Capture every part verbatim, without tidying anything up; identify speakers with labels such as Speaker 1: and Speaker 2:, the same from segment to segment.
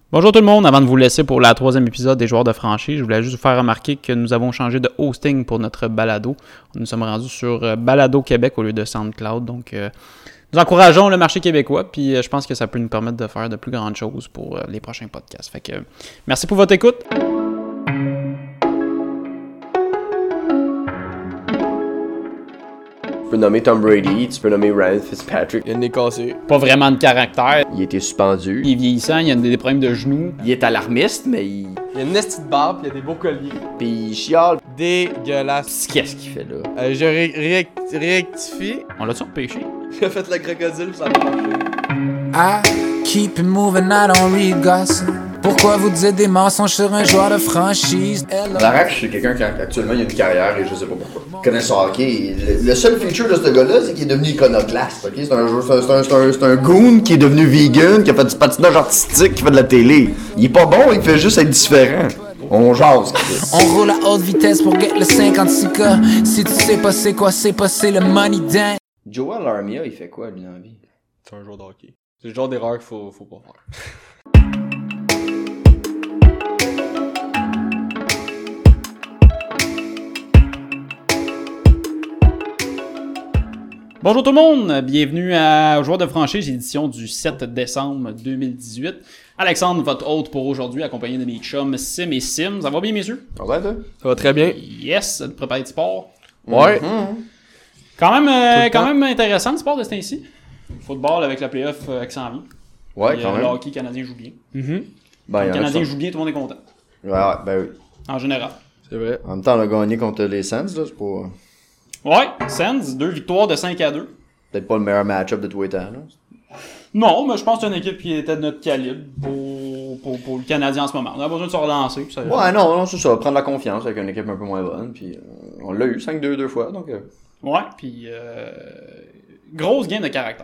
Speaker 1: Bonjour tout le monde, avant de vous laisser pour la troisième épisode des joueurs de franchise, je voulais juste vous faire remarquer que nous avons changé de hosting pour notre balado. Nous sommes rendus sur Balado Québec au lieu de SoundCloud, donc euh, nous encourageons le marché québécois, puis euh, je pense que ça peut nous permettre de faire de plus grandes choses pour euh, les prochains podcasts. Fait que euh, merci pour votre écoute.
Speaker 2: Tu peux nommer Tom Brady, tu peux nommer Ryan Fitzpatrick.
Speaker 3: Il a le nez cassé.
Speaker 1: Pas vraiment de caractère.
Speaker 2: Il était suspendu.
Speaker 1: Il est vieillissant, il a des problèmes de genoux.
Speaker 2: Il est alarmiste, mais il...
Speaker 3: Il a une petite barbe, il a des beaux colliers.
Speaker 2: Puis il chiale.
Speaker 3: Dégueulasse.
Speaker 2: Qu'est-ce qu'il fait là?
Speaker 3: Euh, je ré- réact- réactifie.
Speaker 1: On l'a-tu repêché?
Speaker 3: Il a fait le crocodile, ça a marché.
Speaker 4: I keep it moving, I don't read gossip. Pourquoi vous dites des mensonges sur un joueur de franchise?
Speaker 5: Larac, c'est quelqu'un qui actuellement il a une carrière et je sais pas pourquoi. Il connaît son hockey. Le, le seul feature de ce gars-là, c'est qu'il est devenu iconoclaste. Okay? C'est un joueur, c'est un, c'est un, c'est un, c'est un goon qui est devenu vegan, qui a fait du patinage artistique, qui fait de la télé. Il est pas bon, il fait juste être différent. On jase.
Speaker 4: On roule à haute vitesse pour get le cinquante-six K. Si tu sais pas c'est quoi, c'est pas c'est le money dance.
Speaker 5: Joel Armia, il fait quoi lui dans la vie?
Speaker 3: C'est un joueur de hockey. C'est le genre d'erreur qu'il faut, faut pas faire.
Speaker 1: Bonjour tout le monde, bienvenue à Joueurs de franchise, édition du sept décembre deux mille dix-huit. Alexandre, votre hôte pour aujourd'hui, accompagné de mes chums Sim et Sim. Ça va bien, messieurs?
Speaker 5: Ça va, toi?
Speaker 3: Ça va très bien.
Speaker 1: Yes, de préparer du sport.
Speaker 3: Ouais.
Speaker 5: Mm-hmm.
Speaker 1: Quand même, euh,
Speaker 3: le
Speaker 1: quand
Speaker 3: temps.
Speaker 1: même intéressant le sport de ce temps-ci. Football avec la playoff euh, qui s'en vient.
Speaker 5: Ouais,
Speaker 1: Puis,
Speaker 5: quand
Speaker 1: euh,
Speaker 5: même.
Speaker 1: Le hockey canadien joue bien.
Speaker 3: Mhm.
Speaker 5: Ben, il y
Speaker 1: Le
Speaker 5: en a
Speaker 1: Canadien
Speaker 5: qui
Speaker 1: joue bien, tout le monde est content.
Speaker 5: sont- Ouais, ouais, ben oui.
Speaker 1: En général.
Speaker 3: C'est vrai.
Speaker 5: En même temps, on a gagné contre les Sens, là. C'est pas...
Speaker 1: Ouais, Sens, deux victoires de cinq à deux.
Speaker 5: Peut-être pas le meilleur match-up de tous les temps, là.
Speaker 1: Non, mais je pense que c'est une équipe qui était de notre calibre pour, pour, pour le Canadien en ce moment. On a besoin de se relancer. Ça...
Speaker 5: Ouais, non, non, c'est ça. Prendre la confiance avec une équipe un peu moins bonne. Puis euh, on l'a eu cinq deux deux fois, donc... Euh...
Speaker 1: Ouais, puis euh, grosse game de caractère.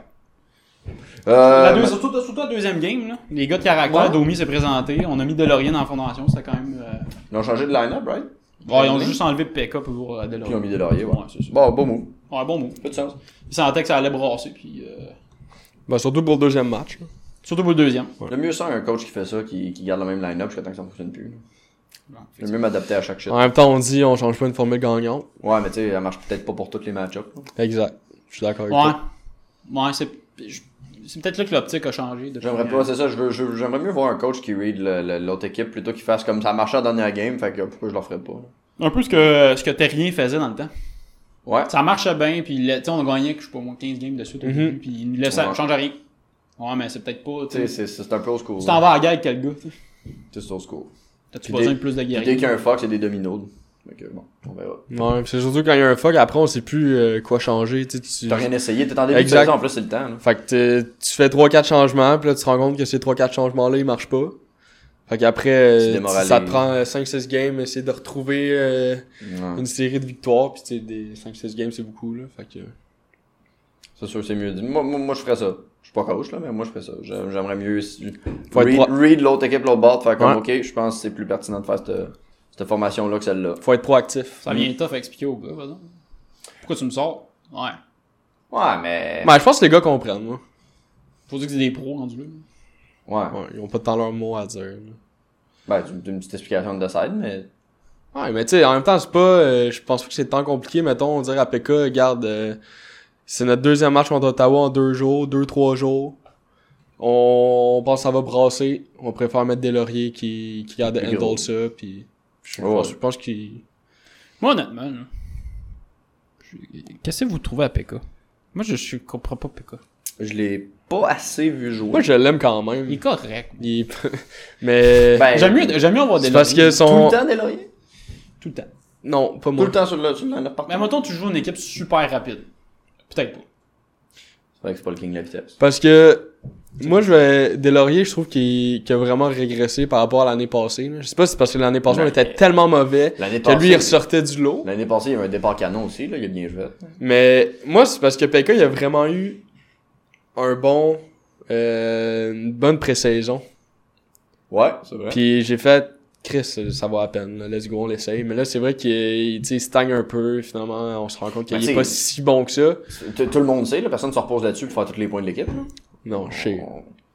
Speaker 5: Euh,
Speaker 1: La deux,
Speaker 5: ben-
Speaker 1: surtout, surtout la deuxième game, là. Les gars de caractère,
Speaker 5: Ouais.
Speaker 1: Domi s'est présenté. On a mis Delorier dans la fondation, c'était quand même. Euh...
Speaker 5: Ils ont changé de line-up, right?
Speaker 1: Ouais, ils ont juste enlevé P K pour euh, Delorier.
Speaker 5: Puis ils ont mis Delorier, ouais.
Speaker 1: Ouais, c'est ça.
Speaker 5: Bon, beau move.
Speaker 1: Ouais, bon mot.
Speaker 5: Fait de sens.
Speaker 1: Ils sentaient que ça allait brasser, puis. Euh...
Speaker 3: Ben, surtout pour le deuxième match. là.
Speaker 1: Surtout pour le deuxième.
Speaker 5: Le mieux ça, un coach qui fait ça, qui, qui garde le même line-up jusqu'à temps que ça fonctionne plus. là.
Speaker 1: Ouais,
Speaker 5: Le mieux m'adapter à chaque shit.
Speaker 3: En même temps, on dit on change pas une formule gagnante.
Speaker 5: Ouais, mais tu sais, elle marche peut-être pas pour tous les match-ups. là.
Speaker 3: Exact. Je suis d'accord avec
Speaker 1: Ouais.
Speaker 3: toi.
Speaker 1: Ouais, c'est. je- C'est peut-être là que l'optique a changé. depuis-
Speaker 5: J'aimerais pas, c'est ça, je veux, je veux- j'aimerais mieux voir un coach qui read le- le- l'autre équipe plutôt qu'il fasse comme ça a marché à la dernière game, fait que pourquoi je le ferais pas. là.
Speaker 1: Un peu ce que, ce que Terrien faisait dans le temps.
Speaker 5: Ouais.
Speaker 1: Ça marchait bien, puis le- tu sais, on a gagné, je sais pas moi, quinze games de suite au
Speaker 3: Mhm.
Speaker 1: début, puis il nous laissait,
Speaker 5: Ouais.
Speaker 1: change rien. Ouais, mais c'est peut-être pas.
Speaker 5: Tu
Speaker 1: Tu
Speaker 5: sais, c'est, c'est un peu au school.
Speaker 1: tu t'en vas à la guerre avec quel gars, tu sais.
Speaker 5: C'est c'est au school.
Speaker 1: T'as-tu
Speaker 5: Puis
Speaker 1: besoin
Speaker 5: dès-
Speaker 1: de plus de
Speaker 5: Puis dès
Speaker 1: guerriers?
Speaker 5: qu'il y a un Fox, il y a des dominos. Fait que bon, on verra.
Speaker 3: Ouais, pis c'est surtout quand il y a un fuck, après on sait plus euh, quoi changer. Tu sais, tu...
Speaker 5: T'as rien essayé, t'es en début
Speaker 3: Exact.
Speaker 5: de saison, en plus c'est le temps. Là.
Speaker 3: Fait que t'es- tu fais trois quatre changements, pis là tu te rends compte que ces trois quatre changements-là ils marchent pas. Fait qu'après, euh,
Speaker 5: Tu démoralises.
Speaker 3: ça te prend cinq six games, essayer de retrouver euh,
Speaker 5: Ouais.
Speaker 3: une série de victoires, pis tu sais, des cinq six games c'est beaucoup là. Fait que.
Speaker 5: C'est sûr, c'est mieux. dit. Moi, moi, moi, je ferais ça. Je suis pas coach, là, mais moi, je ferais ça. J'ai- J'aimerais mieux si-
Speaker 3: Faut être
Speaker 5: read,
Speaker 3: pro-
Speaker 5: read l'autre équipe, l'autre bord, faire comme,
Speaker 3: Ouais.
Speaker 5: ok, je pense que c'est plus pertinent de faire cette, cette formation-là que celle-là.
Speaker 3: Faut être proactif.
Speaker 1: Ça vient tough à expliquer aux gars, par exemple. Pourquoi tu me sors? Ouais.
Speaker 5: Ouais, mais.
Speaker 3: Ouais, je pense que les gars comprennent, moi.
Speaker 1: Faut dire que c'est des pros rendus là.
Speaker 5: Ouais.
Speaker 3: Ouais, ils ont pas tant leur mot à dire. là.
Speaker 5: Ben, tu tu- une petite explication de side, mais.
Speaker 3: Ouais, mais tu sais, en même temps, c'est pas. euh, je pense pas que c'est tant compliqué, mettons, dire à P K, regarde, euh, c'est notre deuxième match contre Ottawa en deux jours, deux, trois jours. On pense que ça va brasser. On préfère mettre des lauriers qui, qui garde
Speaker 5: Plus gros.
Speaker 3: handle ça, pis je
Speaker 5: Ouais.
Speaker 3: pense, je pense qu'il.
Speaker 1: Moi, honnêtement, là, je- qu'est-ce que vous trouvez à P K? Moi, je, je comprends pas P K.
Speaker 5: Je l'ai pas assez vu jouer.
Speaker 3: Moi, je l'aime quand même.
Speaker 1: Il est correct.
Speaker 3: Il est- mais.
Speaker 5: Ben,
Speaker 1: J'aime mieux, j'aime mieux avoir des
Speaker 3: c'est parce que
Speaker 1: lauriers.
Speaker 5: Tout
Speaker 3: son.
Speaker 5: le temps, des lauriers?
Speaker 1: Tout le temps.
Speaker 3: Non, pas
Speaker 5: Tout
Speaker 3: moi.
Speaker 5: le temps sur le, sur le line-up partout.
Speaker 1: Mais mettons, tu joues une équipe super rapide. Peut-être pas.
Speaker 5: C'est vrai que c'est pas le king de la vitesse.
Speaker 3: Parce que moi, je vais Delaurier, je trouve qu'il qu'il a vraiment régressé par rapport à l'année passée. là. Je sais pas si c'est parce que l'année passée, on
Speaker 5: Ouais.
Speaker 3: était tellement mauvais
Speaker 5: L'année
Speaker 3: que lui,
Speaker 5: passée,
Speaker 3: il ressortait du lot.
Speaker 5: L'année passée, il y avait un départ canon aussi, là, il a bien joué.
Speaker 3: Mais moi, c'est parce que P K, il a vraiment eu un bon... euh, une bonne pré-saison.
Speaker 5: Ouais, c'est vrai.
Speaker 3: Puis j'ai fait... Chris, ça va à peine, là, let's go, on l'essaye. Mais là, c'est vrai qu'il tu sais, il stagne un peu, finalement, on se rend compte qu'il
Speaker 5: Ben,
Speaker 3: est
Speaker 5: t'sais,
Speaker 3: pas si bon que ça.
Speaker 5: Tout tout le monde sait, là, personne ne se repose là-dessus pour faire tous les points de l'équipe. là.
Speaker 3: Non, je sais.
Speaker 5: On-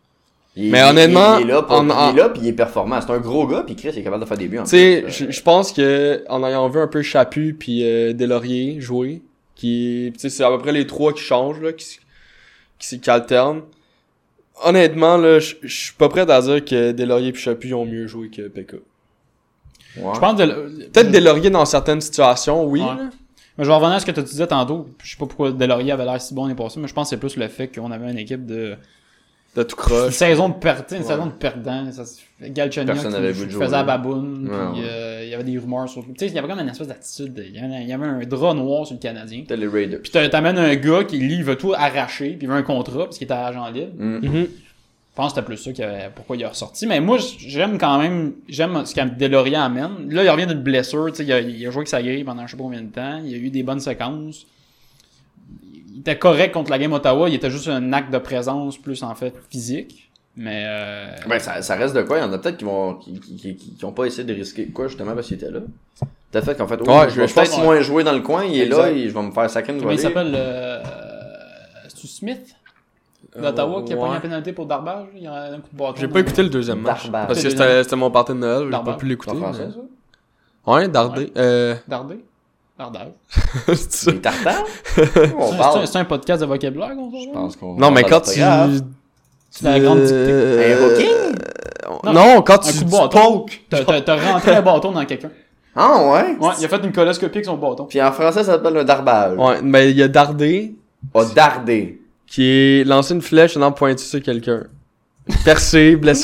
Speaker 5: Il est-
Speaker 3: Mais
Speaker 5: il est-
Speaker 3: honnêtement,
Speaker 5: il est là, pour-
Speaker 3: en- en-
Speaker 5: il est là, puis il est performant. C'est un gros gars, puis Chris il est capable de faire des buts. en
Speaker 3: Tu sais,
Speaker 5: plus.
Speaker 3: je je pense que en ayant vu un peu Chaput puis euh, Delaurier jouer, qui, tu sais, c'est à peu près les trois qui changent là, qui, s- qui, s- qui alternent. Honnêtement là, je je suis pas prêt à dire que Delaurier puis Chaput ont mieux joué que P K.
Speaker 5: Ouais.
Speaker 1: Je pense de...
Speaker 3: Peut-être Delaurier dans certaines situations, oui.
Speaker 1: Ouais.
Speaker 3: Là.
Speaker 1: Mais je vais revenir à ce que tu disais tantôt. Je sais pas pourquoi Delaurier avait l'air si bon l'année passée, mais je pense que c'est plus le fait qu'on avait une équipe de...
Speaker 3: De tout
Speaker 1: Une
Speaker 3: croche.
Speaker 1: saison de perdants, une
Speaker 3: Ouais.
Speaker 1: saison de perdants. Ça, Galchenyuk
Speaker 5: Personne
Speaker 1: qui,
Speaker 5: n'avait
Speaker 1: qui
Speaker 5: voulu jouer.
Speaker 1: faisait à baboune,
Speaker 5: Ouais,
Speaker 1: puis
Speaker 5: ouais.
Speaker 1: euh, il y avait des rumeurs sur... Tu sais, il y avait comme une espèce d'attitude. de- Il y avait, il y avait un drap noir sur le Canadien.
Speaker 5: C'était les Raiders.
Speaker 1: Puis t'a- t'amènes un gars qui, lui, il veut tout arracher, puis il veut un contrat, parce qu'il était agent libre.
Speaker 5: Mm.
Speaker 3: Mhm.
Speaker 1: Je pense que c'était plus ça qui avait- pourquoi il est ressorti. Mais moi, j'aime quand même, j'aime ce que Delaurier amène. Là, il revient d'une blessure, tu sais, il a, il a joué avec sa grille pendant je sais pas combien de temps. Il a eu des bonnes séquences. Il était correct contre la game Ottawa. Il était juste un acte de présence plus, en fait, physique. Mais, euh...
Speaker 5: Ben, ça, ça reste de quoi? Il y en a peut-être qui vont, qui, qui, qui, qui, qui ont pas essayé de risquer quoi, justement, parce qu'il était là. Peut-être fait qu'en fait, oh,
Speaker 3: Ouais,
Speaker 5: je vais
Speaker 3: je pense
Speaker 5: peut-être
Speaker 1: que-
Speaker 5: moins jouer dans le coin, il est
Speaker 1: Exact.
Speaker 5: là, et je vais me faire sacrer une
Speaker 1: comment il
Speaker 5: volée.
Speaker 1: s'appelle, euh... c'est-tu Smith? D'Ottawa, qui a
Speaker 3: Euh, ouais.
Speaker 1: pris la pénalité pour darbage. Il y a un coup de bâton.
Speaker 3: J'ai pas écouté le deuxième match.
Speaker 5: Darbage.
Speaker 3: Parce que
Speaker 1: Le
Speaker 3: c'était
Speaker 1: deuxième.
Speaker 3: c'était mon party de Noël, j'ai
Speaker 1: Darbage.
Speaker 3: pas pu
Speaker 5: C'est
Speaker 3: l'écouter.
Speaker 5: en français,
Speaker 3: mais-
Speaker 5: ça?
Speaker 3: Ouais, Dardé.
Speaker 1: Ouais.
Speaker 3: Euh...
Speaker 1: Dardé? Dardage.
Speaker 3: c'est ça.
Speaker 5: Les tartares?
Speaker 1: C'est
Speaker 5: On
Speaker 1: un-
Speaker 5: parle.
Speaker 1: C'est un podcast de vocabulaire qu'on
Speaker 5: Je
Speaker 1: fait?
Speaker 5: pense qu'on.
Speaker 3: Non, mais
Speaker 5: on
Speaker 3: quand
Speaker 5: parle
Speaker 3: tu...
Speaker 5: pas grave.
Speaker 1: C'est la grande dictée.
Speaker 3: Euh,
Speaker 5: Un hooking?
Speaker 3: Non, non, quand
Speaker 1: Un
Speaker 3: tu
Speaker 1: coup de
Speaker 3: tu
Speaker 1: bâton.
Speaker 3: pokes.
Speaker 1: T'as, t'as, t'as rentré un bâton dans quelqu'un.
Speaker 5: Ah, ouais?
Speaker 1: Ouais, il a fait une coloscopie avec son bâton.
Speaker 5: Puis en français, ça s'appelle un darbage.
Speaker 3: Ouais, mais il y a Dardé,
Speaker 5: Oh, dardé.
Speaker 3: qui est lancé une flèche en pointu sur quelqu'un. Percé, blessé.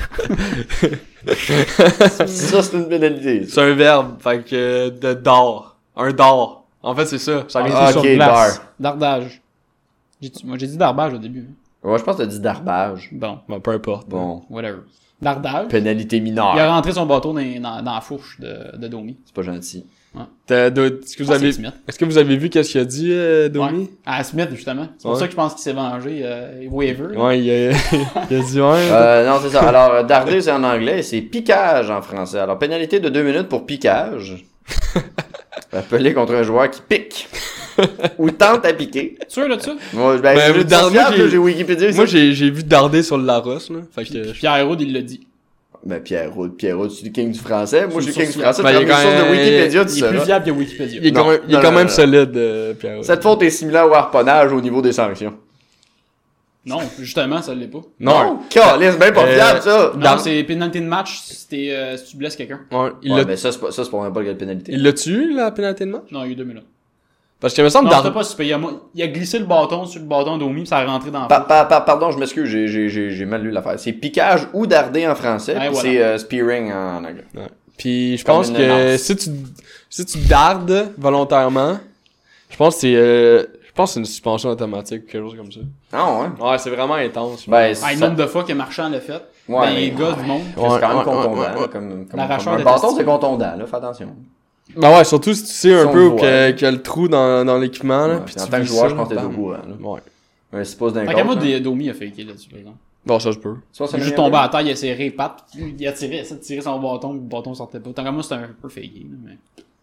Speaker 5: Ça, c'est une pénalité.
Speaker 3: C'est un verbe, fait que euh, de d'or. Un d'or. En fait, c'est ça. Ça vient
Speaker 5: Ah,
Speaker 3: sur
Speaker 5: ok,
Speaker 1: glace.
Speaker 5: dar.
Speaker 1: Dardage. J'ai, moi, j'ai dit darbage au début. hein.
Speaker 5: Ouais, je pense que t'as dit darbage.
Speaker 1: Bon,
Speaker 3: Bon, peu importe.
Speaker 5: Bon.
Speaker 1: whatever. Dardage.
Speaker 5: Pénalité
Speaker 1: Il a
Speaker 5: mineure.
Speaker 1: rentré son bâton dans, dans, dans la fourche de, de Domi.
Speaker 5: C'est pas gentil.
Speaker 3: T'as- de- Est-ce que vous
Speaker 1: Ah,
Speaker 3: avez,
Speaker 1: c'est Smith.
Speaker 3: est-ce que vous avez vu qu'est-ce qu'il a dit, euh, Domi?
Speaker 1: Ouais. À Smith, justement. C'est pour
Speaker 3: Ouais.
Speaker 1: ça que je pense qu'il s'est vengé. Euh, waiver.
Speaker 3: Ouais, il a, il a dit ouais.
Speaker 5: Euh, non, c'est ça. Alors, euh, darder, c'est en anglais, et c'est piquage en français. Alors, pénalité de deux minutes pour piquage. Appelé contre un joueur qui pique. Ou tente à piquer.
Speaker 1: Sûr de ça?
Speaker 5: Moi, ben,
Speaker 3: Ben,
Speaker 5: j'ai
Speaker 3: Dar- moi, j'ai-
Speaker 5: j'ai Wikipédia ici.
Speaker 3: Moi, j'ai, j'ai vu Dardé sur le Larousse, là. Fait que,
Speaker 1: Puis Pierre Roud, il l'a dit.
Speaker 5: Ben, Pierre Roud, Pierre Roud, tu es le king du français. Moi, je suis
Speaker 1: C'est
Speaker 5: le king du
Speaker 1: une
Speaker 5: français.
Speaker 3: Ben,
Speaker 5: Tu
Speaker 3: il est
Speaker 5: regardes les
Speaker 3: quand
Speaker 5: sources de
Speaker 3: même-
Speaker 5: Wikipédia, tu
Speaker 1: Il est plus
Speaker 5: sais.
Speaker 1: fiable que Wikipédia.
Speaker 3: il est
Speaker 5: Non,
Speaker 3: quand même, il est
Speaker 5: non,
Speaker 3: quand
Speaker 5: non,
Speaker 3: même
Speaker 5: non.
Speaker 3: solide, euh, Pierre.
Speaker 5: Cette faute est similaire au harponnage au niveau des sanctions.
Speaker 1: Non, justement, ça l'est pas.
Speaker 3: Non.
Speaker 5: Calisse, ben pas
Speaker 3: Euh,
Speaker 5: fiable, ça.
Speaker 1: Non,
Speaker 3: Dar-
Speaker 1: c'est pénalité de match si, t'es, euh, si tu blesses quelqu'un.
Speaker 3: Ouais, il
Speaker 5: Ouais,
Speaker 3: l'a,
Speaker 5: mais ça, c'est pas, ça, c'est pas n'importe quelle pénalité.
Speaker 3: il l'a tué, la pénalité de match?
Speaker 1: Non, il y a eu deux minutes.
Speaker 3: Parce que, il me semble,
Speaker 1: Non,
Speaker 3: Dardé.
Speaker 1: c'était pas super. Il a, il a glissé le bâton sur le bâton d'Omi, puis ça a rentré dans la
Speaker 5: Pa-
Speaker 1: fourche.
Speaker 5: pa- pa- pardon, je m'excuse, j'ai, j'ai, j'ai, j'ai mal lu l'affaire. C'est piquage ou darder en français,
Speaker 1: Ouais,
Speaker 5: puis
Speaker 1: voilà.
Speaker 5: c'est euh, spearing en anglais.
Speaker 3: Puis, je
Speaker 5: Comme
Speaker 3: pense
Speaker 5: une
Speaker 3: que
Speaker 5: lance.
Speaker 3: si tu, si tu dardes volontairement, je pense que c'est, euh, je pense que c'est une suspension automatique ou quelque chose comme ça.
Speaker 5: Ah ouais?
Speaker 3: Ouais, c'est vraiment intense.
Speaker 5: Ben,
Speaker 1: Ah, le
Speaker 5: ça-
Speaker 1: nombre de fois que Marchand l'a fait.
Speaker 5: Ouais,
Speaker 1: ben, les
Speaker 5: mais-
Speaker 1: gars du monde.
Speaker 5: c'est quand même
Speaker 3: Ouais,
Speaker 5: contondant,
Speaker 3: ouais,
Speaker 5: là,
Speaker 3: ouais.
Speaker 5: comme, comme,
Speaker 1: L'arracheur
Speaker 5: comme un
Speaker 1: de
Speaker 5: bâton,
Speaker 1: testicules.
Speaker 5: c'est contondant, là, fais attention.
Speaker 3: Ben ouais, surtout si tu sais un
Speaker 5: Si on
Speaker 3: peu
Speaker 5: le
Speaker 3: où
Speaker 5: voit,
Speaker 3: qu'il y a-
Speaker 5: hein.
Speaker 3: qu'il y a le trou dans, dans l'équipement, là.
Speaker 5: Ouais,
Speaker 3: Puis
Speaker 5: puis en
Speaker 3: tu
Speaker 5: tant que
Speaker 3: vis
Speaker 5: joueur,
Speaker 3: ça,
Speaker 5: je pense que t'es au
Speaker 3: bam.
Speaker 5: courant, là.
Speaker 3: Ouais.
Speaker 5: Un suppose d'un
Speaker 1: Tant qu'à moi,
Speaker 5: coach,
Speaker 1: des- Domi a faké là-dessus, par exemple.
Speaker 3: Bon, ça se peut.
Speaker 5: Tu penses que
Speaker 1: Il est
Speaker 5: c'est
Speaker 1: juste
Speaker 5: le
Speaker 1: tombé
Speaker 5: meilleur?
Speaker 1: à terre, il a serré les pattes, puis il a tiré, il a essayé de tirer son bâton, puis le bâton sortait pas. Tant qu'à moi, c'était un peu faké, là, mais.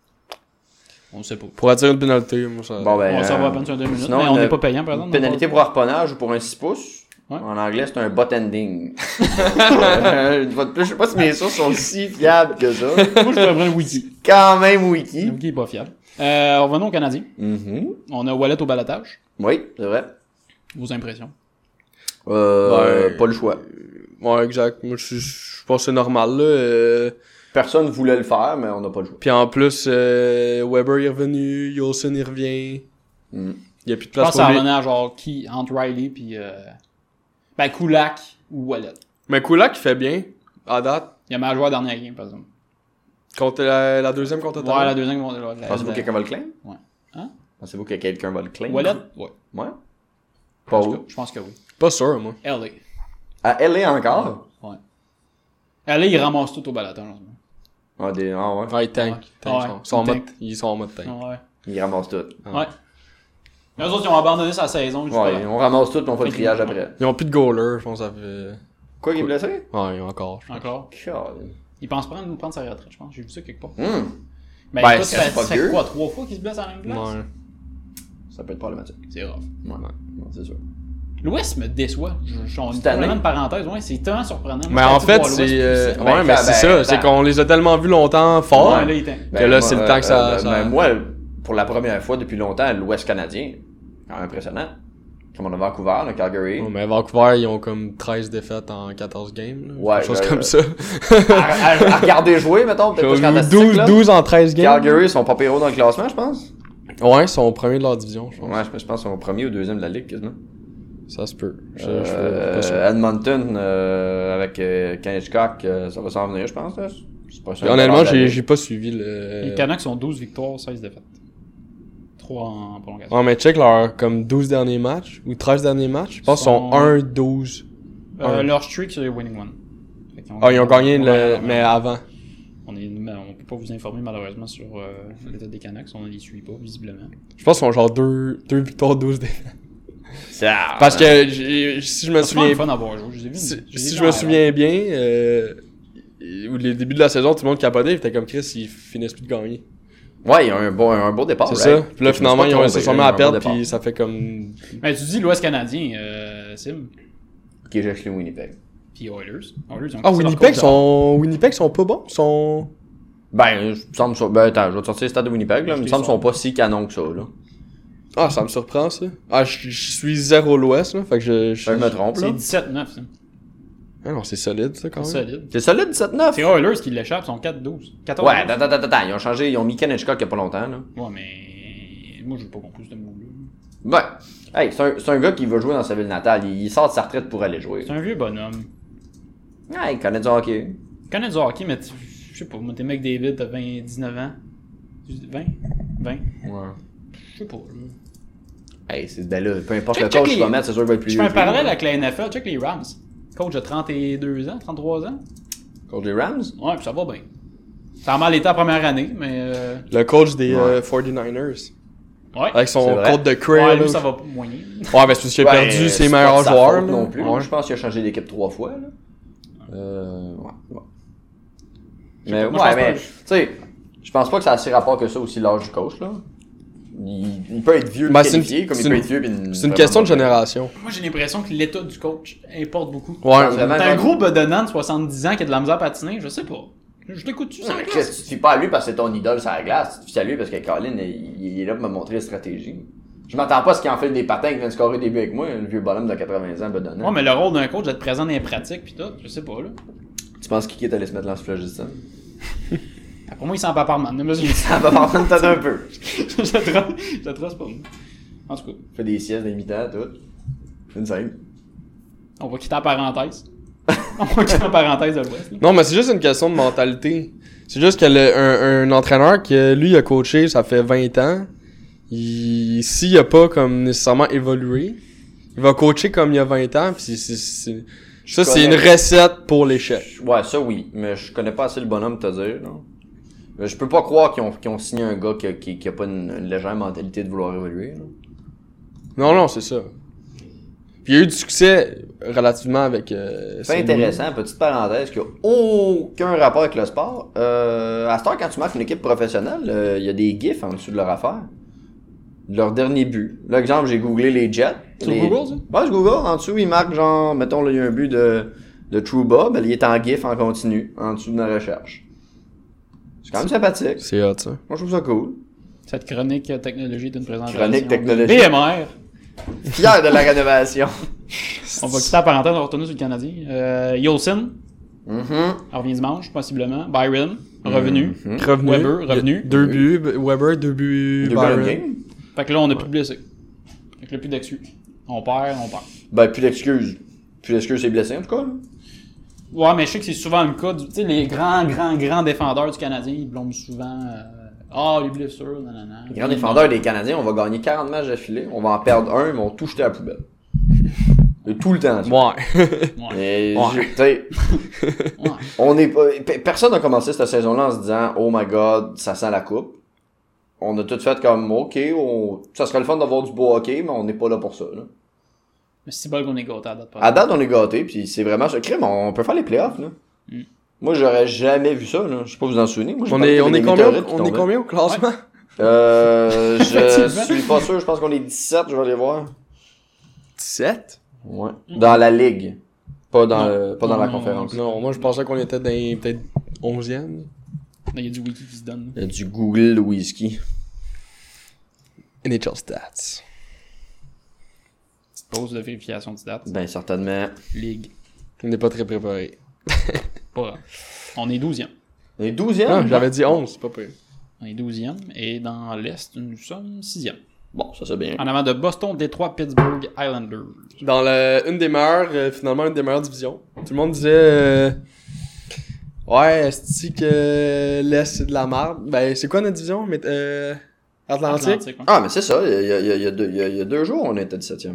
Speaker 1: On sait pas.
Speaker 3: Pour attirer une pénalité, moi, ça.
Speaker 5: Bon, ben,
Speaker 1: On s'en va à
Speaker 5: euh,
Speaker 1: peine sur deux minutes,
Speaker 5: sinon,
Speaker 1: mais on
Speaker 5: une
Speaker 1: n'est pas payant, par exemple.
Speaker 5: pénalité pour harponnage ou pour un six pouces.
Speaker 1: Ouais.
Speaker 5: En anglais, c'est un butt ending. Euh, Une fois de plus, je sais pas si mes sources sont si fiables que ça.
Speaker 1: Moi, je prendrais un wiki.
Speaker 5: Quand même
Speaker 1: Le
Speaker 5: wiki.
Speaker 1: wiki est pas fiable. Euh, revenons aux Canadiens.
Speaker 5: Mhm.
Speaker 1: On a Wallet au balotage.
Speaker 5: Oui, c'est vrai.
Speaker 1: Vos impressions?
Speaker 5: Euh,
Speaker 3: Ben,
Speaker 5: pas le choix.
Speaker 3: Ouais, exact. Moi, je, je pense que c'est normal, là. Euh...
Speaker 5: Personne voulait le faire, mais on n'a pas le choix.
Speaker 3: Puis en plus, euh, Weber est revenu, Yolson y revient.
Speaker 5: Mm.
Speaker 3: Il y a plus de
Speaker 1: Je pense
Speaker 3: place
Speaker 1: que ça
Speaker 3: pour lui.
Speaker 1: revenait à genre qui entre Riley puis euh... ben Kulak ou Wallet.
Speaker 3: Mais Kulak, il fait bien, à date.
Speaker 1: Il a mal joué à la dernière game, par exemple.
Speaker 3: Contre la, la deuxième contre
Speaker 1: Ouais,
Speaker 3: Ottawa.
Speaker 1: la deuxième. La, la,
Speaker 5: Pensez-vous que
Speaker 1: la-
Speaker 5: quelqu'un va le claim?
Speaker 1: Ouais. Hein?
Speaker 5: Pensez-vous que quelqu'un va le claim?
Speaker 1: Wallet? Ouais.
Speaker 5: Ouais.
Speaker 1: Je
Speaker 5: Pas
Speaker 1: pense
Speaker 5: où?
Speaker 1: que- Je pense que oui.
Speaker 3: Pas sûr, moi.
Speaker 1: L A.
Speaker 5: À L A encore?
Speaker 1: Ouais. L A, il ramasse tout au balotage en ce moment.
Speaker 5: Ah, des... ah ouais.
Speaker 3: Ouais, il tank.
Speaker 1: Ouais.
Speaker 3: Tank,
Speaker 1: Ouais,
Speaker 3: ils sont- ils sont en
Speaker 1: il
Speaker 3: mode,
Speaker 1: tank.
Speaker 3: ils sont en mode tank.
Speaker 1: Ouais.
Speaker 5: Ils ramassent tout.
Speaker 3: Ah.
Speaker 1: Ouais. Mais eux autres, ils ont abandonné sa saison. juste
Speaker 5: Ouais,
Speaker 1: avant.
Speaker 5: on ramasse tout, puis on fait le triage après.
Speaker 3: Ils ont plus de goaler, je pense que ça fait...
Speaker 5: Quoi, il est blessé?
Speaker 3: Ouais, ils ont encore. je pense.
Speaker 1: Encore.
Speaker 5: God.
Speaker 1: Il pense prendre, prendre sa retraite, je pense. J'ai vu ça quelque part.
Speaker 5: Hum,
Speaker 1: Mais
Speaker 3: Ben,
Speaker 1: écoute,
Speaker 3: c'est
Speaker 1: ça,
Speaker 5: pas
Speaker 1: ça fait
Speaker 5: vieux.
Speaker 1: quoi, trois fois qu'il se blesse à la même place?
Speaker 3: Ouais.
Speaker 5: ça peut être problématique.
Speaker 1: C'est rough.
Speaker 5: Ouais, ouais, c'est sûr.
Speaker 1: L'Ouest me déçoit. Je, je, on
Speaker 2: Cette
Speaker 1: est vraiment
Speaker 2: année?
Speaker 1: une parenthèse. Ouais, c'est tellement surprenant.
Speaker 3: Mais en fait, c'est. Euh,
Speaker 2: Ben,
Speaker 3: ouais, mais
Speaker 2: ben,
Speaker 3: c'est
Speaker 2: ben,
Speaker 3: ça.
Speaker 2: ben,
Speaker 3: c'est qu'on les a tellement vus longtemps fort.
Speaker 1: Ouais, là, il était...
Speaker 3: que là,
Speaker 2: moi,
Speaker 3: c'est le temps que ça-
Speaker 2: euh,
Speaker 3: ça-
Speaker 2: ben, moi, pour la première fois depuis longtemps, l'Ouest canadien, quand même impressionnant. Comme on a Vancouver, le Calgary.
Speaker 3: Ouais, mais Vancouver, ils ont comme treize défaites en quatorze games. Là.
Speaker 2: Ouais,
Speaker 3: Quelque chose
Speaker 2: ben,
Speaker 3: comme
Speaker 2: euh,
Speaker 3: ça.
Speaker 2: à, à- à regarder jouer, mettons, peut-être pas jusqu'en
Speaker 3: douze,
Speaker 2: statistique, là.
Speaker 3: douze en treize games.
Speaker 2: Calgary sont pas pires dans le classement, je pense.
Speaker 3: Ouais, ils sont au premier de leur division, je pense.
Speaker 2: Ouais, je je pense qu'ils sont premier ou deuxième de la ligue, quasiment.
Speaker 3: Ça se peut. Je, je,
Speaker 2: Euh,
Speaker 3: pas sûr.
Speaker 2: Edmonton, euh, avec euh, Ken Hitchcock, euh, ça va s'en venir, je pense. Là. C'est pas sûr.
Speaker 3: Puis honnêtement, j'ai, j'ai pas suivi le.
Speaker 1: Les Canucks sont douze victoires, seize défaites. trois en prolongation.
Speaker 3: Ouais, mais check leurs comme douze derniers matchs, ou treize derniers matchs. Je pense qu'ils sont
Speaker 1: Sont-
Speaker 3: un douze.
Speaker 1: Euh,
Speaker 3: un.
Speaker 1: leur streak, c'est winning one. Fait qu'ils ont-
Speaker 3: Ah, ils ont gagné, le,
Speaker 1: Ouais, ouais,
Speaker 3: mais
Speaker 1: ouais.
Speaker 3: avant.
Speaker 1: On est, mais on peut pas vous informer malheureusement sur euh, l'état des Canucks, on ne les suit pas visiblement.
Speaker 3: Je pense qu'ils ont genre deux, deux victoires, douze défaites.
Speaker 2: Ça,
Speaker 3: Parce que j'ai- si je me
Speaker 1: C'est vraiment le
Speaker 3: souviens
Speaker 1: fun d'avoir joué. Je les ai vus-
Speaker 3: Si,
Speaker 1: je les ai
Speaker 3: si
Speaker 1: vus
Speaker 3: je me
Speaker 1: en
Speaker 3: souviens bien, euh, ou les débuts de la saison, tout le monde capotait, était comme Chris, ils finissent plus de gagner.
Speaker 2: ouais, ils ont un bon, un beau départ.
Speaker 3: C'est
Speaker 2: right?
Speaker 3: ça. Puis là,
Speaker 2: Je me
Speaker 3: finalement,
Speaker 2: suis
Speaker 3: ils
Speaker 2: pas
Speaker 3: ont
Speaker 2: trompé,
Speaker 3: réussi à
Speaker 2: ils ont un
Speaker 3: à
Speaker 2: bon
Speaker 3: perdre,
Speaker 2: départ.
Speaker 3: puis ça fait comme.
Speaker 1: Mais tu dis l'Ouest canadien, euh, Sim,
Speaker 2: Ok, j'ai acheté Winnipeg.
Speaker 1: puis Oilers. Oilers ils ont
Speaker 3: Ah,
Speaker 1: cassé leur
Speaker 3: Winnipeg
Speaker 1: coach
Speaker 3: sont. Winnipeg sont pas bons. Sont.
Speaker 2: Ben, je me semble ça. Ben, attends, je vais te sortir le stade de Winnipeg, là. Il me
Speaker 1: Acheter
Speaker 2: semble qu'ils
Speaker 1: son-
Speaker 2: sont pas si canons que ça, là.
Speaker 3: Ah, ça me surprend, ça. Ah, je je suis zéro l'ouest, là. Fait que je. je...
Speaker 2: Ben, je me trompe, là.
Speaker 1: C'est dix-sept neuf, ça.
Speaker 3: Ah non, c'est solide, ça, quand
Speaker 1: C'est
Speaker 3: même.
Speaker 1: solide.
Speaker 2: C'est solide, dix-sept neuf.
Speaker 1: C'est Oilers qui l'échappent, ils sont quatre douze. quatorze
Speaker 2: Ouais, attends, attends, attends, ils ont changé, ils ont mis Ken Hitchcock il y a pas longtemps, là.
Speaker 1: Ouais, mais moi, je veux pas compris ce mot-là.
Speaker 2: Ouais. Hey, c'est un, c'est un gars qui veut jouer dans sa ville natale. Il, il sort de sa retraite pour aller jouer.
Speaker 1: C'est un vieux bonhomme.
Speaker 2: Ouais, il connaît du hockey.
Speaker 1: Il connaît du hockey, mais tu- je sais pas, moi, t'es McDavid, t'as vingt, dix-neuf ans. vingt? vingt?
Speaker 2: Ouais.
Speaker 1: Je sais pas, là.
Speaker 2: Hey, c'est ben là, peu importe
Speaker 1: Check-
Speaker 2: le
Speaker 1: check
Speaker 2: coach qu'il va
Speaker 1: les-
Speaker 2: mettre, c'est sûr qu'il va être plus
Speaker 1: Je fais un
Speaker 2: vieux.
Speaker 1: parallèle avec la N F L, check les Rams. Coach de trente-deux ans, trente-trois ans.
Speaker 2: Coach des Rams?
Speaker 1: Ouais, puis ça va bien. Ça a mal été la première année, mais. Euh...
Speaker 3: Le coach des
Speaker 2: Ouais.
Speaker 3: euh, forty-niners.
Speaker 1: Ouais.
Speaker 3: Avec
Speaker 2: C'est
Speaker 3: son
Speaker 2: vrai.
Speaker 3: code de
Speaker 1: Ouais,
Speaker 3: Cray,
Speaker 1: lui,
Speaker 3: là.
Speaker 1: ça va moyen.
Speaker 3: Ouais, mais c'est parce qu'il a
Speaker 2: Ouais,
Speaker 3: perdu
Speaker 2: c'est
Speaker 3: ses
Speaker 2: pas
Speaker 3: meilleurs
Speaker 2: de sa
Speaker 3: joueurs,
Speaker 2: faute
Speaker 3: là.
Speaker 2: non plus.
Speaker 3: Ouais.
Speaker 2: Je pense qu'il a changé d'équipe trois fois, là. Euh, ouais, ouais.
Speaker 1: sais
Speaker 2: Mais,
Speaker 1: pas, moi, je
Speaker 2: ouais,
Speaker 1: pense
Speaker 2: mais,
Speaker 1: pas-
Speaker 2: tu sais, je pense pas que ça a assez rapport que ça aussi l'âge du coach, là. Il, il peut être vieux
Speaker 3: Ben,
Speaker 2: pis
Speaker 3: c'est une-
Speaker 2: qualifié, comme il
Speaker 3: c'est
Speaker 2: peut
Speaker 3: une-
Speaker 2: être vieux pis une-
Speaker 3: C'est une question de
Speaker 2: vraiment-
Speaker 3: génération.
Speaker 1: Moi, j'ai l'impression que l'état du coach importe beaucoup.
Speaker 3: Ouais.
Speaker 2: Vraiment,
Speaker 1: T'as un
Speaker 2: genre-
Speaker 1: gros bedonnant de soixante-dix ans qui a de la misère à patiner, je sais pas. Je t'écoute-tu, ça?
Speaker 2: Non, mais Chris, tu te fies pas à lui parce que c'est ton idole sur la glace. Tu te fies à lui parce que Colin, il, il est là pour me montrer la stratégie. Je m'attends pas à ce qu'il en fait des patins qui vient de scorer des buts avec moi, le vieux bonhomme de quatre-vingts ans, bedonnant.
Speaker 1: Ouais, mais le rôle d'un coach d'être présent dans les pratiques pis tout, je sais pas, là.
Speaker 2: Tu penses qu'il est allé se mettre lance-phlogiston?
Speaker 1: Pour moi, il sent pas par man. Mais je
Speaker 2: Ça va prendre peut-être un peu.
Speaker 1: je te trace pas. En tout cas,
Speaker 2: Fait des siestes, des mi-temps, tout. C'est une scène.
Speaker 1: on va quitter la parenthèse. On va quitter la parenthèse de l'Ouest. là.
Speaker 3: Non, mais c'est juste une question de mentalité. C'est juste que le- un, un entraîneur qui, lui, a coaché, ça fait vingt ans, il, s'il a pas comme nécessairement évolué, il va coacher comme il y a vingt ans, pis c'est, c'est, c'est- ça, c'est une
Speaker 2: connais-
Speaker 3: recette pour l'échec.
Speaker 2: Ouais, ça oui, mais je connais pas assez le bonhomme te dire, non. Mais je peux pas croire qu'ils ont, qu'ils ont signé un gars qui, qui, qui a pas une, une légère mentalité de vouloir évoluer, là.
Speaker 3: Non, non, c'est ça. Puis il y a eu du succès relativement avec... Euh,
Speaker 2: C'est
Speaker 3: Saint-Louis.
Speaker 2: intéressant, petite parenthèse, qui a aucun rapport avec le sport. Euh, à ce temps, quand tu marques une équipe professionnelle, euh, il y a des gifs en dessous de leur affaire. De leur dernier but. Là, exemple, j'ai googlé les Jets.
Speaker 1: Sur
Speaker 2: les...
Speaker 1: Google, ça?
Speaker 2: Ouais, je Google. En dessous, ils marquent genre, mettons, là, il y a un but de, de Trouba, ben, il est en gif en continu, en dessous de la recherche. C'est quand même sympathique.
Speaker 3: C'est hot, ça.
Speaker 2: Moi, je trouve ça cool.
Speaker 1: Cette chronique euh, technologie est une présentation.
Speaker 2: Chronique
Speaker 1: de
Speaker 2: technologie.
Speaker 1: B M R.
Speaker 2: Fier de la rénovation.
Speaker 1: On va quitter la parenthèse, on va retourner sur le Canadien. Euh, Yolson,
Speaker 2: Mhm.
Speaker 1: elle revient dimanche, possiblement. Byron, revenu.
Speaker 2: Mhm.
Speaker 3: Revenu.
Speaker 1: Weber, revenu.
Speaker 3: Deux buts. Weber, deux buts.
Speaker 2: Deux
Speaker 3: Byron.
Speaker 2: bonnes games.
Speaker 1: Fait que là, on a plus de blessés. Fait que là, plus d'excuses. On perd, on perd.
Speaker 2: Ben, plus d'excuses. Plus d'excuses, c'est blessé, en tout cas, là.
Speaker 1: Ouais, mais je sais que c'est souvent le cas. du- Tu sais, les grands, grands, grands défendeurs du Canadien, ils blâment souvent. euh, Ah, les blessures, nanana.
Speaker 2: Les grands défendeurs des Canadiens, on va gagner quarante matchs d'affilée, on va en perdre un, mais on va tout jeter à la poubelle. Et tout le temps. tu sais.
Speaker 3: Ouais.
Speaker 1: Ouais.
Speaker 2: Et
Speaker 3: Ouais.
Speaker 2: je- tu sais,
Speaker 1: Ouais.
Speaker 2: on est pas, pe- personne n'a commencé cette saison-là en se disant, oh my god, ça sent la coupe. On a tout fait comme, ok, on, ça serait le fun d'avoir du beau hockey, mais on n'est pas là pour ça, là.
Speaker 1: Mais c'est bon qu'on est gâté à date.
Speaker 2: À date, on est gâtés, puis c'est vraiment ce crime, on peut faire les playoffs, là.
Speaker 1: Mm.
Speaker 2: Moi, j'aurais jamais vu ça, là. Je sais pas vous en souvenir. Moi, j'ai
Speaker 3: On
Speaker 2: pensé
Speaker 3: est,
Speaker 2: qu'il y
Speaker 3: on
Speaker 2: avait
Speaker 3: est
Speaker 2: des
Speaker 3: combien,
Speaker 2: météorites qui
Speaker 3: on est
Speaker 2: tombaient.
Speaker 3: combien au classement?
Speaker 2: Euh, je
Speaker 1: Effectivement.
Speaker 2: suis pas sûr, je pense qu'on est dix-sept, je vais aller voir.
Speaker 3: dix-sept?
Speaker 2: Ouais. Dans la ligue. Pas dans,
Speaker 1: Non.
Speaker 2: le, pas dans
Speaker 1: Non,
Speaker 2: la
Speaker 1: non,
Speaker 2: conférence.
Speaker 3: Non, moi je pensais qu'on était dans les peut-être onzième.
Speaker 1: Il y a du wiki qui se donne.
Speaker 2: Il y a du Google whisky.
Speaker 3: N H L Stats.
Speaker 1: Petite pause de vérification de stats.
Speaker 2: Ben, certainement.
Speaker 1: Ligue.
Speaker 3: On n'est pas très préparé.
Speaker 1: Pas grave. On est douzième.
Speaker 2: On est douzième.
Speaker 3: Ah, j'avais dit onze, c'est pas pire.
Speaker 1: On est douzième. Et dans l'Est, nous sommes sixième.
Speaker 2: Bon, ça c'est bien.
Speaker 1: En avant de Boston, Détroit, Pittsburgh, Islanders.
Speaker 3: Dans le, une des meilleures, euh, finalement, une des meilleures divisions. Tout le monde disait, euh, ouais, est-ce que l'Est c'est de la merde? Ben, c'est quoi notre division? Mais, euh, Atlantique?
Speaker 1: Atlantique, ouais.
Speaker 2: Ah, mais c'est ça. Il y a, il y a, il y a deux, il y a, il y a deux jours, on était dix-septième.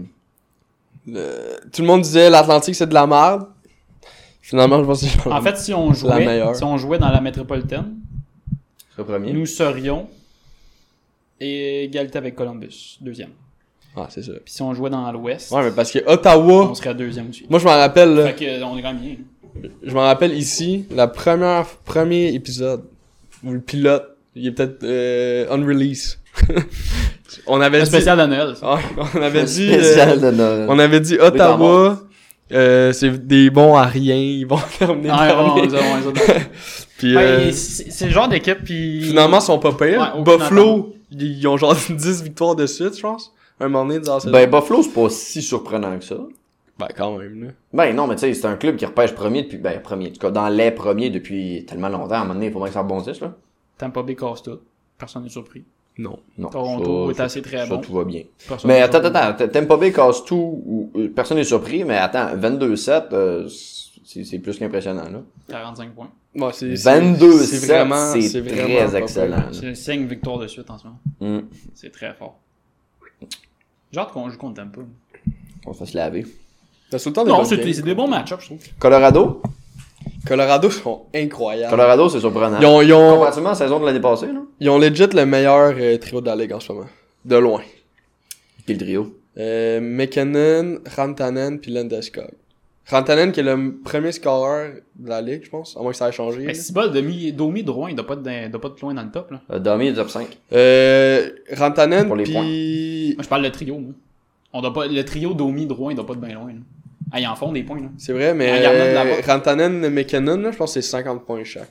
Speaker 3: Le- tout le monde disait l'Atlantique c'est de la merde. Finalement, je pense que c'est
Speaker 1: En fait, si on
Speaker 3: la
Speaker 1: jouait,
Speaker 3: meilleure.
Speaker 1: si on jouait dans la métropolitaine,
Speaker 2: C'est le premier.
Speaker 1: nous serions égalité avec Columbus, deuxième.
Speaker 3: Ah, c'est ça.
Speaker 1: Puis si on jouait dans l'Ouest,
Speaker 3: Ouais, mais parce que Ottawa,
Speaker 1: on serait deuxième aussi.
Speaker 3: moi je m'en rappelle, là,
Speaker 1: Fait que euh, on est quand même bien.
Speaker 3: je m'en rappelle ici, la première, premier épisode, où le pilote, il est peut-être euh, unreleased. on avait
Speaker 1: Un
Speaker 3: dit,
Speaker 1: spécial de Noël, ça.
Speaker 3: Ouais, on avait dit,
Speaker 2: Spécial
Speaker 3: euh,
Speaker 2: de Noël.
Speaker 3: on avait dit Ottawa, euh, c'est des bons à rien, ils vont terminer
Speaker 1: Ouais,
Speaker 3: dernier.
Speaker 1: ouais, ouais, ouais, ouais.
Speaker 3: Puis
Speaker 1: Ouais,
Speaker 3: euh,
Speaker 1: c'est c'est le genre d'équipe puis
Speaker 3: finalement, ils sont pas pires.
Speaker 1: Ouais, aucune
Speaker 3: Buffalo, ils, ils ont genre dix victoires de suite, je pense. Un moment donné dans la saison.
Speaker 2: Ben, Buffalo, c'est pas si surprenant que ça.
Speaker 3: Ben, quand même, là.
Speaker 2: Ben, non, mais tu sais, c'est un club qui repêche premier depuis, ben, premier, en tout cas, dans les premiers depuis tellement longtemps. À un moment donné, il faut bien que ça rebondisse, là.
Speaker 1: Tampa Bay casse tout. Personne n'est surpris.
Speaker 3: Non.
Speaker 2: Non.
Speaker 1: Toronto
Speaker 2: ça,
Speaker 1: est assez très
Speaker 2: ça,
Speaker 1: bon.
Speaker 2: tout va bien.
Speaker 1: Personne
Speaker 2: Mais
Speaker 1: n'est
Speaker 2: attends,
Speaker 1: surpris.
Speaker 2: attends, attends. Tampa Bay casse tout, ou, euh, personne n'est surpris, mais attends, vingt-deux sept, euh, c'est, c'est plus qu'impressionnant, là.
Speaker 1: quarante-cinq points.
Speaker 3: Bon, c'est,
Speaker 2: vingt-deux
Speaker 3: c'est
Speaker 2: sept,
Speaker 3: vraiment,
Speaker 2: c'est
Speaker 3: c'est
Speaker 2: très
Speaker 3: vraiment pas
Speaker 2: excellent.
Speaker 3: pire.
Speaker 1: C'est cinq victoires de suite en ce moment.
Speaker 2: Hum.
Speaker 1: C'est très fort. J'ai hâte qu'on joue contre Tampa.
Speaker 2: On se fait se laver.
Speaker 3: T'as tout le temps des
Speaker 1: Non,
Speaker 3: bonnes
Speaker 1: c'est
Speaker 3: games.
Speaker 1: c'est des bons match-ups, je trouve.
Speaker 2: Colorado?
Speaker 3: Colorado sont incroyables.
Speaker 2: Colorado, c'est surprenant.
Speaker 3: Ils ont, ils ont,
Speaker 2: Comparativement à la saison de l'année passée, là.
Speaker 3: ils ont legit le meilleur euh, trio de la ligue en ce moment. De loin.
Speaker 2: Qui le trio?
Speaker 3: Euh, McKinnon, Rantanen puis Landeskog. Rantanen qui est le premier scoreur de la ligue, je pense. À moins que ça ait changé.
Speaker 1: Mais
Speaker 3: là.
Speaker 1: si bas, Domi, Domi Drouin, il doit pas être dans- il doit pas être loin dans le top, là.
Speaker 2: Euh, Domi est top cinq.
Speaker 3: Euh, Rantanen
Speaker 2: Pour les
Speaker 3: puis...
Speaker 1: Moi, je parle de trio, moi. On doit pas, le trio Domi Drouin, il doit pas être bien loin, là. Ah, ils en font des points, là.
Speaker 3: C'est vrai, mais
Speaker 1: Ah, Yarnette
Speaker 3: euh,
Speaker 1: là-bas.
Speaker 3: Rantanen, McKinnon, là, je pense que c'est cinquante points chaque.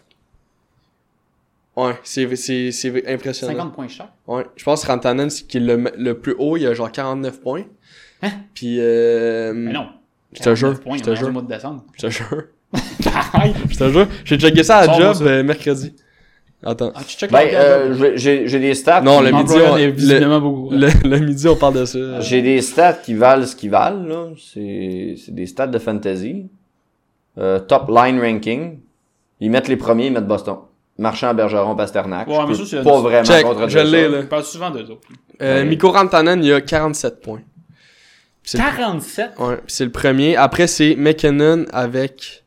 Speaker 3: Ouais, c'est, c'est, c'est impressionnant.
Speaker 1: cinquante points chaque.
Speaker 3: Ouais, je pense que Rantanen, c'est qui est le, le plus haut, il a genre quarante-neuf points.
Speaker 1: Hein?
Speaker 3: Puis euh...
Speaker 1: Mais non.
Speaker 3: Je te jure,
Speaker 1: quarante-neuf points,
Speaker 3: je
Speaker 1: il
Speaker 3: te
Speaker 1: a mangé
Speaker 3: jure.
Speaker 1: au mois de décembre.
Speaker 3: Je te jure.
Speaker 1: Arrête.
Speaker 3: Je te jure. J'ai checké ça à la
Speaker 1: Sors-moi
Speaker 3: job
Speaker 1: ça.
Speaker 3: euh, mercredi. Attends.
Speaker 1: Ah, tu check
Speaker 2: Ben,
Speaker 1: la
Speaker 2: euh, j'ai- j'ai, j'ai des stats.
Speaker 3: Non,
Speaker 2: qui-
Speaker 3: le midi,
Speaker 1: L'employeur
Speaker 3: on-
Speaker 1: est
Speaker 3: le-
Speaker 1: visiblement beaucoup.
Speaker 3: Le, le midi, on parle de ça.
Speaker 2: J'ai des stats qui valent ce qu'ils valent, là. C'est, c'est des stats de fantasy. Euh, top line ranking. Ils mettent les premiers, ils mettent Boston. Marchand, Bergeron, Pasternak.
Speaker 1: Ouais,
Speaker 2: Je
Speaker 1: mais
Speaker 2: peux
Speaker 1: ça, c'est-
Speaker 2: pas vraiment
Speaker 3: Check,
Speaker 2: contredire
Speaker 3: je l'ai,
Speaker 2: ça.
Speaker 3: là.
Speaker 1: Je parle souvent d'eux autres.
Speaker 3: Euh,
Speaker 2: Ouais.
Speaker 3: Mikko Rantanen, il a quarante-sept points. Puis c'est le-
Speaker 1: quarante-sept?
Speaker 3: Ouais, puis c'est le premier. Après, c'est McKinnon avec...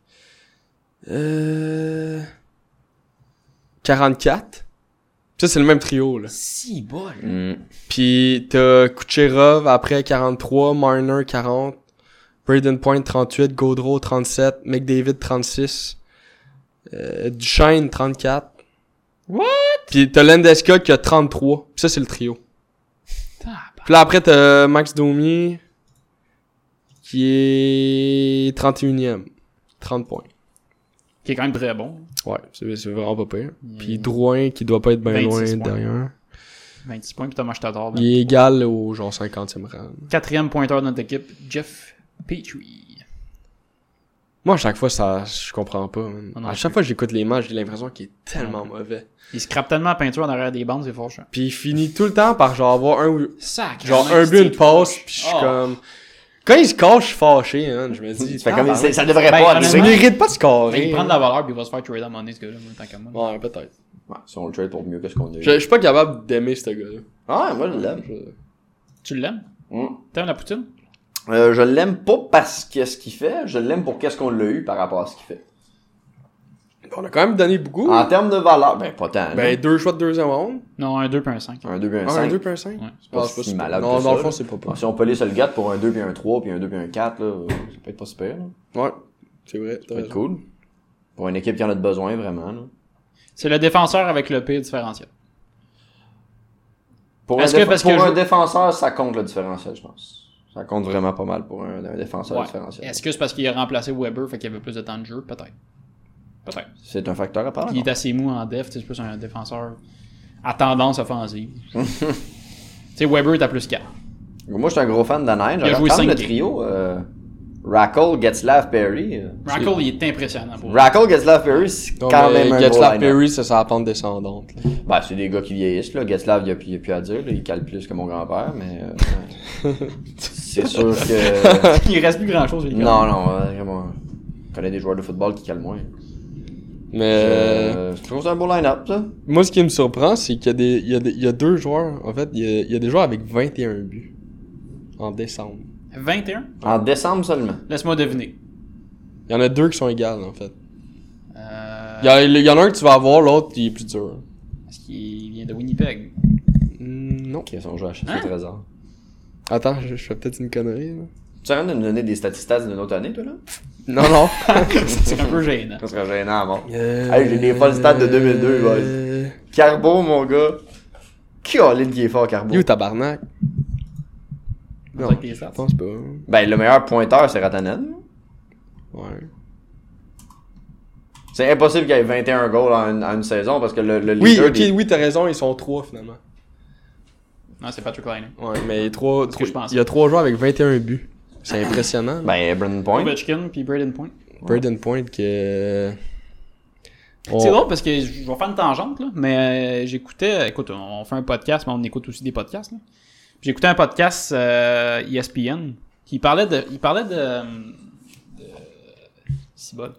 Speaker 3: Euh... quarante-quatre. Puis ça, c'est le même trio, là.
Speaker 1: six bol.
Speaker 2: Hmm.
Speaker 3: Puis t'as Kucherov après quarante-trois, Marner quarante, Braden Point trente-huit, Gaudreau trente-sept, McDavid trente-six, euh, Duchesne trente-quatre.
Speaker 1: What?
Speaker 3: Puis t'as Landeskog qui a trente-trois. Puis ça, c'est le trio. Puis là, après, t'as Max Domi qui est trente et unième. trente points.
Speaker 1: Qui est quand même très bon.
Speaker 3: Ouais, c'est, c'est vraiment pas pire.
Speaker 1: Il est
Speaker 3: Puis Drouin qui doit pas être bien loin
Speaker 1: vingt-six points.
Speaker 3: derrière.
Speaker 1: vingt-six points, puis Thomas Tatar.
Speaker 3: Il est égal au genre cinquantième rang.
Speaker 1: Quatrième pointeur de notre équipe, Jeff Petrie.
Speaker 3: Moi, à chaque fois, ça, je comprends pas. man.
Speaker 1: Ah non,
Speaker 3: à
Speaker 1: je
Speaker 3: chaque fois que j'écoute les matchs, j'ai l'impression qu'il est tellement mauvais.
Speaker 1: Il scrape tellement la peinture en arrière des bandes, c'est fort chiant.
Speaker 3: Puis il finit tout le temps par genre avoir un ou-
Speaker 1: Sac.
Speaker 3: genre un but, une passe, puis je suis comme... Quand il se cache, je suis fâché, hein. Je me dis...
Speaker 2: Ça fait comme,
Speaker 3: ah,
Speaker 2: c'est- ça devrait
Speaker 1: Ben,
Speaker 2: pas
Speaker 1: honnêtement,
Speaker 3: ça
Speaker 2: arriver.
Speaker 3: mérite pas de
Speaker 1: Ben,
Speaker 3: scorer.
Speaker 1: il prend de
Speaker 3: hein.
Speaker 1: la valeur, puis il va se faire trader à un moment donné, ce gars-là, moi, tant qu'à moi.
Speaker 3: Ouais, peut-être.
Speaker 2: Ouais, si on le trade pour mieux que ce qu'on a eu.
Speaker 3: Je, je suis pas capable d'aimer ce gars-là.
Speaker 2: Ah, moi, je l'aime.
Speaker 3: Je-
Speaker 1: Tu l'aimes?
Speaker 2: Hmm.
Speaker 1: T'aimes la poutine?
Speaker 2: Euh, je l'aime pas parce qu'est-ce qu'il fait, je l'aime pour qu'est-ce qu'on l'a eu par rapport à ce qu'il fait.
Speaker 3: On a quand même donné beaucoup.
Speaker 2: En termes de valeur, ben pas tant.
Speaker 3: Ben, deux choix de deuxième round.
Speaker 1: Non, un deux puis un cinq.
Speaker 2: un deux puis un
Speaker 3: Ah, un
Speaker 2: cinq.
Speaker 3: deux puis un cinq.
Speaker 1: Ouais.
Speaker 2: C'est pas
Speaker 3: Ah,
Speaker 2: si
Speaker 3: c'est
Speaker 2: malade
Speaker 3: Non,
Speaker 2: que
Speaker 3: dans
Speaker 2: ça,
Speaker 3: le fond,
Speaker 2: là.
Speaker 3: c'est pas
Speaker 2: Bon,
Speaker 3: pas.
Speaker 2: si on peut aller se le gâte pour un deux puis un trois puis un deux puis un quatre, là, ça peut être pas super. Là.
Speaker 3: Ouais, c'est vrai.
Speaker 2: Ça peut être cool. Pour une équipe qui en a de besoin, vraiment. Là.
Speaker 1: C'est le défenseur avec le pire différentiel.
Speaker 2: Pour, un,
Speaker 1: Est-ce que
Speaker 2: déf-
Speaker 1: parce
Speaker 2: pour
Speaker 1: que
Speaker 2: un
Speaker 1: je-
Speaker 2: défenseur, ça compte le différentiel, je pense. Ça compte vraiment pas mal pour un, un défenseur
Speaker 1: Ouais.
Speaker 2: différentiel.
Speaker 1: Est-ce que c'est parce qu'il a remplacé Weber, fait qu'il avait plus de temps de jeu? Peut-être. Peut-être.
Speaker 2: C'est un facteur à part.
Speaker 1: Puis il est assez mou en def, tu sais, c'est plus un défenseur à tendance offensive. Tu sais, Weber est à plus quatre.
Speaker 2: Moi, je suis un gros fan d'Anaheim.
Speaker 1: Il a
Speaker 2: Je
Speaker 1: joué
Speaker 2: regarde le
Speaker 1: cinq
Speaker 2: trio. Euh, Rackle, Getzlav, Perry. euh.
Speaker 1: Rackle, il est impressionnant pour
Speaker 2: Rackle, Getzlav, Perry, c'est
Speaker 3: Non,
Speaker 2: quand
Speaker 3: mais
Speaker 2: même un
Speaker 3: Getzlav
Speaker 2: gros line-up.
Speaker 3: Perry, c'est sa pente descendante. là.
Speaker 2: Ben, c'est des gars qui vieillissent, là. Getzlav, il n'y a, plus- il y a plus à dire, là. Il cale plus que mon grand-père, mais... euh, c'est sûr que...
Speaker 1: Il reste plus grand chose.
Speaker 2: Non, non, euh, vraiment. Je connais des joueurs de football qui calent moins.
Speaker 3: Mais
Speaker 2: Euh, je trouve que c'est un beau line-up, ça.
Speaker 3: moi, ce qui me surprend, c'est qu'il y a des, il y a des, il y a deux joueurs. En fait, il y a, il y a des joueurs avec vingt et un buts en décembre.
Speaker 1: vingt et un?
Speaker 2: En décembre seulement.
Speaker 1: Laisse-moi deviner.
Speaker 3: Il y en a deux qui sont égales, en fait.
Speaker 1: Euh,
Speaker 3: Il y, a- il y en a un que tu vas avoir, l'autre il est plus dur.
Speaker 1: Parce qu'il vient de Winnipeg.
Speaker 3: Hmm, non.
Speaker 2: Qui sont joués à chasser
Speaker 1: Hein?
Speaker 2: le trésor.
Speaker 3: Attends, je, je fais peut-être une connerie. Là.
Speaker 2: Tu arrêtes de me donner des statistiques d'une autre année, toi, là?
Speaker 3: Non, non.
Speaker 1: C'est un peu gênant.
Speaker 2: Ça serait gênant, bon.
Speaker 3: Euh,
Speaker 2: Hey, j'ai des folles stats de deux mille deux, boys.
Speaker 3: euh,
Speaker 2: Carbo, mon gars. Caroline qui est fort, Carbo.
Speaker 3: You, tabarnak.
Speaker 1: Non,
Speaker 3: Non,
Speaker 1: avec les
Speaker 3: je
Speaker 1: stats.
Speaker 3: pense pas.
Speaker 2: Ben, le meilleur pointeur, c'est Ratanen.
Speaker 3: Ouais.
Speaker 2: C'est impossible qu'il y ait vingt et un goals en une, en une saison parce que le, le
Speaker 3: Oui,
Speaker 2: leader
Speaker 3: ok,
Speaker 2: des-
Speaker 3: oui, t'as raison, ils sont trois finalement.
Speaker 1: Non, c'est Patrick Laine.
Speaker 3: Ouais, mais trois,
Speaker 1: ce que
Speaker 3: trois-
Speaker 1: je pensais.
Speaker 3: il y a trois joueurs avec vingt et un buts. C'est impressionnant.
Speaker 2: Ben, Brandon Point.
Speaker 1: Ovechkin puis Braden Point.
Speaker 3: Braden Point que. On-
Speaker 1: C'est drôle parce que je vais faire une tangente, là, mais euh, j'écoutais, écoute, on fait un podcast, mais on écoute aussi des podcasts. Là. Puis J'écoutais un podcast euh, E S P N qui parlait de. Il parlait de. de c'est bon.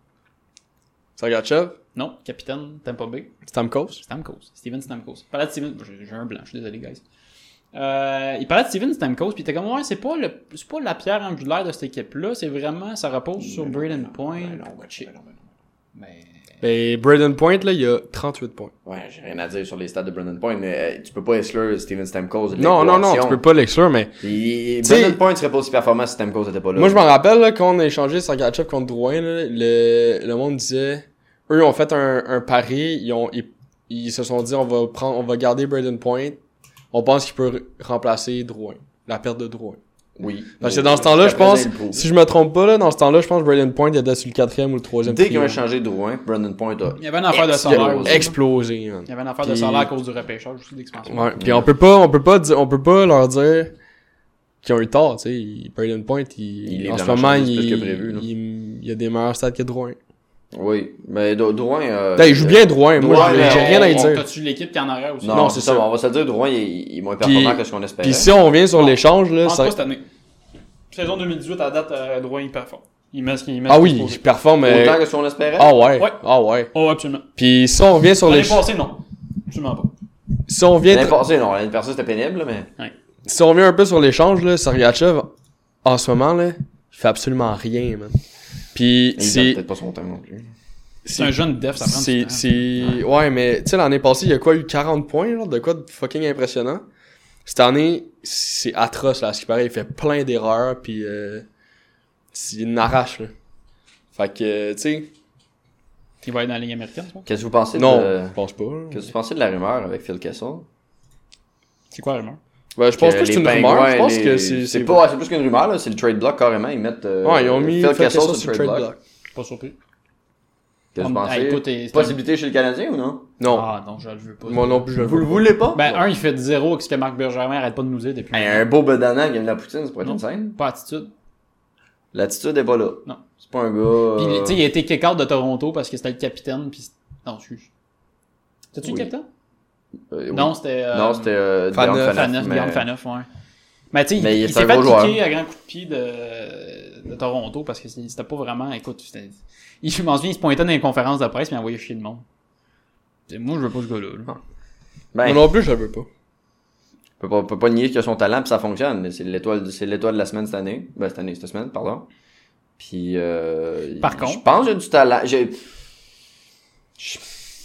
Speaker 3: Sergachev,
Speaker 1: Non, capitaine Tampa Bay.
Speaker 3: Stamkos.
Speaker 1: Stamkos. Steven Stamkos. Il parlait de Steven. J'ai j'ai un blanc, je suis désolé, guys. Euh, il parlait de Steven Stamkos, puis il était comme, ouais, c'est pas, le, c'est pas la pierre angulaire de cette équipe-là, c'est vraiment, ça repose sur Braden Point. Shit. Mais.
Speaker 3: Ben, Braden Point, là, il a trente-huit points.
Speaker 2: Ouais, j'ai rien à dire sur les stats de Brandon Point, mais euh, tu peux pas exclure Steven Stamkos. de
Speaker 3: Non, non, non,
Speaker 2: l'équation.
Speaker 3: tu peux pas l'exclure, mais.
Speaker 2: Il-
Speaker 3: T'sais-
Speaker 2: Brandon Point serait pas aussi performant si Stamkos était pas là.
Speaker 3: Moi, je m'en rappelle, là, quand on a échangé Sergachev contre Drouin, là, le, le monde disait. Eux ont fait un, un pari, ils, ont, ils, ils se sont dit, on va prendre, on va garder Braden Point. On pense qu'il peut re- remplacer Drouin. La perte de Drouin.
Speaker 2: Oui.
Speaker 3: Parce que dans ce temps-là, je
Speaker 2: Après,
Speaker 3: pense,
Speaker 2: il le prouve.
Speaker 3: si je me trompe pas, là, dans ce temps-là, je pense que Braden Point était sur le quatrième ou le troisième
Speaker 2: Dès qu'ils
Speaker 3: trio.
Speaker 2: ont échangé Drouin, Brandon Point a.
Speaker 1: Il y avait une affaire de
Speaker 2: Explosé.
Speaker 1: salaire aussi.
Speaker 3: Explosé, man.
Speaker 1: Il y avait une affaire de
Speaker 3: Puis-
Speaker 1: salaire à cause du repêchage aussi d'expansion.
Speaker 3: Ouais, puis on peut pas, on peut pas dire, on peut pas leur dire qu'ils ont eu tort, tu sais. Il- Braden Point, il,
Speaker 2: Il est
Speaker 3: en
Speaker 2: de
Speaker 3: ce
Speaker 2: la
Speaker 3: moment,
Speaker 2: marchandise
Speaker 3: il,
Speaker 2: plus que prévu, là.
Speaker 3: il, il a des meilleurs stats que Drouin.
Speaker 2: Oui, mais Dro- Drouin. Euh,
Speaker 3: Là, il joue bien Drouin, moi,
Speaker 2: Drouin,
Speaker 3: j'ai
Speaker 2: mais
Speaker 3: j'ai
Speaker 2: on-
Speaker 3: rien à y
Speaker 1: On-
Speaker 3: dire.
Speaker 1: T'as-tu l'équipe qui est en arrière aussi?
Speaker 2: Non,
Speaker 3: Non,
Speaker 2: c'est
Speaker 3: c'est
Speaker 2: ça,
Speaker 3: ça.
Speaker 2: on va se le dire, Drouin, il, il est moins performant que ce qu'on espérait.
Speaker 3: Puis si on revient sur l'échange,
Speaker 1: Je
Speaker 3: là,
Speaker 1: pense
Speaker 3: ça...
Speaker 1: pas cette année. Saison deux mille dix-huit, à date, euh, Drouin, il performe. Il met ce qu'il met.
Speaker 3: Ah
Speaker 1: ce
Speaker 3: oui,
Speaker 1: qu'il
Speaker 3: il
Speaker 1: faut.
Speaker 3: performe, mais...
Speaker 2: Autant que ce qu'on espérait.
Speaker 3: Ah ouais,
Speaker 1: Ouais.
Speaker 3: ah ouais.
Speaker 1: Oh, absolument.
Speaker 3: Puis si on revient sur
Speaker 1: L'année
Speaker 3: les...
Speaker 1: passée, non. Absolument pas.
Speaker 3: Si on revient...
Speaker 2: L'année passée, non, l'année passée, c'était pénible, là, mais.
Speaker 3: Si on revient un peu sur l'échange, là, Sergachev, en ce moment, là, il fait absolument rien, man. Puis
Speaker 2: Il donne
Speaker 3: c'est...
Speaker 2: peut-être pas son temps non plus.
Speaker 1: C'est un jeune def, ça prend
Speaker 3: C'est,
Speaker 1: du temps.
Speaker 3: c'est, ouais, mais, tu sais, l'année passée, il y a quoi, eu quarante points, genre, de quoi de fucking impressionnant. Cette année, c'est atroce, là, à ce qui paraît, il fait plein d'erreurs, pis euh, c'est une arrache, là. Fait que, tu sais,
Speaker 1: Il va être dans la ligne américaine, ça?
Speaker 2: Qu'est-ce que vous pensez
Speaker 3: non,
Speaker 2: de.
Speaker 3: je pense pas. là.
Speaker 2: Qu'est-ce que vous pensez de la rumeur avec Phil Kessel?
Speaker 1: C'est quoi la rumeur?
Speaker 3: Ouais, je pense
Speaker 2: Que
Speaker 3: pas que c'est
Speaker 2: les
Speaker 3: une rumeur,
Speaker 2: Pingouins,
Speaker 3: je pense
Speaker 2: les-
Speaker 3: que c'est,
Speaker 2: C'est pas, ouais, c'est plus qu'une rumeur, là, c'est le trade block carrément. Ils mettent. euh,
Speaker 3: Ouais, ils ont mis
Speaker 2: Phil
Speaker 3: Phil
Speaker 2: Kessel
Speaker 3: Kessel
Speaker 2: sur le trade block.
Speaker 1: Je suis pas surpris.
Speaker 2: Qu'est-ce que vous
Speaker 1: Ah,
Speaker 2: pensez?
Speaker 1: écoute, et-
Speaker 2: Possibilité chez le Canadien ou non?
Speaker 3: Non,
Speaker 1: Ah non, je le veux pas.
Speaker 3: moi non plus, je le
Speaker 2: Vous le
Speaker 3: veux.
Speaker 2: voulez pas?
Speaker 1: Ben, un, il fait de zéro avec ce que Marc Bergevin arrête pas de nous dire depuis.
Speaker 2: Hey, un beau bedonnant qui aime la poutine, c'est pas
Speaker 1: Non.
Speaker 2: une scène.
Speaker 1: Pas attitude.
Speaker 2: L'attitude est pas là.
Speaker 1: Non.
Speaker 2: C'est pas un gars.
Speaker 1: Puis,
Speaker 2: euh,
Speaker 1: tu sais, il a été kick-out de Toronto parce que c'était le capitaine, puis... Non, excuse. C'était-tu
Speaker 2: Oui.
Speaker 1: le capitaine?
Speaker 2: euh, oui.
Speaker 1: Non, c'était... euh,
Speaker 2: Non, c'était. Euh,
Speaker 3: Faneuf,
Speaker 2: Dion
Speaker 1: Faneuf,
Speaker 2: mais-
Speaker 1: Guillaume Faneuf, ouais. Mais tu sais, il,
Speaker 2: Mais il est
Speaker 1: il
Speaker 2: un
Speaker 1: s'est fait
Speaker 2: gros joueur.
Speaker 1: kicker à grand coup de pied de, de Toronto parce que c'était pas vraiment... Écoute, c'était... Il, je m'en souviens, il se pointait dans les conférences de presse puis il envoyait chier le monde. T'sais, moi, je veux pas ce gars-là. là.
Speaker 2: Ben,
Speaker 3: Moi non plus, je le veux pas.
Speaker 2: on peut pas, peut pas nier qu'il a son talent pis ça fonctionne, mais c'est l'étoile, c'est l'étoile de la semaine cette année. Ben, cette année, cette semaine, pardon. Puis, euh,
Speaker 1: Par contre-
Speaker 2: je pense que j'ai du talent. J'ai... je-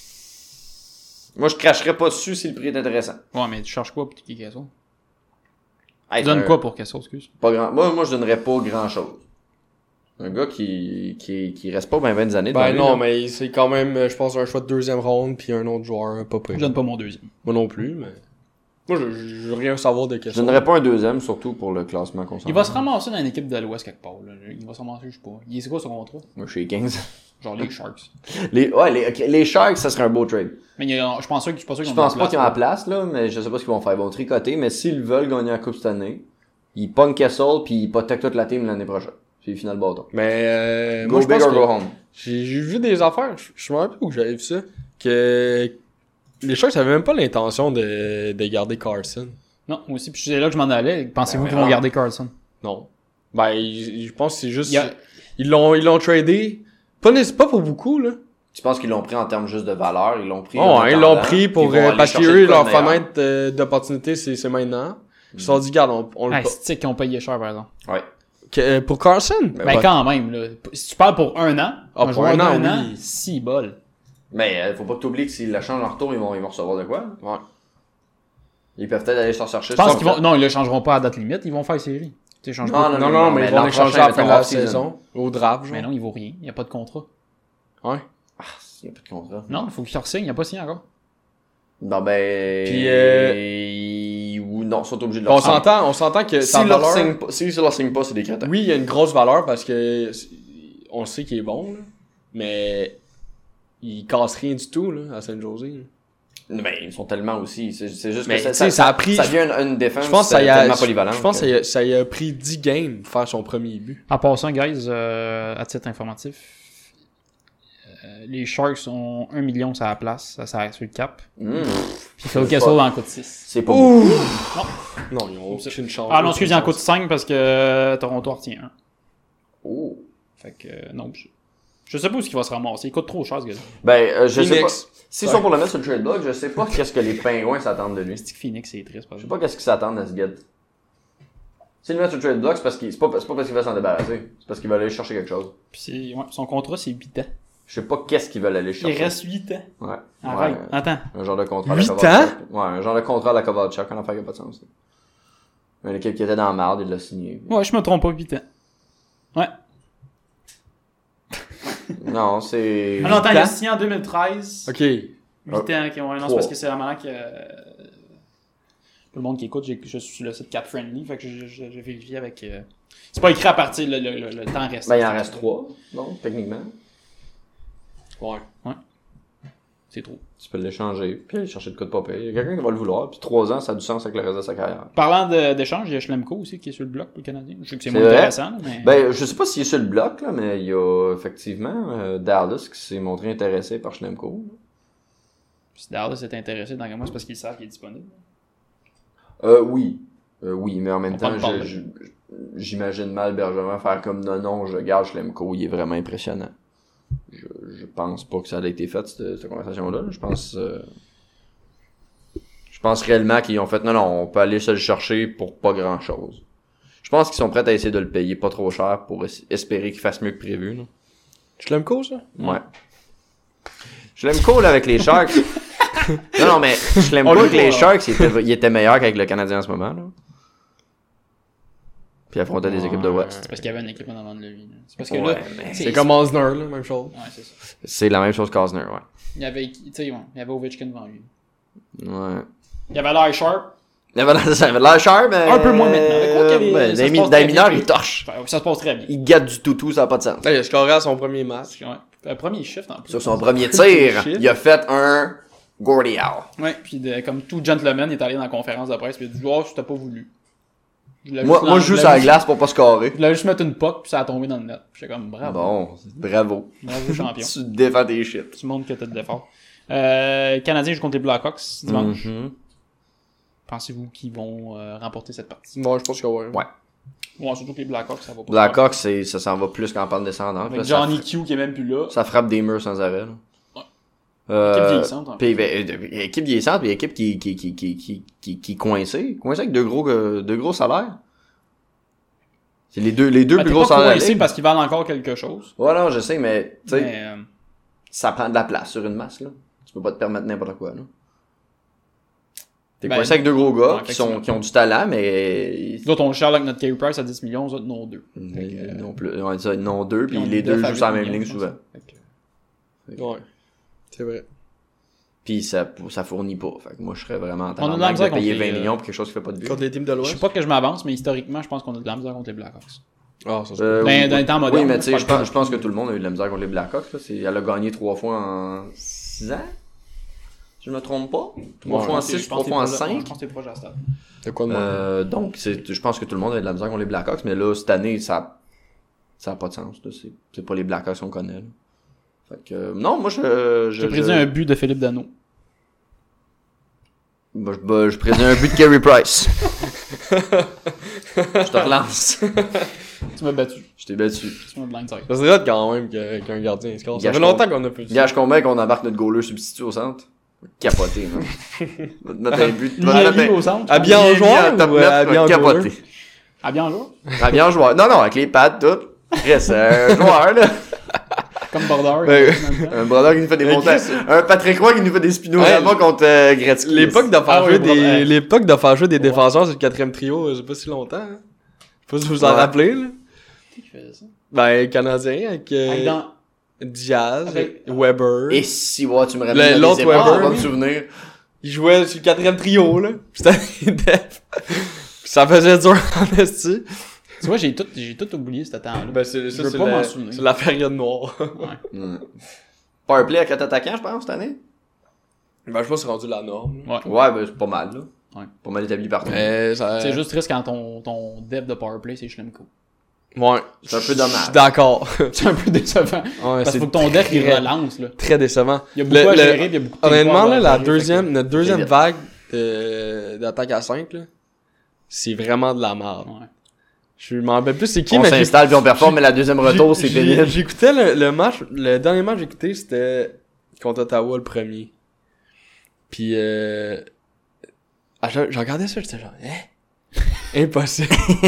Speaker 2: Moi, je cracherais pas dessus si le prix est intéressant.
Speaker 1: Ouais, mais tu cherches quoi pour kicker ça?
Speaker 2: Hey,
Speaker 1: Tu donnes
Speaker 2: c'est un-
Speaker 1: quoi pour Kessel, excuse?
Speaker 2: Pas grand... Moi, moi, je donnerais pas grand chose. Un gars qui, qui, qui reste pas ben vingt années
Speaker 3: Ben
Speaker 2: devant
Speaker 3: non,
Speaker 2: lui, là.
Speaker 3: mais c'est quand même, je pense, un choix de deuxième ronde, puis un autre joueur, pas près.
Speaker 1: Je donne pas mon deuxième.
Speaker 3: Moi non plus, mais... Moi, je, je veux rien savoir de
Speaker 2: Je
Speaker 3: questions.
Speaker 2: donnerais pas un deuxième, surtout pour le classement qu'on s'en
Speaker 1: Il va se ramasser dans une équipe de l'Ouest quelque part. Là. Il va se ramasser, je sais pas. Il est c'est quoi son contrat?
Speaker 2: Moi, je suis les Kings.
Speaker 1: Genre les Sharks.
Speaker 2: Les, ouais, les, ok, les Sharks, ça serait un beau trade.
Speaker 1: Mais il y a, je pense pas qu'ils je suis pas sûr qu'ils
Speaker 2: Je
Speaker 1: ont
Speaker 2: pense
Speaker 1: de
Speaker 2: pas
Speaker 1: la
Speaker 2: qu'ils ont la
Speaker 1: place,
Speaker 2: place, là, mais je sais pas ce qu'ils vont faire. Ils vont tricoter, mais s'ils veulent gagner la Coupe cette année, ils pognent Kessel, puis ils hypothèquent toute la team l'année prochaine. C'est le final bâton.
Speaker 3: Mais, euh,
Speaker 2: Go
Speaker 3: moi, je
Speaker 2: big
Speaker 3: pense
Speaker 2: or
Speaker 3: que
Speaker 2: go home.
Speaker 3: j'ai, j'ai vu des affaires, je, je me rappelle où j'avais vu ça, que les Sharks avaient même pas l'intention de, de garder Carson.
Speaker 1: Non, moi aussi. Puis c'est là que je m'en allais. Pensez-vous
Speaker 2: Ben,
Speaker 1: qu'ils vont
Speaker 2: ouais.
Speaker 1: garder Carlson?
Speaker 3: Non. Ben, ils- je pense que c'est juste,
Speaker 1: Il y a-
Speaker 3: ils l'ont, ils l'ont tradé, pas, n'est- pas pour beaucoup, là.
Speaker 2: Tu penses qu'ils l'ont pris en termes juste de valeur? Ils l'ont pris
Speaker 3: Oh,
Speaker 2: en
Speaker 3: ouais, ils
Speaker 2: attendant,
Speaker 3: l'ont pris
Speaker 2: puis
Speaker 3: pour,
Speaker 2: ils vont
Speaker 3: euh,
Speaker 2: aller
Speaker 3: parce
Speaker 2: chercher
Speaker 3: qu'eux,
Speaker 2: de quoi
Speaker 3: leur
Speaker 2: de meilleur.
Speaker 3: fenêtre euh, d'opportunité, c'est, c'est maintenant. Ils se sont dit, regarde, on, on le
Speaker 1: Ah, c'est qu'ils ont payé cher, par exemple.
Speaker 2: Ouais.
Speaker 3: Que, euh, pour Carson?
Speaker 2: Ben,
Speaker 1: Ben,
Speaker 2: ouais.
Speaker 1: quand même, là. Si tu parles pour un an,
Speaker 3: Ah,
Speaker 1: un
Speaker 3: pour
Speaker 1: joueur
Speaker 3: un an,
Speaker 1: d'un an,
Speaker 3: oui.
Speaker 1: six bols.
Speaker 2: Mais euh, faut pas que t'oublies que s'ils la changent en retour, ils vont, ils vont recevoir de quoi?
Speaker 3: Ouais.
Speaker 2: Ils peuvent peut-être aller s'en chercher.
Speaker 1: Je pense
Speaker 2: ça,
Speaker 1: qu'ils vont, non, ils le changeront pas à date limite, ils vont faire série. Tu sais, change
Speaker 2: Non,
Speaker 1: pas.
Speaker 3: Non, non, mais,
Speaker 2: mais
Speaker 3: ils vont
Speaker 2: l'an
Speaker 3: l'échanger
Speaker 2: prochain,
Speaker 3: après
Speaker 2: mettons,
Speaker 3: la
Speaker 2: off-season.
Speaker 3: saison. Au draft, genre.
Speaker 1: Mais non, il vaut rien. Il n'y a pas de contrat.
Speaker 3: Ouais.
Speaker 2: Ah, il y a pas de contrat.
Speaker 1: Non, il faut qu'il re-signe. Il n'y a pas signé encore.
Speaker 2: Non, ben.
Speaker 3: Puis, euh,
Speaker 2: Ou non, ils sont obligés de leur
Speaker 3: On s'entend, on s'entend que sa
Speaker 2: S'ils leur
Speaker 3: valeur...
Speaker 2: signent pas, s'ils leur signent pas, c'est des crétins.
Speaker 3: Oui, il y a une grosse valeur parce que c'est- on sait qu'il est bon, là. Mais il casse rien du tout, là, à Saint-José. là.
Speaker 2: Mais ils sont tellement aussi. C'est c'est juste
Speaker 3: Mais,
Speaker 2: que ça,
Speaker 3: tu sais, ça a pris-
Speaker 2: Ça devient une, une défense
Speaker 3: Je pense que ça y a,
Speaker 2: tellement
Speaker 3: je,
Speaker 2: polyvalente.
Speaker 3: je pense que
Speaker 2: que-
Speaker 3: ça y a, ça y a pris dix games pour faire son premier but.
Speaker 1: En passant, guys, euh, à titre informatif, euh, les Sharks ont un million sur la place, ça s'arrête sur le cap.
Speaker 2: Mmh.
Speaker 1: Puis Phil Kessel en coûte six.
Speaker 2: C'est pas beaucoup.
Speaker 3: Non, ils ont aucune chance.
Speaker 1: Ah non, excusez, il en coûte cinq parce que euh, Toronto en retient un.
Speaker 2: Oh.
Speaker 1: Fait que, euh, non, je, je sais pas où il va se ramasser. Il coûte trop cher, ce gars-là.
Speaker 2: Ben, euh, je sais pas.
Speaker 3: Phoenix.
Speaker 2: S'ils sont pour le mettre sur le trade block, je sais pas qu'est-ce que les pingouins s'attendent de lui.
Speaker 1: C'est que Phoenix, c'est triste. Par
Speaker 2: Je sais
Speaker 1: exemple.
Speaker 2: pas qu'est-ce qu'ils s'attendent à ce gars. S'ils le mettent sur le trade block, c'est parce qu'il, c'est pas, c'est pas parce qu'il va s'en débarrasser. C'est parce qu'il va aller chercher quelque chose.
Speaker 1: Puis c'est, ouais, son contrat, c'est huit ans.
Speaker 2: Je sais pas qu'est-ce qu'ils veulent aller chercher.
Speaker 1: Il reste huit ans.
Speaker 2: Ouais.
Speaker 1: Arrête.
Speaker 2: Ouais.
Speaker 1: Attends.
Speaker 2: Un genre de contrat
Speaker 3: Huit
Speaker 2: à la Kovalchuk.
Speaker 3: ans?
Speaker 2: Ouais, un genre de contrat à la Kovalchuk, un affaire qui a pas de sens. Une équipe qui était dans la merde, il l'a signé.
Speaker 1: Ouais, je me trompe pas, huit ans. Ouais.
Speaker 2: Non, c'est...
Speaker 1: Ah non, attends, il a
Speaker 3: ans?
Speaker 1: signé en deux mille treize.
Speaker 3: Ok.
Speaker 1: huit ans, ok, ouais, non, c'est
Speaker 2: Trois.
Speaker 1: parce que c'est vraiment que. euh, Tout le monde qui écoute, j'ai- je suis sur le site Cap Friendly, fait que j'ai j'ai- j'ai vérifié avec. euh, C'est pas écrit à partir le, le, le, le temps restant.
Speaker 2: Ben, il en reste trois, non, techniquement.
Speaker 3: Ouais.
Speaker 1: C'est trop.
Speaker 2: Tu peux l'échanger, puis aller chercher de quoi de pas payer. Il y a quelqu'un qui va le vouloir, puis trois ans, ça a du sens avec le reste de sa carrière.
Speaker 1: Parlant de- d'échange, il y a Schlemko aussi qui est sur le bloc pour le Canadien. Je sais que c'est
Speaker 2: C'est
Speaker 1: moins
Speaker 2: vrai?
Speaker 1: intéressant, là, mais.
Speaker 2: Ben, je sais pas s'il est sur le bloc, là, mais il y a effectivement euh, Dallas qui s'est montré intéressé par Schlemko.
Speaker 1: Si Dallas est intéressé dans moi, c'est parce qu'ils savent qu'il est disponible.
Speaker 2: Euh, oui. Euh, oui, mais en même
Speaker 1: On
Speaker 2: temps,
Speaker 1: peut en parler.
Speaker 2: je- je- j'imagine mal Bergevin faire comme non, non, je garde Schlemko, il est vraiment impressionnant. Je, je pense pas que ça a été fait, cette, cette conversation-là. là. Je pense... euh, je pense réellement qu'ils ont fait, non, non, on peut aller se le chercher pour pas grand-chose. Je pense qu'ils sont prêts à essayer de le payer pas trop cher pour es- espérer qu'il fasse mieux que prévu. Là.
Speaker 3: Je l'aime cool, ça?
Speaker 2: Ouais. Je l'aime cool avec les Sharks. non, non, mais je l'aime
Speaker 1: On
Speaker 2: cool
Speaker 1: le
Speaker 2: avec les
Speaker 1: voit.
Speaker 2: Sharks, il était, il était meilleur qu'avec le Canadien en ce moment. Là. Puis il affrontait des équipes de West.
Speaker 1: C'est parce qu'il y avait une équipe en avant de lui. là. C'est parce que
Speaker 2: Ouais,
Speaker 1: là.
Speaker 2: mais
Speaker 3: C'est comme Osner, là, même chose.
Speaker 1: Ouais, c'est ça.
Speaker 2: c'est la même chose qu'Osner, ouais.
Speaker 1: Il y avait, tu sais, ouais, il y avait Ovechkin devant lui.
Speaker 2: Ouais.
Speaker 1: Il y avait l'air sharp.
Speaker 2: Il avait l'air- ça avait l'air cher, mais...
Speaker 1: Un peu moins maintenant. Mais quoi qu'il y avait-
Speaker 2: Ouais,
Speaker 1: ça
Speaker 2: dans les
Speaker 1: se
Speaker 2: mi-
Speaker 1: passe
Speaker 2: dans les
Speaker 1: très
Speaker 2: mineurs,
Speaker 1: bien.
Speaker 2: il torche.
Speaker 1: Enfin, ça se passe très bien.
Speaker 2: Il gâte du toutou, ça n'a pas de sens.
Speaker 3: Là, il a scoré à son premier match.
Speaker 1: Ouais. Un premier shift en plus.
Speaker 2: Sur son premier tir,
Speaker 3: Shit.
Speaker 2: il a fait un Gordie Howe.
Speaker 1: Ouais, puis de- comme tout gentleman, il est allé dans la conférence de presse, puis il a dit oh, je t'ai pas voulu. Je voulais
Speaker 2: Moi,
Speaker 1: juste
Speaker 2: moi,
Speaker 1: lan-
Speaker 2: je joue
Speaker 1: voulais
Speaker 2: sur la
Speaker 1: juste-
Speaker 2: glace pour pas scorer.
Speaker 1: Je voulais juste mettre une puck, puis ça a tombé dans le net. J'étais comme bravo.
Speaker 2: Bon, bravo.
Speaker 1: Bravo, champion.
Speaker 2: Tu défends tes shit.
Speaker 1: Tu montres que t'as de l'effort. Euh, Canadien joue contre les Blackhawks dimanche.
Speaker 2: Mhm.
Speaker 1: Pensez-vous qu'ils vont euh, remporter cette partie?
Speaker 3: Bon, je pense que ouais.
Speaker 2: Ouais.
Speaker 1: Ouais, surtout que les Blackhawks, ça va pas.
Speaker 2: Blackhawks, c'est, ça s'en va plus qu'en pente descendante.
Speaker 1: Avec
Speaker 2: là. Ça
Speaker 1: Johnny
Speaker 2: fra-
Speaker 1: Q qui est même plus là.
Speaker 2: Ça frappe des murs sans arrêt. Là.
Speaker 1: Ouais.
Speaker 2: Euh,
Speaker 1: Équipe vieillissante, en
Speaker 2: Puis ben, euh, équipe vieillissante, puis équipe qui qui qui qui qui qui, qui est coincée, coincée avec deux gros euh, deux gros salaires. C'est les deux les deux
Speaker 1: Ben,
Speaker 2: plus
Speaker 1: t'es
Speaker 2: gros
Speaker 1: pas
Speaker 2: salaires. de la
Speaker 1: coincé
Speaker 2: ligue.
Speaker 1: parce qu'ils valent encore quelque chose.
Speaker 2: Ouais, non, je sais, mais tu sais,
Speaker 1: Mais, euh,
Speaker 2: ça prend de la place sur une masse là. Tu peux pas te permettre n'importe quoi là. T'es
Speaker 1: Ben,
Speaker 2: coincé avec deux gros gars
Speaker 1: ouais,
Speaker 2: qui sont
Speaker 1: effectivement.
Speaker 2: qui ont du talent, mais
Speaker 1: nous autres, on le charge avec notre Carey Price à dix millions, nous autres, non deux.
Speaker 2: ils non plus, ouais, ça, non deux, puis
Speaker 1: Ils ont
Speaker 2: les deux
Speaker 1: neuf à
Speaker 2: jouent sur la
Speaker 1: huit
Speaker 2: même
Speaker 1: millions,
Speaker 2: ligne
Speaker 1: je pense.
Speaker 2: souvent.
Speaker 1: Fait que-
Speaker 3: Ouais. C'est vrai.
Speaker 2: Pis ça, ça fournit pas. Fait que moi, je serais vraiment en
Speaker 1: On a de la
Speaker 2: train de
Speaker 1: misère
Speaker 2: payer
Speaker 1: contre les,
Speaker 2: vingt
Speaker 1: euh,
Speaker 2: millions pour quelque chose qui fait pas de but.
Speaker 3: Contre les teams de
Speaker 1: Je
Speaker 3: l'Ouest.
Speaker 1: sais pas que je m'avance, mais historiquement, je pense qu'on a de la misère contre les Blackhawks.
Speaker 3: Ah, ça, c'est
Speaker 2: Euh,
Speaker 1: Dans-
Speaker 2: oui,
Speaker 1: dans les temps modernes,
Speaker 2: oui, mais
Speaker 1: là,
Speaker 2: tu sais,
Speaker 1: c'est
Speaker 2: je
Speaker 1: pas le
Speaker 2: pense, je pense que tout le monde a eu de la misère contre les Blackhawks. Là. C'est, elle a gagné trois fois en six ans. Si je me trompe pas. Trois
Speaker 3: Ouais,
Speaker 2: fois en
Speaker 1: Je pense que-
Speaker 2: six,
Speaker 1: je pense
Speaker 2: trois
Speaker 1: que
Speaker 2: fois en
Speaker 1: t'es proche- ouais,
Speaker 2: cinq.
Speaker 1: Je pense que t'es proche à ça.
Speaker 3: de quoi de moi?
Speaker 2: Euh, donc, c'est, je pense que tout le monde a eu de la misère contre les Blackhawks, mais là, cette année, ça, ça a pas de sens. Là. C'est, c'est pas les Blackhawks qu'on connaît. Là. Fait que, euh, non, moi, je, je,
Speaker 1: J'ai prédit un but de Philippe Danault.
Speaker 2: bah, je, bah, je prédis un but de Carey Price. Je te relance.
Speaker 1: Tu m'as battu.
Speaker 2: Je t'ai battu.
Speaker 1: Tu m'as blindside.
Speaker 3: Ça serait hot quand même que- qu'un gardien score. Ça
Speaker 2: Gage
Speaker 3: fait longtemps qu'on a fait ça.
Speaker 2: Gage combien qu'on embarque notre goaler substitut au centre? Capoté, man. Va te mettre un but.
Speaker 1: Il
Speaker 2: Va te
Speaker 1: a
Speaker 2: mettre
Speaker 1: mis
Speaker 2: un-
Speaker 1: au centre.
Speaker 3: Habillé en
Speaker 2: Bien mis
Speaker 3: joueur
Speaker 2: en top
Speaker 3: ou
Speaker 2: neuf,
Speaker 3: euh, habillé en
Speaker 2: capoté.
Speaker 3: goaler?
Speaker 1: Ah, bien joueur.
Speaker 2: Habillé en joueur. Non, non, avec les pattes, tout. Reste un joueur, là.
Speaker 1: Comme border.
Speaker 2: Ben,
Speaker 1: dans le temps.
Speaker 2: Un Brodeur qui nous fait des
Speaker 3: Mais
Speaker 2: montagnes.
Speaker 3: Chris,
Speaker 2: Un Patrick Roy qui nous fait des spinorama
Speaker 3: Ouais,
Speaker 2: contre euh, Gretzky.
Speaker 3: L'époque de faire
Speaker 1: Ah oui,
Speaker 3: jouer
Speaker 1: bro,
Speaker 3: des,
Speaker 1: ouais.
Speaker 3: l'époque de faire jouer des défenseurs sur le quatrième trio, euh, c'est pas si longtemps, hein. Je sais pas si vous vous en
Speaker 2: Ouais.
Speaker 3: rappelez, là.
Speaker 1: Qui faisait ça?
Speaker 3: Ben, Canadien, avec, euh,
Speaker 1: Avec dans-
Speaker 3: Diaz,
Speaker 1: Avec-
Speaker 3: Weber.
Speaker 2: Et si, ouais, tu me
Speaker 3: Le-
Speaker 2: ramènes
Speaker 3: l'autre
Speaker 2: des époques,
Speaker 3: Weber,
Speaker 2: on va me
Speaker 3: oui.
Speaker 2: souvenir.
Speaker 3: Il jouait sur le quatrième trio, là. C'était def. Ça faisait dur en esti.
Speaker 1: Tu vois, j'ai tout, j'ai tout oublié ce temps-là.
Speaker 3: Ben, c'est,
Speaker 1: Je
Speaker 3: ça,
Speaker 1: veux
Speaker 3: c'est
Speaker 1: pas
Speaker 3: la,
Speaker 1: m'en souvenir.
Speaker 3: c'est la période noire.
Speaker 1: Ouais.
Speaker 2: Hmm. Powerplay à quatre attaquants, je pense, cette année.
Speaker 3: Ben, je pense que c'est rendu la norme, là.
Speaker 1: Ouais.
Speaker 2: Ouais, ben, c'est pas mal, là.
Speaker 1: Ouais.
Speaker 2: Pas mal établi partout.
Speaker 3: Mais, ça...
Speaker 1: C'est juste triste quand ton, ton dev de powerplay, c'est Schlemko.
Speaker 3: Ouais.
Speaker 2: C'est un peu dommage.
Speaker 3: Je suis d'accord.
Speaker 1: C'est un peu décevant.
Speaker 3: Ouais,
Speaker 1: Parce qu'il
Speaker 3: c'est
Speaker 1: faut que ton dev, il
Speaker 3: très-
Speaker 1: relance, là.
Speaker 3: très décevant.
Speaker 1: Il y a beaucoup
Speaker 3: Le-
Speaker 1: à
Speaker 3: le-
Speaker 1: gérer, puis il y a beaucoup de
Speaker 3: Honnêtement,
Speaker 1: territoire
Speaker 3: là,
Speaker 1: à
Speaker 3: la
Speaker 1: gérer,
Speaker 3: deuxième,
Speaker 1: fait
Speaker 3: notre deuxième
Speaker 2: vite.
Speaker 3: vague de, d'attaque à cinq, là, c'est vraiment de la merde.
Speaker 1: que- Ouais.
Speaker 3: Je m'en rappelle plus c'est qui,
Speaker 2: On
Speaker 3: mais j'ai-
Speaker 2: s'installe puis on performe, mais la deuxième retour, c'est
Speaker 3: j'ai-
Speaker 2: pénible.
Speaker 3: J'écoutais le, le match, le dernier match que j'ai écouté, c'était contre Ottawa, le premier. Puis, euh, ah, je, je regardais ça, j'étais genre, hein? Impossible.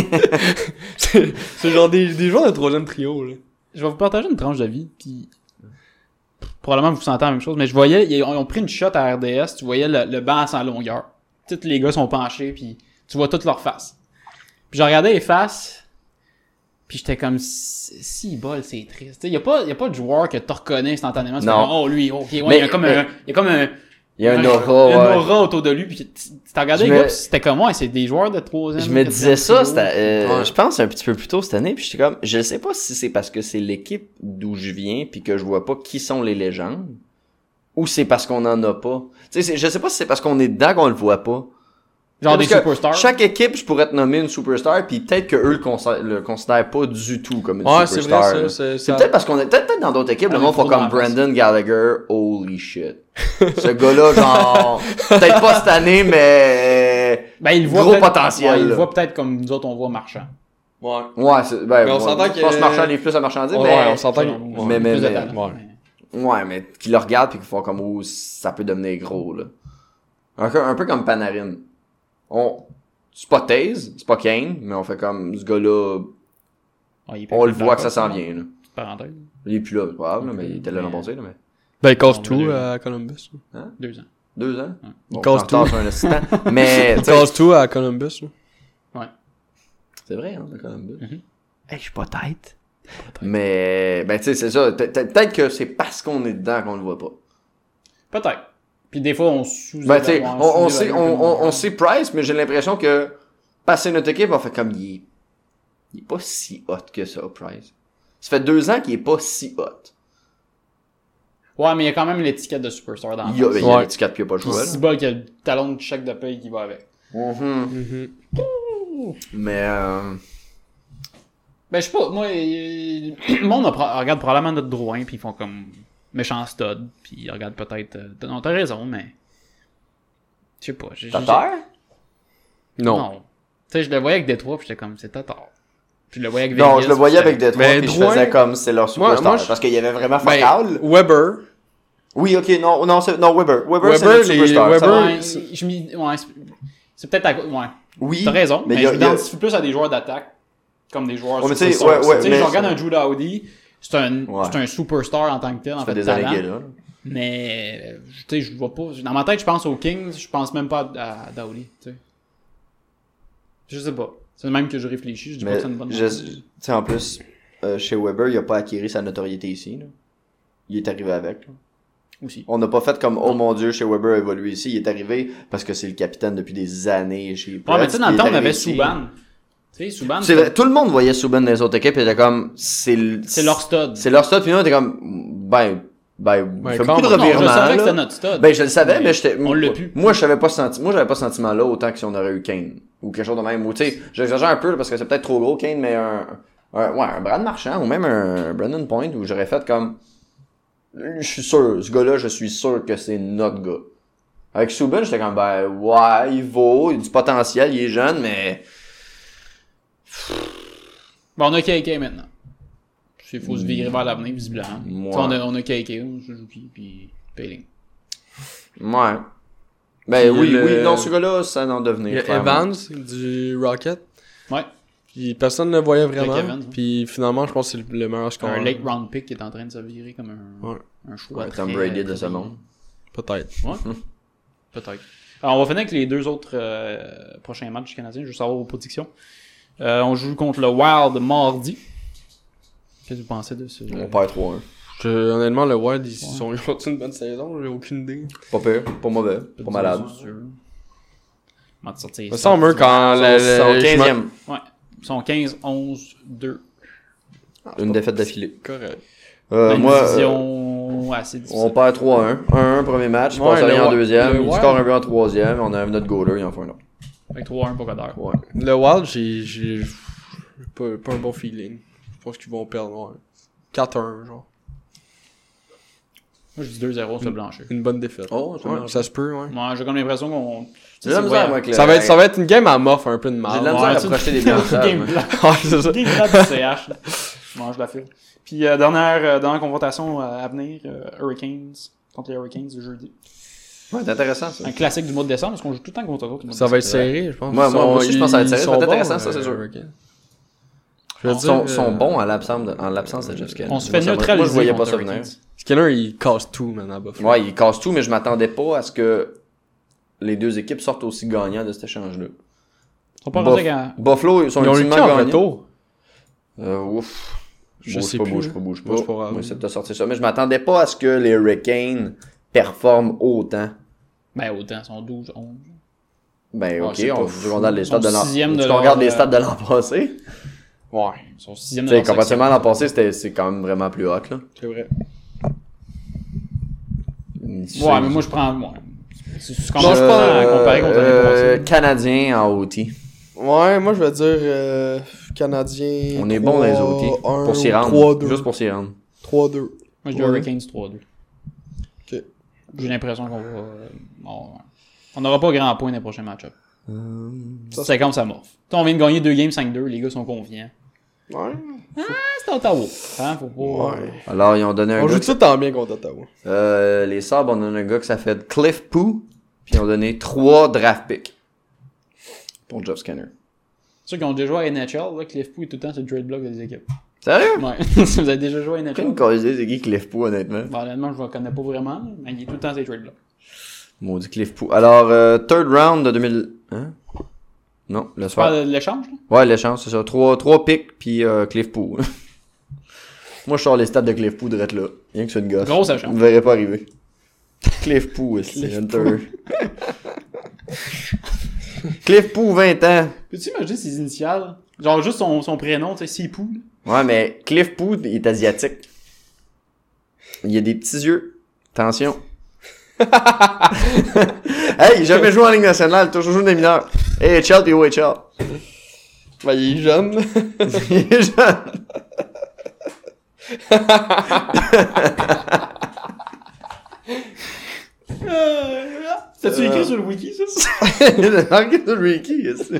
Speaker 3: c'est, c'est genre des, des joueurs de troisième trio, là.
Speaker 1: Je vais vous partager une tranche de vie, puis probablement vous sentez la même chose, mais je voyais, ils ont, ils ont pris une shot à R D S, tu voyais le, le banc à sa longueur. Tous les gars sont penchés, puis tu vois toutes leurs faces. Puis je regardais les faces, puis j'étais comme, si, si bol, c'est triste. Il y a pas, y a pas de joueur que tu reconnais instantanément. Tu
Speaker 2: Non.
Speaker 1: fais comme, oh lui, ok, ouais, il
Speaker 2: Mais-
Speaker 1: y a comme
Speaker 2: mais-
Speaker 1: un, il y a comme un,
Speaker 2: Il y a un
Speaker 1: un-
Speaker 2: aura,
Speaker 1: une
Speaker 2: ouais.
Speaker 1: aura autour de lui, puis tu tu regardais
Speaker 2: Je
Speaker 1: les
Speaker 2: me-
Speaker 1: gars, puis c'était comme, ouais, c'est des joueurs de troisième.
Speaker 2: Je me
Speaker 1: quatrième
Speaker 2: disais ça,
Speaker 1: trio.
Speaker 2: c'était, euh,
Speaker 3: Ouais.
Speaker 2: je pense un petit peu plus tôt cette année, puis j'étais comme, je sais pas si c'est parce que c'est l'équipe d'où je viens, puis que je vois pas qui sont les légendes, ou c'est parce qu'on en a pas. Tu sais, c'est- je sais pas si c'est parce qu'on est dedans qu'on le voit pas.
Speaker 1: Genre des
Speaker 2: Parce que
Speaker 1: superstars.
Speaker 2: Chaque équipe, je pourrais te nommer une superstar, puis peut-être que eux le, considèrent, le considèrent pas du tout comme une
Speaker 3: Ouais, c'est
Speaker 2: superstar.
Speaker 3: vrai,
Speaker 2: là.
Speaker 3: ça. C'est,
Speaker 2: C'est
Speaker 3: ça-
Speaker 2: peut-être parce qu'on est peut-être peut-être dans d'autres équipes, le
Speaker 1: Ah,
Speaker 2: monde
Speaker 1: il faut
Speaker 2: font comme
Speaker 1: dans la face.
Speaker 2: Brandon Gallagher, holy shit. Ce gars-là, genre, peut-être pas cette année, mais
Speaker 1: Ben, il voit
Speaker 2: gros
Speaker 1: peut-être-
Speaker 2: potentiel,
Speaker 1: ouais, il
Speaker 2: là.
Speaker 1: voit peut-être comme nous autres, on voit Marchand.
Speaker 3: Ouais.
Speaker 2: ouais, c'est, ben,
Speaker 3: Mais on
Speaker 2: moi,
Speaker 3: s'entend
Speaker 2: je pense
Speaker 3: que-
Speaker 2: que Marchand livre plus à marchandises,
Speaker 3: Ouais,
Speaker 2: mais,
Speaker 3: on s'entend.
Speaker 1: Selon
Speaker 3: que-
Speaker 1: nous,
Speaker 3: ouais.
Speaker 2: mais, mais,
Speaker 1: plus de
Speaker 2: mais-
Speaker 1: talent.
Speaker 3: ouais.
Speaker 2: ouais, mais qu'ils le regardent pis qu'ils font comme, oh, ça peut devenir gros, là. Un, peu- un peu comme Panarin. On, c'est pas Taze, c'est pas Kane, mais on fait comme, ce gars-là,
Speaker 1: Ouais, il est
Speaker 2: on
Speaker 1: plus
Speaker 2: le voit que ça
Speaker 1: Blackhawks,
Speaker 2: s'en vient, là.
Speaker 1: petite parenthèse.
Speaker 2: Il est plus là, c'est pas grave, là, mais il était là l'an
Speaker 1: Mais-
Speaker 2: passé, là, mais.
Speaker 3: Ben, il cause
Speaker 1: Non,
Speaker 3: tout
Speaker 1: mais-
Speaker 3: à Columbus.
Speaker 1: Deux ans.
Speaker 2: Deux ans?
Speaker 1: Ouais.
Speaker 2: Bon,
Speaker 3: Il cause
Speaker 2: j'en retard
Speaker 3: tout.
Speaker 2: sur un assistant. Mais,
Speaker 3: Il
Speaker 2: tu sais,
Speaker 3: cause tout à Columbus. là.
Speaker 2: c'est vrai, hein, de Columbus.
Speaker 1: Mhm.
Speaker 2: Hey, je suis pas tête. Mais, ben, tu sais, c'est ça. Pe- pe- Peut-être que c'est parce qu'on est dedans qu'on le voit pas.
Speaker 1: Peut-être. Puis des fois, on sous
Speaker 2: Ben, tu sais, on, on sait, on, on, on sait Price, mais j'ai l'impression que passer notre équipe, on fait comme, il est, il est pas si hot que ça, Price. Ça fait deux ans qu'il est pas si hot.
Speaker 1: Ouais, mais il y a quand même l'étiquette de superstar dans
Speaker 2: Il y a,
Speaker 1: le
Speaker 2: il y a
Speaker 3: Ouais.
Speaker 2: l'étiquette puis il y a pas le
Speaker 1: Puis
Speaker 2: choix,
Speaker 1: si
Speaker 2: là.
Speaker 1: bol qu'il y a le talon de chèque de paye qui va avec.
Speaker 2: Mhm.
Speaker 3: Mhm.
Speaker 2: Mais, euh,
Speaker 1: Ben, je sais pas, moi, il- le monde a- regarde probablement notre Drouin, puis ils font comme méchant stud, puis ils regardent peut-être... euh, non, t'as raison, mais... Je sais pas. j'ai- j'ai-
Speaker 2: Tatar?
Speaker 3: Non.
Speaker 1: Non. Tu sais, je le voyais avec Détroit, puis j'étais comme, c'est Tatar. Puis je le voyais avec
Speaker 2: Non,
Speaker 1: Vegas,
Speaker 2: je le voyais
Speaker 1: puis
Speaker 2: avec Detroit,
Speaker 3: Mais
Speaker 2: puis je
Speaker 3: Drouin-
Speaker 2: faisais comme c'est leur
Speaker 3: Moi-
Speaker 2: superstar.
Speaker 3: moi, je-
Speaker 2: Parce qu'il y avait vraiment
Speaker 3: Ben,
Speaker 2: Facal.
Speaker 3: Weber.
Speaker 2: Oui, ok, non, non, c'est, non, Weber. Weber, c'est
Speaker 3: Weber,
Speaker 2: notre
Speaker 3: les-
Speaker 2: superstar.
Speaker 3: Weber-
Speaker 2: ça.
Speaker 1: Ouais, je m'y- ouais, c'est- c'est peut-être à... Ouais,
Speaker 2: Oui.
Speaker 1: t'as raison, mais,
Speaker 2: mais il y a-
Speaker 1: je
Speaker 2: il y a-
Speaker 1: m'identifie plus à des joueurs d'attaque, comme des joueurs
Speaker 2: Ouais, mais tu sais,
Speaker 1: superstars.
Speaker 2: ouais, ouais,
Speaker 1: Tu sais,
Speaker 2: mais-
Speaker 1: je regarde un Drew Doughty, c'est un,
Speaker 2: Ouais.
Speaker 1: c'est un superstar en tant que tel, en
Speaker 2: Ça
Speaker 1: fait,
Speaker 2: fait des
Speaker 1: talent.
Speaker 2: années qu'il est là.
Speaker 1: Mais, euh, tu sais, je vois pas. Dans ma tête, je pense aux Kings, je pense même pas à, à Doughty, tu sais. Je sais pas. C'est le même que je réfléchis, je dis pas
Speaker 2: Mais,
Speaker 1: que c'est une bonne
Speaker 2: je-
Speaker 1: chose.
Speaker 2: tu sais, en plus, euh, chez Weber, il a pas acquis sa notoriété ici, là. Il est arrivé avec, là.
Speaker 1: Aussi.
Speaker 5: On n'a pas fait comme, oh mon dieu, chez Weber a évolué ici. Il est arrivé parce que c'est le capitaine depuis des années chez
Speaker 1: Ouais, mais tu sais, dans le
Speaker 5: Il est
Speaker 1: temps, on
Speaker 5: arrivé
Speaker 1: avait
Speaker 5: ici.
Speaker 1: Subban. Tu sais, Subban,
Speaker 5: C'est vrai, tout le monde voyait Subban dans les autres équipes et était comme, c'est le-
Speaker 1: c'est leur stud.
Speaker 5: C'est leur stud, puis nous, on était comme, ben, ben,
Speaker 3: Ben,
Speaker 5: fait
Speaker 3: quand
Speaker 5: beaucoup de
Speaker 3: même.
Speaker 1: Non, je
Speaker 5: revirements,
Speaker 1: savais que
Speaker 5: là.
Speaker 1: c'était notre stud.
Speaker 5: Ben, je le savais,
Speaker 1: Mais
Speaker 5: mais j'étais,
Speaker 1: on l'a pu.
Speaker 5: Moi, je savais pas ce senti, moi, j'avais pas ce sentiment-là autant que si on aurait eu Kane. Ou quelque chose de même. Ou, tu sais, j'exagère un peu, là, parce que c'est peut-être trop gros, Kane, mais un, un, ouais, un Brad Marchand, ou même un Brandon Point, où j'aurais fait comme, je suis sûr, ce gars-là, je suis sûr que c'est notre gars. Avec Subban, j'étais comme, ben, ouais, il vaut, il a du potentiel, il est jeune, mais,
Speaker 1: Bon, on a K K maintenant. Il faut se virer vers l'avenir, visiblement.
Speaker 5: Ouais.
Speaker 1: Tu sais, On a, on a K K, Suzuki, puis Payling.
Speaker 5: ouais. Ben,
Speaker 3: Puis
Speaker 5: oui,
Speaker 3: le-
Speaker 5: oui, non, ce gars-là, ça n'en
Speaker 3: Il
Speaker 5: devenait.
Speaker 3: y a
Speaker 5: clairement.
Speaker 3: Evans du Rocket.
Speaker 1: Ouais.
Speaker 3: Puis personne ne le voyait vraiment.
Speaker 1: Evans, hein.
Speaker 3: Puis finalement, je pense que c'est le, le meilleur score.
Speaker 1: Un late round pick qui est en train de se virer comme un,
Speaker 3: Ouais.
Speaker 1: un choix.
Speaker 5: Ouais,
Speaker 1: très,
Speaker 5: Tom Brady de
Speaker 1: très
Speaker 5: ce
Speaker 1: bien.
Speaker 5: monde.
Speaker 3: Peut-être.
Speaker 1: Ouais. Peut-être. Alors, on va finir avec les deux autres euh, prochains matchs du Canadien. Je veux savoir vos prédictions. Euh, on joue contre le Wild mardi. Qu'est-ce que vous pensez de ce jeu?
Speaker 5: On perd trois un.
Speaker 3: Je, honnêtement, le Wild, ils sont ils ont une bonne saison. J'ai aucune idée.
Speaker 5: Pas pire, pas mauvais, pas malade.
Speaker 1: On va te sortir
Speaker 3: Ça semble quand
Speaker 5: Ils
Speaker 3: le,
Speaker 5: sont
Speaker 3: le-
Speaker 5: quinzième.
Speaker 1: Ouais. Ils sont quinze, onze, deux.
Speaker 5: Une défaite d'affilée.
Speaker 3: Correct.
Speaker 5: Euh,
Speaker 1: Une
Speaker 5: moi, euh,
Speaker 1: division assez difficile.
Speaker 5: on perd trois un. un un premier match, il
Speaker 3: Ouais,
Speaker 5: passe
Speaker 3: le
Speaker 5: rien en
Speaker 3: Wi-
Speaker 5: deuxième,
Speaker 3: le
Speaker 5: il
Speaker 3: Wild-
Speaker 5: score un but en troisième, on a notre goaler, il en fait un autre.
Speaker 1: Avec trois un pour Godard.
Speaker 5: Ouais.
Speaker 3: Le Wild, j'ai, j'ai, j'ai pas, pas un bon feeling. Je pense qu'ils vont perdre, ouais. quatre un, genre.
Speaker 1: Moi, je dis deux zéro sur le plancher.
Speaker 3: Une bonne défaite.
Speaker 5: Oh, c'est
Speaker 3: Ouais,
Speaker 5: bien.
Speaker 3: ça se peut, ouais.
Speaker 1: Moi, j'ai comme l'impression qu'on.
Speaker 5: J'ai de la misère, moi, avec le-
Speaker 3: Ça va être, ça va être une game à mof un peu de mal.
Speaker 5: J'ai de la
Speaker 1: Ouais,
Speaker 5: misère à
Speaker 1: tu-
Speaker 5: projeter des biens.
Speaker 1: Game plat.
Speaker 3: Ouais, c'est ça.
Speaker 1: Game plat du C H. là. Je mange la file. Puis, euh, dernière, euh, dernière confrontation euh, à venir, euh, Hurricanes contre les Hurricanes le jeudi.
Speaker 5: Ouais, c'est intéressant, ça.
Speaker 1: Un classique du mois de décembre, parce qu'on joue tout le temps contre eux autres. le mois de
Speaker 3: Ça va être
Speaker 1: décembre.
Speaker 3: serré, je pense.
Speaker 5: Moi-
Speaker 3: Ils
Speaker 5: moi
Speaker 3: sont-
Speaker 5: aussi, je pense que ça va être serré.
Speaker 3: ils
Speaker 5: Ça va être
Speaker 3: sont
Speaker 5: intéressant,
Speaker 3: bons,
Speaker 5: ça, c'est
Speaker 3: euh,
Speaker 5: sûr.
Speaker 3: Hurricanes. Je veux
Speaker 5: Ils
Speaker 3: dire,
Speaker 5: sont, sont
Speaker 3: euh,
Speaker 5: bons en l'absence de, en l'absence de Jeff Skinner.
Speaker 1: On se fait
Speaker 5: Moi, ça me-
Speaker 1: neutraliser.
Speaker 5: Moi, je voyais pas
Speaker 1: contre
Speaker 5: ça
Speaker 1: Hurricanes.
Speaker 5: venir.
Speaker 3: Skinner, il casse tout, man, à Buffalo.
Speaker 5: Ouais, il casse tout, mais je m'attendais pas à ce que les deux équipes sortent aussi gagnants de cet échange-là.
Speaker 1: Ils sont pas
Speaker 5: Buff-
Speaker 1: rendus à.
Speaker 5: Buffalo, ils sont
Speaker 3: Ils ont eu
Speaker 5: ultimement
Speaker 3: qui en
Speaker 5: gagnants.
Speaker 3: retour?
Speaker 5: Euh, ouf.
Speaker 3: Je
Speaker 5: bouge
Speaker 3: sais
Speaker 5: pas,
Speaker 3: plus,
Speaker 5: bouge
Speaker 3: hein.
Speaker 5: pas, bouge pas.
Speaker 3: Bouge pas,
Speaker 5: Moi,
Speaker 3: ouais.
Speaker 5: c'est de sortir ça. Mais je m'attendais pas à ce que les Hurricanes performent autant.
Speaker 1: Ben, autant, ils sont douze, onze.
Speaker 5: Ben,
Speaker 1: Ouais,
Speaker 5: ok,
Speaker 1: c'est
Speaker 5: on
Speaker 1: pas
Speaker 5: veut
Speaker 1: fou.
Speaker 5: qu'on regarde les
Speaker 1: Ils
Speaker 5: stats
Speaker 1: sont
Speaker 5: de l'an
Speaker 1: sixième de
Speaker 5: Tu
Speaker 1: leur,
Speaker 5: regarde les
Speaker 1: euh,
Speaker 5: stats de l'an passé.
Speaker 3: Ouais,
Speaker 1: Ils sont sixième
Speaker 5: Tu
Speaker 1: de
Speaker 5: sais,
Speaker 1: leur section.
Speaker 5: comparativement à l'an passé, c'était, c'est quand même vraiment plus hot, là.
Speaker 3: c'est vrai.
Speaker 1: Ouais, mais moi, je prends. Ouais. C'est c'est quand
Speaker 3: Non,
Speaker 1: même
Speaker 3: je
Speaker 1: pas
Speaker 3: pense,
Speaker 1: à comparer contre l'année
Speaker 5: Euh,
Speaker 1: passée.
Speaker 5: Canadien en O T.
Speaker 3: Ouais, moi, je vais dire euh, Canadien.
Speaker 5: On est bon dans les O T. Pour s'y rendre.
Speaker 3: trois deux.
Speaker 5: Juste pour s'y rendre.
Speaker 3: trois deux.
Speaker 1: Moi, je dis
Speaker 3: Ouais.
Speaker 1: Hurricanes trois deux.
Speaker 3: Ok.
Speaker 1: J'ai l'impression qu'on va. euh, bon, ouais. On n'aura pas grand point dans les prochains match-ups. C'est comme ça morphe. T'sais, on vient de gagner deux games cinq deux, les gars sont confiants.
Speaker 3: Ouais.
Speaker 1: C'est Ottawa. Hein, faut pas.
Speaker 3: Ouais.
Speaker 5: Alors, ils ont donné un
Speaker 3: On
Speaker 5: gars
Speaker 3: joue
Speaker 5: qui-
Speaker 3: tout le temps bien contre Ottawa.
Speaker 5: Euh, les Sabres, on a un gars qui s'appelle Cliff Poo, puis ils ont donné trois draft picks pour Jeff Skinner.
Speaker 1: Ceux qui ont déjà joué à N H L, là, Cliff Pou est tout le temps sur le trade block des équipes.
Speaker 5: Sérieux?
Speaker 1: Ouais. Si vous avez déjà joué à N H
Speaker 5: Aucune
Speaker 1: L.
Speaker 5: cause c'est qui Cliff Poo, honnêtement.
Speaker 1: Bon, honnêtement, je ne le connais pas vraiment, mais il est tout le temps sur les trade blocks.
Speaker 5: Maudit Cliff Poo. Alors, euh, third round de deux mille... Hein? Non, le
Speaker 1: Tu
Speaker 5: soir.
Speaker 1: parles de l'échange, là?
Speaker 5: Ouais, l'échange, c'est ça. Trois, trois picks, puis euh, Cliff Poo. Moi, je sors les stats de Cliff Poo direct là. Rien que c'est une gosse.
Speaker 1: Gros échange.
Speaker 5: Vous ne verrez pas arriver. Cliff Poo, c'est Hunter. Cliff Poo, vingt ans.
Speaker 1: Peux-tu imaginer ses initiales? Genre juste son, son prénom, tu sais, Sipou.
Speaker 5: Ouais, mais Cliff Poo, il est asiatique. Il a des petits yeux. Attention. Hey, il a jamais joué en Ligue nationale, toujours joué dans les mineurs. Hey, H L puis O H L.
Speaker 3: Ben, il est jeune.
Speaker 5: Il est jeune.
Speaker 1: T'as-tu écrit sur le wiki, ça?
Speaker 5: Il a marqué sur Ricky, ici.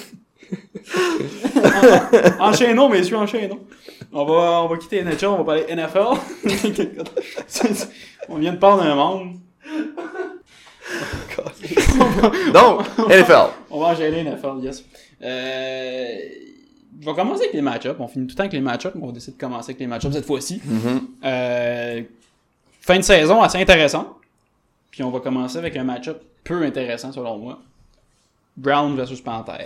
Speaker 1: Enchaînons, messieurs, enchaînons. On va, on va quitter N H L, on va parler N F L. On vient de parler d'un monde.
Speaker 5: Donc, N F L.
Speaker 1: On va enchaîner N F L, yes. Euh, je vais commencer avec les match-ups. On finit tout le temps avec les match-ups, mais on va décider de commencer avec les match-ups cette fois-ci. Euh, fin de saison assez intéressant. Puis on va commencer avec un match-up peu intéressant selon moi. Brown versus Panther.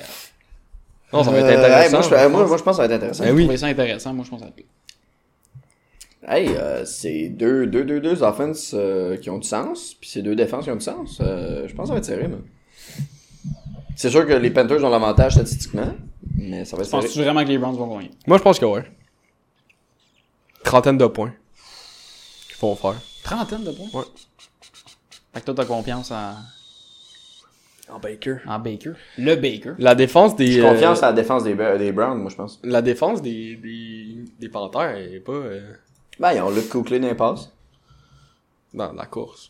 Speaker 3: Non, ça va être
Speaker 5: Euh, hey,
Speaker 3: intéressant.
Speaker 5: moi, je, moi, moi, je pense que ça va être intéressant.
Speaker 3: Ben
Speaker 1: Vous
Speaker 3: oui.
Speaker 1: trouvez ça intéressant? Moi, je pense que ça va être...
Speaker 5: Hey, euh, c'est deux, deux, deux, deux offenses euh, qui ont du sens, puis c'est deux défenses qui ont du sens. Euh, je pense que ça va être serré, moi. C'est sûr que les Panthers ont l'avantage statistiquement, mais ça va être serré.
Speaker 1: Penses-tu vraiment que les Browns vont gagner?
Speaker 3: Moi, je pense que ouais. Trentaine de points. Qu'ils vont faire.
Speaker 1: Trentaine de points?
Speaker 3: Ouais.
Speaker 1: Fait que toi, t'as confiance en,
Speaker 3: En Baker.
Speaker 1: en Baker. Le Baker.
Speaker 3: La défense des...
Speaker 5: J'ai confiance
Speaker 3: euh,
Speaker 5: à la défense des, des Browns, moi, je pense.
Speaker 3: La défense des, des, des Panthers est pas euh,
Speaker 5: Ben, ils ont Luke Kuechly dans les passes.
Speaker 3: dans la course.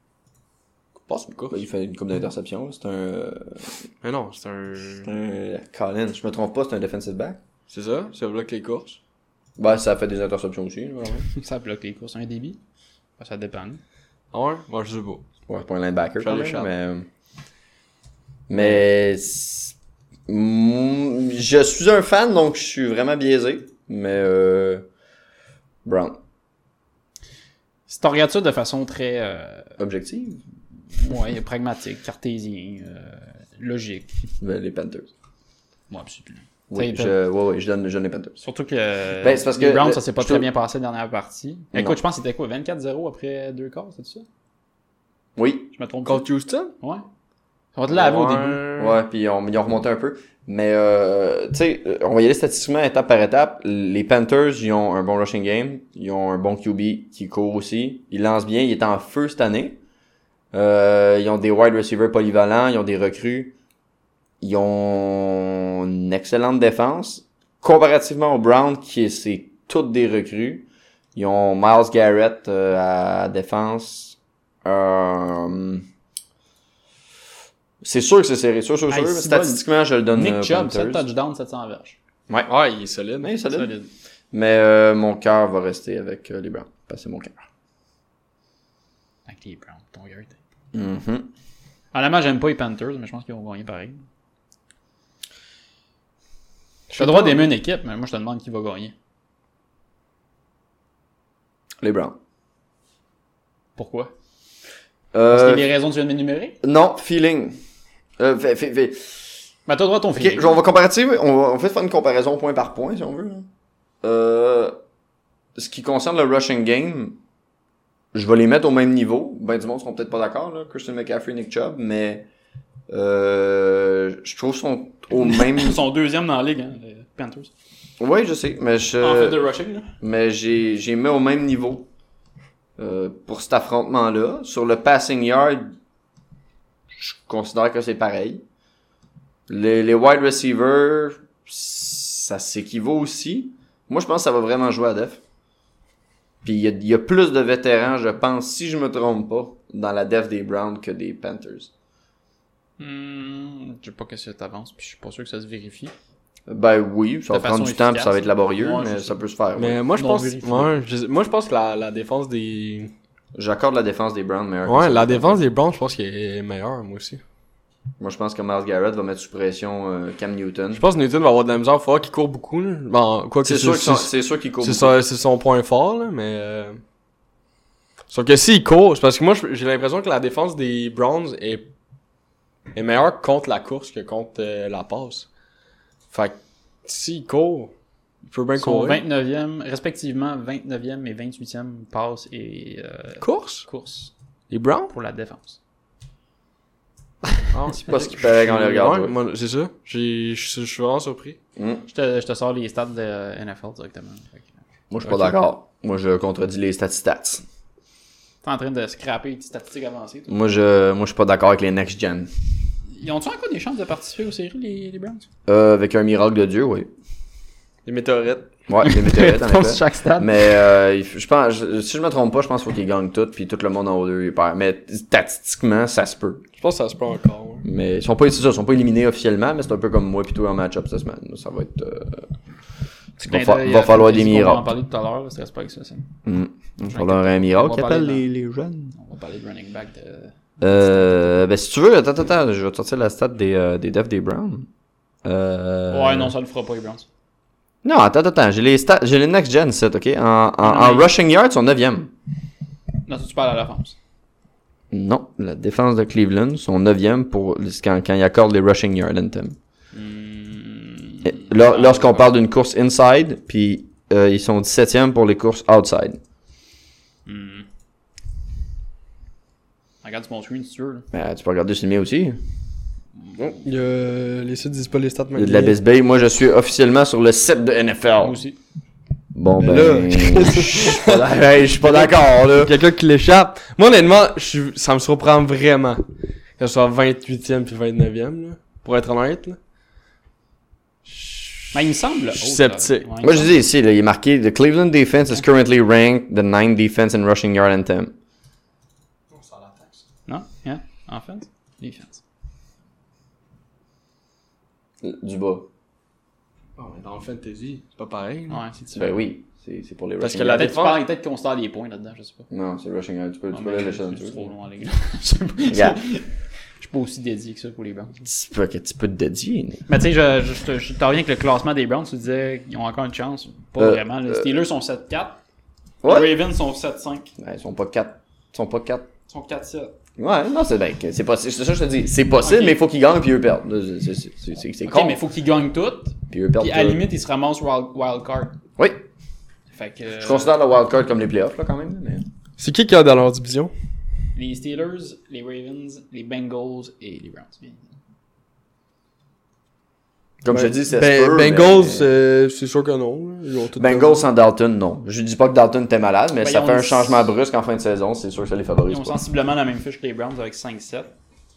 Speaker 3: Passe une course.
Speaker 5: Ben, il fait une coupe d'interception. C'est un... euh,
Speaker 3: Mais non, c'est un...
Speaker 5: c'est un... Colin, je me trompe pas, c'est un defensive back.
Speaker 3: C'est ça, ça bloque les courses.
Speaker 5: Ben, ça fait des interceptions aussi. Là, ouais,
Speaker 1: Ça bloque les courses. Un débit? Ben, ça dépend.
Speaker 3: Ah ouais? Moi, je sais pas.
Speaker 5: ouais c'est pas un linebacker
Speaker 3: Charlie
Speaker 5: quand même,
Speaker 3: Sharp.
Speaker 5: mais... Mais... c'est- Mm, je suis un fan, donc je suis vraiment biaisé. Mais... Euh... Brown.
Speaker 1: Si tu regardes ça de façon très euh,
Speaker 5: Objective?
Speaker 1: ouais, pragmatique, cartésien, euh, logique.
Speaker 5: Ben, les Panthers.
Speaker 1: Moi, absolument.
Speaker 5: Oui,
Speaker 1: T'sais,
Speaker 5: je, ouais, ouais, je donne, je donne les Panthers.
Speaker 1: Surtout que euh,
Speaker 5: Ben, c'est parce
Speaker 1: les
Speaker 5: que
Speaker 1: Browns,
Speaker 5: le-
Speaker 1: ça s'est pas
Speaker 5: je
Speaker 1: très
Speaker 5: te-
Speaker 1: bien passé la dernière partie.
Speaker 5: Non.
Speaker 1: Écoute, je pense que c'était quoi? vingt-quatre zéro après deux quarts, c'est ça?
Speaker 5: Oui.
Speaker 1: Je me trompe
Speaker 3: Contre Houston?
Speaker 1: pas? Ouais. Ça va te laver au début.
Speaker 5: Ouais, puis ils ont, ils ont remonté un peu. Mais, euh, tu sais, on va y aller statistiquement étape par étape. Les Panthers, ils ont un bon rushing game. Ils ont un bon Q B qui court aussi. Ils lancent bien. Ils étaient en feu cette année. Euh, ils ont des wide receivers polyvalents. Ils ont des recrues. Ils ont une excellente défense. Comparativement aux Browns, qui c'est toutes des recrues. Ils ont Myles Garrett euh, à défense. Euh... C'est sûr que c'est serré, sûr, sûr, sûr.
Speaker 1: Hey,
Speaker 5: mais
Speaker 1: si
Speaker 5: statistiquement, je le donne
Speaker 1: Nick
Speaker 5: euh,
Speaker 1: Chubb,
Speaker 5: Panthers.
Speaker 1: sept touchdowns, sept cents verges.
Speaker 5: Ouais.
Speaker 3: Ouais, il est solide.
Speaker 5: Oui, solide.
Speaker 1: Solide.
Speaker 5: Mais euh, mon cœur va rester avec euh, les Browns. Parce que c'est mon cœur.
Speaker 1: Avec les Browns, ton cœur. t'es-
Speaker 5: Mhm.
Speaker 1: Honnêtement, j'aime pas les Panthers, mais je pense qu'ils vont gagner pareil. Je le droit d'aimer une équipe, mais moi, je te demande qui va gagner.
Speaker 5: Les Browns.
Speaker 1: Pourquoi? Parce
Speaker 5: Euh,
Speaker 1: qu'il y a les raisons que tu viens de m'énumérer?
Speaker 5: non, feeling. Euh, fait, fait, fait.
Speaker 1: Ben, t'as le droit à ton
Speaker 5: Ok,
Speaker 1: feeling.
Speaker 5: on va comparative, on va, on va faire une comparaison point par point, si on veut. là. Euh, ce qui concerne le rushing game, je vais les mettre au même niveau. Ben, du monde seront peut-être pas d'accord, là, Christian McCaffrey, Nick Chubb, mais euh, je trouve qu'ils sont au même...
Speaker 1: Ils sont deuxième dans la ligue, hein, les Panthers.
Speaker 5: Oui, je sais, mais je...
Speaker 1: En fait de rushing, là.
Speaker 5: mais j'ai j'ai mis au même niveau euh, pour cet affrontement-là. Sur le passing yard, je considère que c'est pareil. Les, les wide receivers, ça s'équivaut aussi. Moi, je pense que ça va vraiment jouer à def. Puis il y a, il y a plus de vétérans, je pense, si je me trompe pas, dans la def des Browns que des Panthers.
Speaker 1: Hmm, je sais pas que ça t'avance, puis je suis pas sûr que ça se vérifie.
Speaker 5: Ben oui, ça
Speaker 1: De
Speaker 5: va prendre
Speaker 1: façon
Speaker 5: du temps puis ça va
Speaker 1: efficace.
Speaker 5: être laborieux,
Speaker 1: Ouais,
Speaker 5: mais
Speaker 1: c'est
Speaker 5: ça
Speaker 1: ça.
Speaker 5: peut se faire.
Speaker 3: Mais
Speaker 5: ouais.
Speaker 3: moi, je
Speaker 1: Non
Speaker 3: pense...
Speaker 1: vérifié.
Speaker 3: Ouais, je- moi, je pense que la, la défense des...
Speaker 5: J'accorde la défense des Browns meilleure. que
Speaker 3: Ouais,
Speaker 5: celle
Speaker 3: la
Speaker 5: des
Speaker 3: défense des Browns, je pense qu'elle est meilleure, moi aussi.
Speaker 5: Moi, je pense que Myles Garrett va mettre sous pression euh, Cam Newton.
Speaker 3: Je pense que Newton va avoir de la misère, il va falloir qu'il court beaucoup, là. Bon, quoi que
Speaker 5: C'est
Speaker 3: c'est
Speaker 5: sûr qu'il
Speaker 3: c'est-
Speaker 5: c'est sûr qu'il court
Speaker 3: c'est
Speaker 5: beaucoup.
Speaker 3: ça- c'est son point fort, là, mais... Euh... Sauf que s'il court, c'est parce que moi, je- j'ai l'impression que la défense des Browns est, est meilleure contre la course que contre euh, la passe. Fait que s'il court, il peut bien
Speaker 1: Ils sont
Speaker 3: courir.
Speaker 1: vingt-neuvième, respectivement vingt-neuvième et vingt-huitième passe et euh,
Speaker 3: Course?
Speaker 1: course
Speaker 3: Les Browns?
Speaker 1: pour la défense.
Speaker 3: Ah,
Speaker 5: C'est pas ce qui paraît quand on les regarde.
Speaker 3: Ouais,
Speaker 5: ouais.
Speaker 3: moi, c'est ça. J'ai- Je je suis vraiment surpris.
Speaker 5: Mm.
Speaker 1: Je te, je te sors les stats de euh, N F L directement. Fait que,
Speaker 5: Moi, je suis
Speaker 3: Ok.
Speaker 5: pas d'accord. Moi, je contredis les statistats.
Speaker 1: T'es en train de scraper les petites statistiques avancées. toi.
Speaker 5: Moi, je, moi, je suis pas d'accord avec les next gen.
Speaker 1: Ils ont-tu encore des chances de participer aux séries, les, les Browns?
Speaker 5: Euh, avec un miracle de Dieu, oui.
Speaker 3: Les météorites.
Speaker 5: Ouais, les météorites, en effet.
Speaker 1: chaque stade.
Speaker 5: Mais euh, il f- je pense, je- si je me trompe pas, je pense qu'il faut qu'ils gagnent tout, puis tout le monde en haut d'eux, il perd. Mais statistiquement, ça se peut.
Speaker 3: Je pense que ça se peut encore. Ouais.
Speaker 5: Mais ils sont pas, c'est ça, ils sont pas éliminés officiellement, mais c'est un peu comme moi puis toi en match-up cette semaine. Ça va être. Euh... Va, fa- va falloir des
Speaker 1: On va en
Speaker 5: miracles.
Speaker 1: parler tout à l'heure, là, stresse pas avec ça. ça.
Speaker 5: Mm. Il va falloir un miracle
Speaker 1: On va
Speaker 5: qui
Speaker 1: parler
Speaker 5: appelle
Speaker 1: dans-
Speaker 5: les, les jeunes.
Speaker 1: On va parler de running back de...
Speaker 5: Euh, ben si tu veux, attends, attends, attends, je vais te sortir la stat des, euh, des devs des Browns. Euh...
Speaker 1: Ouais, non, ça le fera pas, les Browns.
Speaker 5: Non, attends, attends, attends, j'ai les stats, j'ai les next gen set, ok? En, en,
Speaker 1: Non,
Speaker 5: en
Speaker 1: mais-
Speaker 5: rushing yards, ils sont neuvième.
Speaker 1: Non, tu parles à la défense.
Speaker 5: Non, la défense de Cleveland sont neuvième pour quand, quand ils accordent les rushing yards, Anthem.
Speaker 1: Hmm...
Speaker 5: Et lor- Lorsqu'on parle d'une course inside, puis
Speaker 2: euh, ils sont dix-septième pour les courses outside.
Speaker 1: Hmm. Regarde mon screen, si tu veux. Là.
Speaker 2: Ben, tu peux regarder sur le mien aussi.
Speaker 3: Il y a... Les sites disent pas les stats
Speaker 2: Il y a de la
Speaker 3: maintenant.
Speaker 2: Best Bay. Moi, je suis officiellement sur le site de N F L.
Speaker 1: Moi aussi.
Speaker 2: Bon, ben,
Speaker 3: Là-
Speaker 2: je suis pas d'ac- hey, je suis pas d'accord, là.
Speaker 3: Quelqu'un qui l'échappe. Moi, honnêtement, je suis... ça me surprend vraiment. Que ce soit vingt-huitième puis vingt-neuvième, là. Pour être honnête, là.
Speaker 1: Mais il me semble.
Speaker 3: Je suis
Speaker 1: haut,
Speaker 3: sceptique.
Speaker 1: là. Ouais, il
Speaker 2: Moi,
Speaker 1: me
Speaker 2: je dis ici, là, il est marqué The Cleveland defense is currently ranked the ninth defense in rushing yard and temp.
Speaker 1: Non? Yeah? Offense? Defense.
Speaker 2: Du bas.
Speaker 3: Oh, mais dans le fantasy, c'est pas pareil. là.
Speaker 1: Ouais, c'est différent.
Speaker 2: Ben oui, c'est c'est pour les
Speaker 3: Parce
Speaker 2: rushing
Speaker 3: que la
Speaker 2: yards.
Speaker 1: Peut-être
Speaker 3: défense-
Speaker 1: qu'il parle- peut-être qu'on considère des points là-dedans, je sais pas.
Speaker 2: Non, c'est rushing yard. Tu peux, tu
Speaker 1: Ah,
Speaker 2: peux
Speaker 1: mais
Speaker 2: aller
Speaker 1: c'est
Speaker 2: là-dessus.
Speaker 1: c'est trop loin, les gars. Je sais pas.
Speaker 2: Regarde.
Speaker 1: Je suis pas aussi dédié que ça pour les Browns.
Speaker 2: Tu peux, que tu peux te dédier.
Speaker 1: Mais tu sais, je, je, je, je t'en reviens avec le classement des Browns, tu disais qu'ils ont encore une chance. Pas
Speaker 2: Euh,
Speaker 1: vraiment. Les
Speaker 2: euh,
Speaker 1: Steelers sont sept quatre.
Speaker 2: Ouais.
Speaker 1: Les Ravens sont sept cinq.
Speaker 2: Ben, ils sont pas quatre. Ils sont pas quatre.
Speaker 1: Ils sont quatre sept.
Speaker 2: Ouais, non, c'est ben, c'est possible. C'est ça que je te dis. C'est possible,
Speaker 1: Ok.
Speaker 2: mais il faut qu'ils gagnent puis eux perdent. Là, c'est- c'est- C'est c'est- c'est
Speaker 1: Ok,
Speaker 2: con.
Speaker 1: mais il faut qu'ils gagnent toutes.
Speaker 2: Puis eux perdent.
Speaker 1: Puis à la
Speaker 2: tout.
Speaker 1: limite, ils se ramassent wild, wild card.
Speaker 2: Oui.
Speaker 1: Fait que.
Speaker 2: Je considère le wild card comme les playoffs, là, quand même. Mais...
Speaker 3: C'est qui qui a dans leur division?
Speaker 1: Les Steelers, les Ravens, les Bengals et les Browns. Bien.
Speaker 2: Comme je te dis, c'est
Speaker 3: ben,
Speaker 2: Spurs,
Speaker 3: Bengals,
Speaker 2: mais-
Speaker 3: euh, c'est sûr que non. là. Ils ont tout
Speaker 2: Bengals sans Dalton, non. Je dis pas que Dalton était malade, mais
Speaker 1: Ben,
Speaker 2: ça
Speaker 1: ils
Speaker 2: fait
Speaker 1: ont
Speaker 2: un
Speaker 1: une-
Speaker 2: changement brusque en fin de saison. C'est sûr que ça les favorise
Speaker 1: Ils ont
Speaker 2: pas.
Speaker 1: sensiblement la même fiche que les Browns avec cinq sept.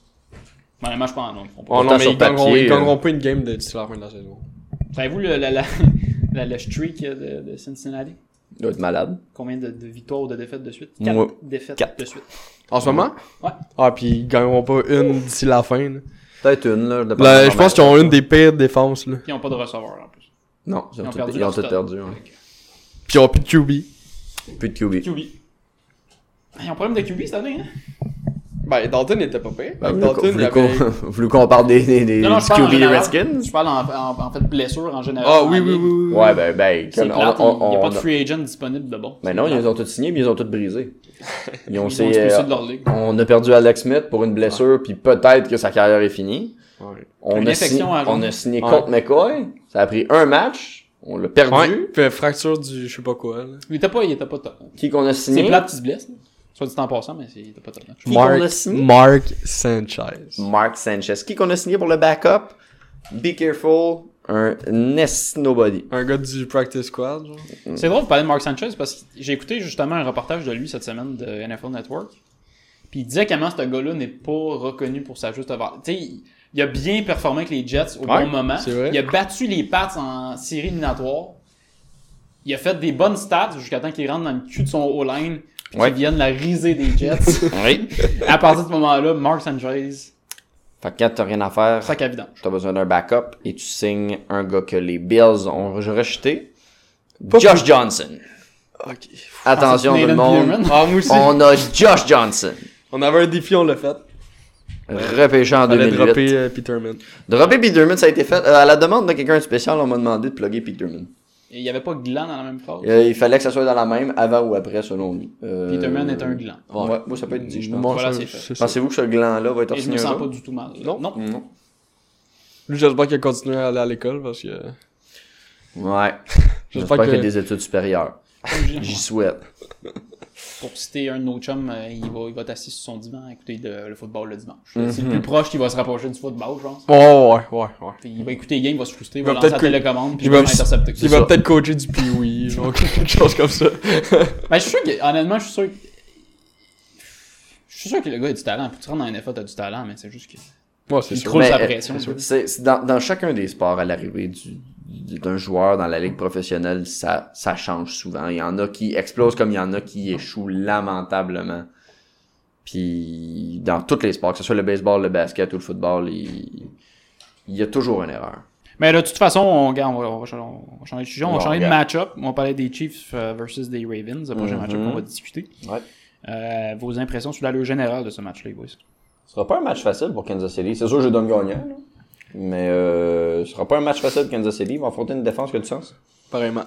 Speaker 1: Mais honnêtement, je pense non, ils font pas.
Speaker 3: Oh non,
Speaker 2: Pourtant,
Speaker 3: mais
Speaker 2: sur
Speaker 3: ils gagneront,
Speaker 2: papier,
Speaker 3: ils gagneront
Speaker 2: euh,
Speaker 3: pas une game de d'ici la fin de la saison.
Speaker 1: Savez-vous le, la, la, la, le streak de, de Cincinnati?
Speaker 2: Il doit être malade.
Speaker 1: Combien de, de victoires ou de défaites de suite? Quatre
Speaker 2: Moi,
Speaker 1: défaites
Speaker 2: quatre.
Speaker 1: de suite.
Speaker 3: En ce moment?
Speaker 1: Ouais.
Speaker 3: Ah, puis ils gagneront pas une d'ici la fin. Là.
Speaker 2: Peut-être une, là. dépendamment
Speaker 3: Là,
Speaker 2: de
Speaker 3: je pense qu'ils ont une des pires défenses. Là.
Speaker 1: Puis ils n'ont pas de receveur en plus.
Speaker 2: Non, ils ont,
Speaker 1: Ils ont
Speaker 2: tout,
Speaker 1: perdu
Speaker 2: ils ont
Speaker 1: leur
Speaker 2: tout
Speaker 1: stud.
Speaker 2: perdu. Ouais.
Speaker 3: Puis ils ont plus de Q B.
Speaker 2: Plus de Q B.
Speaker 1: Q B. Ils ont un problème de Q B cette année, hein?
Speaker 3: Ben, Dalton était pas pire.
Speaker 2: Ben,
Speaker 3: Dalton, il
Speaker 2: voulez
Speaker 3: avait...
Speaker 2: qu'on voulez qu'on parle des, des, des
Speaker 1: Non, non,
Speaker 2: du
Speaker 1: je parle en
Speaker 2: Q B des
Speaker 1: général.
Speaker 2: Redskins?
Speaker 1: Je parle en, en, en fait de blessures en général.
Speaker 3: Ah
Speaker 1: dans
Speaker 3: oui,
Speaker 1: la
Speaker 3: oui,
Speaker 1: ligue.
Speaker 3: oui, oui.
Speaker 2: Ouais, ben, ben,
Speaker 1: C'est
Speaker 2: comme
Speaker 1: plate,
Speaker 2: on,
Speaker 1: il n'y a
Speaker 2: on,
Speaker 1: pas de
Speaker 2: on-
Speaker 1: free agent disponible de bon.
Speaker 2: Ben non, ils les ont tous signés, mais ils ont tous brisé. Ils ont,
Speaker 1: Ils ont
Speaker 2: c'est,
Speaker 1: expulsé
Speaker 2: euh,
Speaker 1: de leur ligue.
Speaker 2: on a perdu Alex Smith pour une blessure, puis peut-être que sa carrière est finie.
Speaker 3: Ouais.
Speaker 2: On
Speaker 1: Une
Speaker 2: a,
Speaker 1: infection
Speaker 2: signé,
Speaker 1: à la
Speaker 2: on
Speaker 1: jambe.
Speaker 2: a signé
Speaker 3: Ouais.
Speaker 2: contre McCoy. Ça a pris un match. On l'a perdu.
Speaker 3: Ouais. Puis fracture du je sais pas quoi. Là.
Speaker 1: Il était pas, il était pas top.
Speaker 2: Qui qu'on a
Speaker 1: C'est
Speaker 2: signé?
Speaker 1: plate qu'il se blesse. là. Soit dit en passant, mais c'est- il était pas top. là.
Speaker 2: Qui qu'on a signé?
Speaker 3: Mark Sanchez.
Speaker 2: Mark Sanchez. Qui qu'on a signé pour le backup? Be careful. Un Nest Nobody.
Speaker 3: Un gars du practice squad. Genre.
Speaker 1: C'est drôle de parler de Mark Sanchez parce que j'ai écouté justement un reportage de lui cette semaine de N F L Network. Puis il disait comment ce gars-là n'est pas reconnu pour sa juste valeur. Tu sais, il, il a bien performé avec les Jets au
Speaker 3: Ouais,
Speaker 1: bon moment.
Speaker 3: c'est vrai.
Speaker 1: Il a battu les Pats en série éliminatoire. Il a fait des bonnes stats jusqu'à temps qu'il rentre dans le cul de son O-line puis
Speaker 2: Ouais.
Speaker 1: qu'il vienne la riser des Jets.
Speaker 2: Oui.
Speaker 1: À partir de ce moment-là, Mark Sanchez,
Speaker 2: Fait que quand t'as rien à faire,
Speaker 1: sac à vidange.
Speaker 2: t'as besoin d'un backup et tu signes un gars que les Bills ont rejeté.
Speaker 3: Pas
Speaker 2: Josh Johnson.
Speaker 3: Ok.
Speaker 2: Attention tout le
Speaker 1: Nathan
Speaker 2: monde.
Speaker 1: Peterman.
Speaker 3: Ah, moi aussi.
Speaker 2: On a Josh Johnson.
Speaker 3: On avait un défi, on l'a fait.
Speaker 2: Repêché en
Speaker 3: On allait
Speaker 2: deux mille huit.
Speaker 3: dropper euh, Peterman.
Speaker 2: Dropper Peterman, ça a été fait. Euh, à la demande de quelqu'un de spécial, on m'a demandé de plugger Peterman.
Speaker 1: Et il n'y avait pas Glenn dans la même phrase.
Speaker 2: Euh, il fallait que ça soit dans la même, avant ou après, selon lui. Euh,
Speaker 1: Peterman est un gland.
Speaker 2: Ouais, moi ça peut être dit, je pense.
Speaker 3: Moi,
Speaker 1: Voilà,
Speaker 3: ça-
Speaker 1: c'est fait.
Speaker 3: c'est ça.
Speaker 2: Pensez-vous que ce gland-là va être
Speaker 1: Et je
Speaker 2: signé
Speaker 1: me
Speaker 2: un
Speaker 1: sens
Speaker 2: jour?
Speaker 1: pas du tout mal.
Speaker 3: Non.
Speaker 1: Non.
Speaker 2: Non.
Speaker 3: Lui, j'espère qu'il a continué à aller à l'école parce que.
Speaker 2: Ouais.
Speaker 3: J'espère
Speaker 2: J'espère
Speaker 3: que-
Speaker 2: qu'il y a des études supérieures.
Speaker 1: Comme j'ai-
Speaker 2: J'y souhaite.
Speaker 1: Pour citer un de nos chums, euh, il va, il va être assis sur son divan à écouter le, le football le dimanche.
Speaker 2: Mhm.
Speaker 1: C'est le plus proche qu'il va se rapprocher du football, je pense.
Speaker 3: Oh, ouais, ouais, ouais.
Speaker 1: Puis il va écouter les games, il va se frustrer, il
Speaker 3: Il
Speaker 1: va,
Speaker 3: va
Speaker 1: lancer la
Speaker 3: peut-être co-
Speaker 1: télécommande, puis
Speaker 3: il
Speaker 1: il va
Speaker 3: va-
Speaker 1: l'intercepter.
Speaker 3: Il va peut-être coacher du Pee-Wee, genre quelque chose comme ça.
Speaker 1: Ben, je suis sûr que, honnêtement, je suis sûr que... Je suis sûr que le gars a du talent. Pour te rendre dans la N F A, t'as du talent, mais c'est juste que...
Speaker 3: Ouais, c'est
Speaker 1: Il
Speaker 3: sûr.
Speaker 1: croule
Speaker 2: Mais,
Speaker 1: sa
Speaker 2: euh,
Speaker 1: pression. tu vois.
Speaker 2: C'est, c'est dans, dans chacun des sports, à l'arrivée du, du- d'un joueur dans la ligue professionnelle, ça, ça change souvent. Il y en a qui explosent comme il y en a qui échouent lamentablement. Puis dans tous les sports, que ce soit le baseball, le basket ou le football, il, il y a toujours une erreur.
Speaker 1: Mais de toute façon, on, regarde, on, va, on, va, changer- on va changer de sujet. On va
Speaker 2: Bon,
Speaker 1: changer de
Speaker 2: regarde.
Speaker 1: match-up. On va parler des Chiefs euh, versus des Ravens, le prochain
Speaker 2: Mhm.
Speaker 1: match-up qu'on va discuter.
Speaker 2: Ouais.
Speaker 1: Euh, vos impressions sur l'allure générale de ce match-là, les boys?
Speaker 2: Ce sera pas un match facile pour Kansas City. C'est sûr que je donne gagnant, là. Mais euh, ce sera pas un match facile pour Kansas City. Ils vont affronter une défense qui a du sens.
Speaker 3: Pareillement.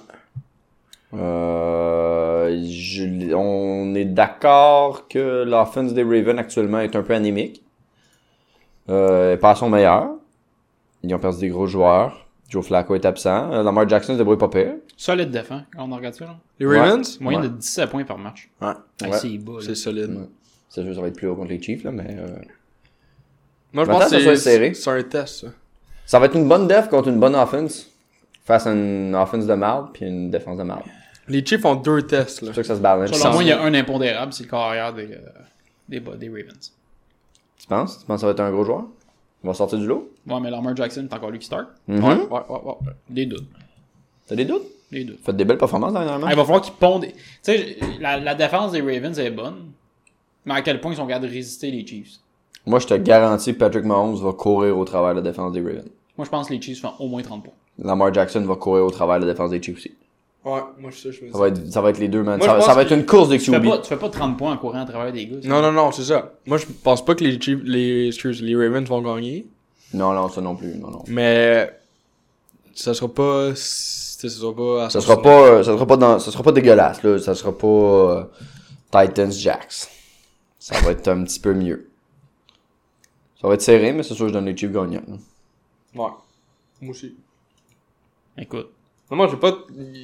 Speaker 2: Euh, je- on est d'accord que l'offense des Ravens actuellement est un peu anémique. Euh, pas à son meilleur. Ils ont perdu des gros joueurs. Joe Flacco est absent. Euh, Lamar Jackson se débrouille pas pire.
Speaker 1: Solide défense, quand on regarde ça. Là.
Speaker 3: Les Ravens?
Speaker 1: Moyenne
Speaker 2: Ouais.
Speaker 1: de dix-sept points par match.
Speaker 2: Ouais.
Speaker 1: Ah,
Speaker 2: ouais.
Speaker 1: c'est bas. là.
Speaker 3: C'est solide.
Speaker 2: Ouais. C'est sûr que ça va être plus haut contre les Chiefs, là, mais... Euh...
Speaker 3: Moi, je
Speaker 2: Maintenant,
Speaker 3: pense
Speaker 2: ça
Speaker 3: que
Speaker 2: soit
Speaker 3: c'est,
Speaker 2: serré.
Speaker 3: c'est un test, ça.
Speaker 2: Ça va être une bonne def contre une bonne offense. Face à une offense de marde puis une défense de marde.
Speaker 3: Les Chiefs ont deux tests, là.
Speaker 2: C'est sûr que ça se balance.
Speaker 1: Selon moi, il y a un impondérable, c'est le carrière des, euh, des, des Ravens.
Speaker 2: Tu penses? Tu penses que ça va être un gros joueur? Il va sortir du lot?
Speaker 1: Ouais, mais Lamar Jackson, c'est encore lui qui start.
Speaker 2: Mm-hmm.
Speaker 3: Ouais, ouais, ouais, ouais.
Speaker 1: Des doutes.
Speaker 2: T'as des doutes?
Speaker 1: Des doutes.
Speaker 2: Faites des belles performances dernièrement.
Speaker 1: Ah, il va falloir qu'ils pondent. Tu sais, la, la défense des Ravens est bonne. Mais à quel point ils sont capables de résister les Chiefs?
Speaker 2: Moi, je te garantis que Patrick Mahomes va courir au travers de la défense des Ravens.
Speaker 1: Moi, je pense que les Chiefs font au moins trente points.
Speaker 2: Lamar Jackson va courir au travers de la défense des Chiefs aussi.
Speaker 3: Ouais, moi, je sais, je me dis.
Speaker 2: Ça va être, ça va être les deux, man.
Speaker 3: Moi,
Speaker 2: Ça,
Speaker 3: je
Speaker 2: va- ça
Speaker 3: pense
Speaker 2: va être
Speaker 3: que-
Speaker 2: une course de
Speaker 1: Tu fais,
Speaker 2: Q B.
Speaker 1: pas, tu fais pas trente points en courant à travers des gars. ça.
Speaker 3: Non, non, non, c'est ça. Moi, je pense pas que les Chiefs, les, excuse, les Ravens vont gagner.
Speaker 2: Non, non, ça non plus. Non, non.
Speaker 3: Mais, ça sera pas, ça sera pas à
Speaker 2: Ça
Speaker 3: cent
Speaker 2: sera
Speaker 3: pour cent.
Speaker 2: pas, euh, ça sera pas dans, ça sera pas dégueulasse, là. Ça sera pas euh, Titans Jacks. Ça va être un petit peu mieux. Ça va être serré, mais c'est sûr que je donne les Chiefs gagnants. là.
Speaker 3: Ouais. Moi aussi.
Speaker 1: Écoute.
Speaker 3: Non, moi, j'ai pas,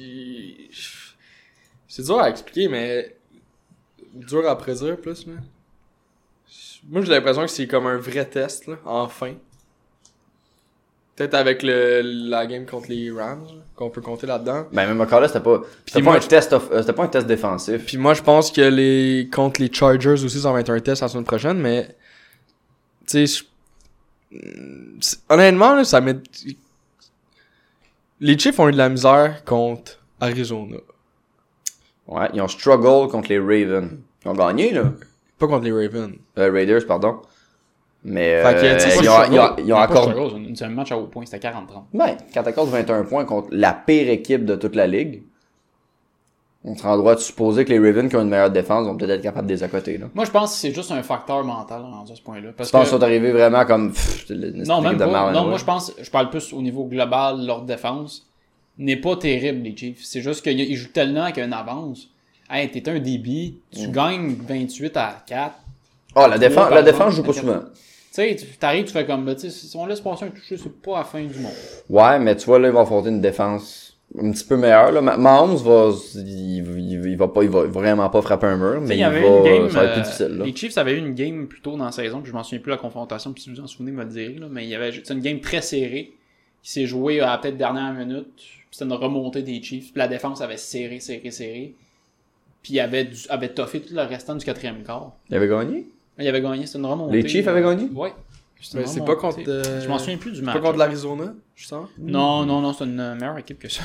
Speaker 3: c'est dur à expliquer, mais, dur à prédire, plus, mais. Moi, j'ai l'impression que c'est comme un vrai test, là, enfin. Peut-être avec le, la game contre les Rams, là, qu'on peut compter là-dedans.
Speaker 2: Ben, même encore là, c'était pas, c'était
Speaker 3: moi,
Speaker 2: pas un
Speaker 3: je-
Speaker 2: test off- euh, c'était pas un test défensif.
Speaker 3: Puis moi, je pense que les contre les Chargers aussi, ça va être un test la semaine prochaine, mais tu sais, je- c'est- honnêtement, là, ça met les Chiefs ont eu de la misère contre Arizona,
Speaker 2: Ouais, ils ont struggle contre les Ravens. Ils ont gagné, là.
Speaker 3: pas contre les Ravens.
Speaker 2: Euh, Raiders, pardon. Mais,
Speaker 3: Fait que,
Speaker 2: euh,
Speaker 3: tu sais,
Speaker 2: ils,
Speaker 3: c'est
Speaker 2: ont,
Speaker 3: pas
Speaker 2: ils ont, ils ont
Speaker 1: Pas
Speaker 2: accordé,
Speaker 1: struggle, c'est un match à haut point, c'était quarante trente.
Speaker 2: ben, quand t'accordes vingt et un points contre la pire équipe de toute la ligue, on sera en droit de supposer que les Ravens qui ont une meilleure défense vont peut-être être capables de les accoter, là.
Speaker 1: Moi, je pense que c'est juste un facteur mental rendu à ce point-là. Parce
Speaker 2: Je pense
Speaker 1: que...
Speaker 2: qu'ils sont arrivés vraiment comme, pff, c'est le-
Speaker 1: Non,
Speaker 2: c'est
Speaker 1: même
Speaker 2: de
Speaker 1: pas.
Speaker 2: marde,
Speaker 1: Non,
Speaker 2: ouais.
Speaker 1: moi, je pense, je parle plus au niveau global, leur défense n'est pas terrible, les Chiefs. C'est juste qu'ils jouent tellement avec une avance. Hey, t'es un D B, tu
Speaker 2: Mm.
Speaker 1: gagnes vingt-huit à quatre.
Speaker 2: Ah, la défense,
Speaker 1: Trois,
Speaker 2: la
Speaker 1: par
Speaker 2: défense joue
Speaker 1: exemple,
Speaker 2: pas souvent.
Speaker 1: Tu sais, tu t'arrives, tu fais comme, ben, tu sais, si on laisse passer un toucher, c'est pas la fin du monde.
Speaker 2: Ouais, mais tu vois, là, ils vont affronter une défense un petit peu meilleure, là. Ma- Mahomes va, il, il, il va pas, il va vraiment pas frapper un mur,
Speaker 1: Tu sais,
Speaker 2: mais
Speaker 1: il
Speaker 2: il
Speaker 1: y avait
Speaker 2: va,
Speaker 1: une game,
Speaker 2: ça va être plus
Speaker 1: euh,
Speaker 2: difficile, là.
Speaker 1: les Chiefs avaient eu une game plus tôt dans la saison, puis je m'en souviens plus la confrontation, puis si vous en souvenez, me le direz, là, mais il y avait, c'est une game très serrée, qui s'est jouée à la peut-être dernière minute, puis c'était une remontée des Chiefs, puis la défense avait serré, serré, serré, puis il avait, du, avait toffé tout le restant du quatrième quart.
Speaker 2: Il avait gagné?
Speaker 1: Il avait gagné, c'était une remontée.
Speaker 2: Les Chiefs avaient gagné?
Speaker 1: Ouais.
Speaker 3: Mais c'est pas contre euh,
Speaker 1: Je m'en souviens plus du
Speaker 3: c'est
Speaker 1: match.
Speaker 3: pas contre l'Arizona, je sens.
Speaker 1: Non, non, non, c'est une euh, meilleure équipe que ça.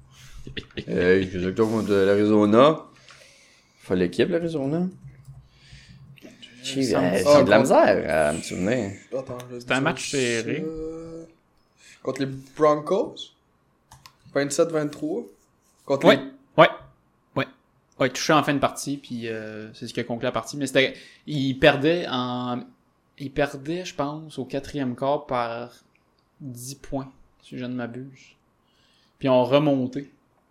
Speaker 2: Hey, je sais que contre l'Arizona. Faut l'équipe, l'Arizona. Chiefs,
Speaker 1: Ça me-
Speaker 2: hey,
Speaker 3: Ah,
Speaker 2: j'ai de la
Speaker 3: contre-
Speaker 2: misère à me souvenir.
Speaker 3: Attends, je vais
Speaker 1: C'était un
Speaker 3: dire
Speaker 1: match
Speaker 3: ça.
Speaker 1: serré.
Speaker 3: Contre les Broncos. vingt-sept vingt-trois. Contre
Speaker 1: Ouais.
Speaker 3: les...
Speaker 1: Ouais. Ouais. Ouais, touché en fin de partie, puis euh, c'est ce qui a conclu la partie. Mais c'était. Il perdait en. Il perdait, je pense, au quatrième quart par dix points, si je ne m'abuse. Puis on remonté.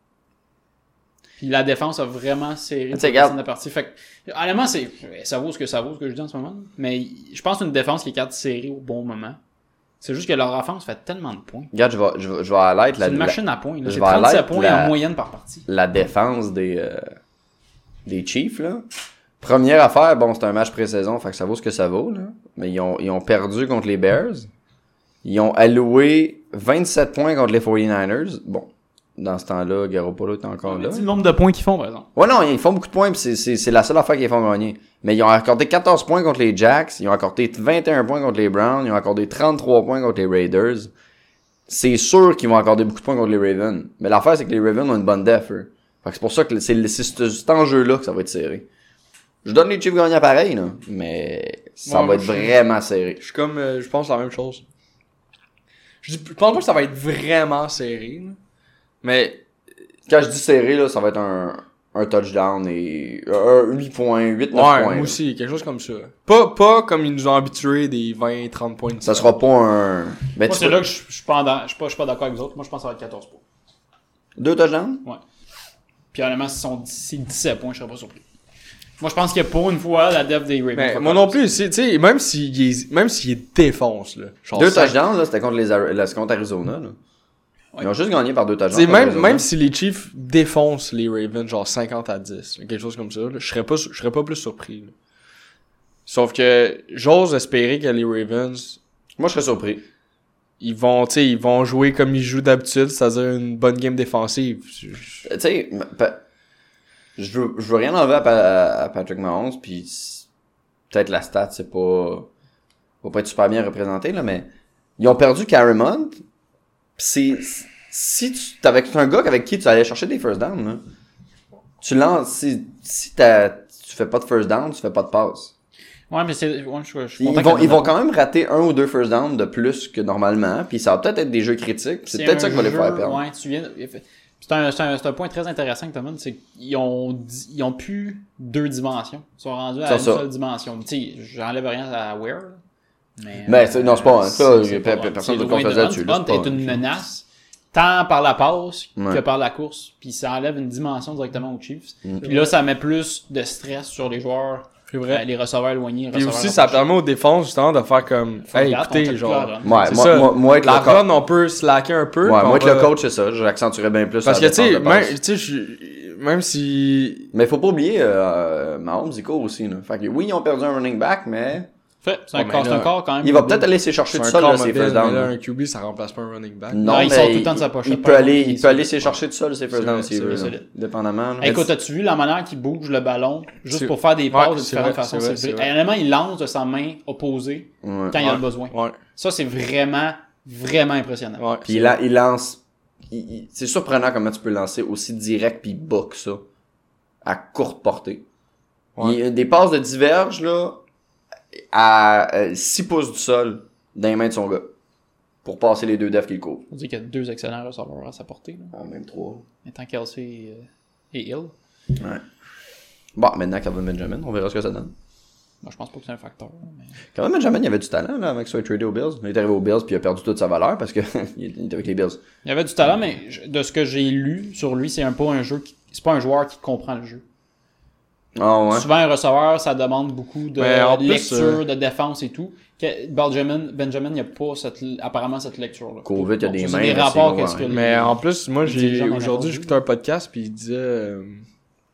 Speaker 1: Puis la défense a vraiment serré
Speaker 2: Tu
Speaker 1: toute
Speaker 2: sais,
Speaker 1: la
Speaker 2: regarde.
Speaker 1: fin de la partie. Fait que, honnêtement, c'est, ça vaut ce que ça vaut, ce que je dis en ce moment. Mais je pense une défense qui est capable de serrer au bon moment. C'est juste que leur offense fait tellement de points.
Speaker 2: Regarde, je vais, je vais, je vais highlight
Speaker 1: C'est
Speaker 2: la,
Speaker 1: une
Speaker 2: la,
Speaker 1: machine à points. là.
Speaker 2: je
Speaker 1: C'est
Speaker 2: vais
Speaker 1: trente-sept
Speaker 2: highlight
Speaker 1: points
Speaker 2: la-
Speaker 1: en moyenne par partie.
Speaker 2: la défense des, euh, des Chiefs, là. Première affaire, bon, c'est un match pré-saison, fait que ça vaut ce que ça vaut, là. Mais ils ont, ils ont perdu contre les Bears. Ils ont alloué vingt-sept points contre les forty-niners. Bon, dans ce temps-là, Garoppolo est encore là.
Speaker 1: C'est le nombre de points qu'ils font, par exemple.
Speaker 2: Ouais, non, ils font beaucoup de points, pis c'est, c'est, c'est la seule affaire qu'ils font gagner. Mais ils ont accordé quatorze points contre les Jacks, ils ont accordé vingt et un points contre les Browns, ils ont accordé trente-trois points contre les Raiders. C'est sûr qu'ils vont accorder beaucoup de points contre les Ravens. Mais l'affaire, c'est que les Ravens ont une bonne def, eux. Fait que c'est pour ça que c'est, c'est cet, cet enjeu-là que ça va être serré. Je donne les Chiefs gagnants pareil, là. Mais ça
Speaker 3: Ouais,
Speaker 2: va être
Speaker 3: je-
Speaker 2: vraiment serré.
Speaker 3: Je suis comme, euh, je pense la même chose. Je, dis- je pense pas que ça va être vraiment serré, là. Mais,
Speaker 2: Quand je dis serré, là, ça va être un, un touchdown et un huit points, huit, neuf
Speaker 3: ouais,
Speaker 2: points.
Speaker 3: moi
Speaker 2: là.
Speaker 3: aussi, quelque chose comme ça. Pas, pas comme ils nous ont habitués des vingt trente points de
Speaker 2: Ça sera pas un... Ben,
Speaker 1: Moi,
Speaker 2: tu
Speaker 1: c'est
Speaker 2: vois-
Speaker 1: là que je je suis pas, en- je suis pas, je suis pas d'accord avec vous autres. Moi, je pense que ça va être quatorze points.
Speaker 2: Deux touchdowns?
Speaker 1: Puis honnêtement, si sont si dix-sept points, je serais pas surpris. Moi, je pense que pour une fois, la def des Ravens.
Speaker 3: Mais
Speaker 1: va
Speaker 3: moi
Speaker 1: pas
Speaker 3: non plus, c'est- tu sais, même s'il est, même s'il est défonce, là. Genre
Speaker 2: Deux
Speaker 3: cinq-
Speaker 2: touchdowns, là, c'était contre les Ari- là, c'est contre Arizona, là. Ils ont juste gagné par deux touchdowns.
Speaker 3: T'sais, même,
Speaker 2: par
Speaker 3: même si les Chiefs défoncent les Ravens, genre cinquante à dix, quelque chose comme ça, là, je serais pas, je serais pas plus surpris. Là. Sauf que j'ose espérer que les Ravens,
Speaker 2: Moi, je serais surpris.
Speaker 3: ils vont, tu sais, ils vont jouer comme ils jouent d'habitude, c'est-à-dire une bonne game défensive. Je- je-
Speaker 2: Tu sais, pa- je veux, je veux rien enlever à, Pa- à Patrick Mahomes, puis c- peut-être la stat, c'est pas, va pas être super bien représenté, là, mais ils ont perdu Carrymont, pis c'est, si tu, t'avais un gars avec qui tu allais chercher des first downs, là, tu lances, si, si t'as, tu fais pas de first down, tu fais pas de passe.
Speaker 1: Ouais, mais c'est. Ouais, je, je suis
Speaker 2: Ils
Speaker 1: content
Speaker 2: vont,
Speaker 1: que-
Speaker 2: ils vont quand même rater un ou deux first downs de plus que normalement, puis ça va peut-être être des jeux critiques, pis c'est peut-être
Speaker 1: un
Speaker 2: ça qui va les
Speaker 1: jeu-
Speaker 2: faire perdre.
Speaker 1: Ouais, tu viens. C'est un, c'est un, c'est un point très intéressant que tu amènes, c'est qu'ils ont, di- ils ont plus deux dimensions. Ils sont rendus à
Speaker 2: C'est
Speaker 1: une
Speaker 2: ça.
Speaker 1: seule dimension. Tu sais, j'enlève rien à Weir, là, mais.
Speaker 2: Ben, c'est- non, c'est pas- ça,
Speaker 1: c'est
Speaker 2: y a
Speaker 1: pas
Speaker 2: pe-
Speaker 1: vrai.
Speaker 2: personne
Speaker 1: C'est
Speaker 2: ne
Speaker 1: loin
Speaker 2: confesse
Speaker 1: de-
Speaker 2: là-dessus, là,
Speaker 1: Hunt
Speaker 2: c'est pas-
Speaker 1: est une menace, tant par la passe
Speaker 2: Ouais.
Speaker 1: que par la course, puis ça enlève une dimension directement aux Chiefs.
Speaker 2: Mm.
Speaker 1: Puis là, ça met plus de stress sur les joueurs,
Speaker 3: C'est vrai.
Speaker 1: euh, les receveurs éloignés. les
Speaker 3: Puis
Speaker 1: receveurs
Speaker 3: aussi, ça
Speaker 1: rapprochés.
Speaker 3: permet aux défenses, justement, de faire comme,
Speaker 1: Faut
Speaker 3: hey,
Speaker 1: regarder, on
Speaker 3: écoutez,
Speaker 1: check
Speaker 3: genre,
Speaker 1: plus la run.
Speaker 2: Ouais,
Speaker 3: c'est
Speaker 2: moi,
Speaker 3: ça.
Speaker 2: moi, moi, être
Speaker 3: la
Speaker 2: le co-
Speaker 3: run, on peut slacker un peu.
Speaker 2: Ouais,
Speaker 3: puis
Speaker 2: moi,
Speaker 3: on
Speaker 2: être le
Speaker 3: va-
Speaker 2: coach, c'est ça. J'accentuerais bien plus
Speaker 3: Parce que,
Speaker 2: la
Speaker 3: tu sais,
Speaker 2: défense de
Speaker 3: même,
Speaker 2: passe.
Speaker 3: tu sais, je- même si,
Speaker 2: Mais faut pas oublier, euh, Mahomes, il court aussi, là. Fait que oui, ils ont perdu un running back, mais
Speaker 1: Fait, c'est un,
Speaker 3: Ouais, mais
Speaker 1: corps, c'est
Speaker 3: là,
Speaker 1: un corps quand même.
Speaker 2: il va peut-être aller s'y chercher
Speaker 3: c'est
Speaker 2: tout
Speaker 3: un
Speaker 2: seul, là,
Speaker 3: corps
Speaker 2: ses
Speaker 3: mobile,
Speaker 2: first
Speaker 3: mais
Speaker 2: downs.
Speaker 3: là,
Speaker 2: là.
Speaker 3: un Q B, ça remplace pas un running back.
Speaker 2: Non,
Speaker 1: Non, il
Speaker 2: mais
Speaker 1: sort tout le temps de sa pochette,
Speaker 2: Il
Speaker 1: par
Speaker 2: peut aller,
Speaker 1: exemple,
Speaker 2: il
Speaker 1: il
Speaker 2: peut
Speaker 1: est
Speaker 2: aller
Speaker 1: solide.
Speaker 2: s'y chercher tout seul, ses first
Speaker 3: C'est
Speaker 2: downs,
Speaker 3: vrai,
Speaker 2: s'il
Speaker 3: c'est
Speaker 2: veut,
Speaker 1: vrai,
Speaker 2: là.
Speaker 1: solide.
Speaker 2: Dépendamment, là.
Speaker 1: Hey, écoute, as-tu vu la manière qu'il bouge le ballon juste
Speaker 3: C'est-
Speaker 1: pour faire des
Speaker 3: Ouais,
Speaker 1: passes de
Speaker 3: c'est
Speaker 1: différentes
Speaker 3: vrai,
Speaker 1: façons?
Speaker 3: c'est vrai,
Speaker 1: C'est
Speaker 3: c'est
Speaker 1: vrai.
Speaker 3: vrai.
Speaker 1: Évidemment, il lance de sa main opposée
Speaker 2: Ouais.
Speaker 1: quand il a
Speaker 3: Ouais.
Speaker 1: le besoin.
Speaker 3: Ouais,
Speaker 1: Ça, c'est vraiment, vraiment impressionnant.
Speaker 3: ouais.
Speaker 2: Puis là, il lance, il- il- c'est surprenant comment tu peux lancer aussi direct puis bas que ça. À courte portée.
Speaker 3: Ouais.
Speaker 2: Il y a des passes de diverge, là, à euh, six pouces du sol, dans les mains de son gars. Pour passer les deux defs qu'il court.
Speaker 1: On dit qu'il y a deux excellents receveurs à sa portée. Là.
Speaker 2: Ah, même trois.
Speaker 1: Étant Kelsey et, euh, et Hill.
Speaker 2: Ouais. Bon, maintenant, Calvin Benjamin, on verra ce que ça donne.
Speaker 1: Moi, je pense pas que c'est un facteur. là, Mais...
Speaker 2: Calvin Benjamin, il avait du talent, là, avec soit tradé aux Bills. Il est arrivé aux Bills, puis il a perdu toute sa valeur parce que il est avec les Bills.
Speaker 1: Il y avait du talent, mais je- de ce que j'ai lu sur lui, c'est un peu un jeu qui... C'est pas un joueur qui comprend le jeu.
Speaker 2: Ah, ouais.
Speaker 1: Souvent, un receveur, ça demande beaucoup de
Speaker 3: Mais en plus,
Speaker 1: lecture,
Speaker 3: euh,
Speaker 1: de défense et tout. Que Benjamin, Benjamin, il n'y a pas cette, apparemment cette lecture-là.
Speaker 2: Covid, il y a
Speaker 1: Donc,
Speaker 2: des
Speaker 1: ça,
Speaker 2: mains,
Speaker 1: c'est des
Speaker 2: là,
Speaker 1: rapports
Speaker 2: c'est-
Speaker 1: qu'est-ce que
Speaker 2: ouais.
Speaker 1: les-
Speaker 3: Mais en plus, moi,
Speaker 1: les
Speaker 3: j'ai
Speaker 1: dirigeants dans
Speaker 3: aujourd'hui,
Speaker 1: la
Speaker 3: j'écoutais un podcast, puis il disait... euh, tu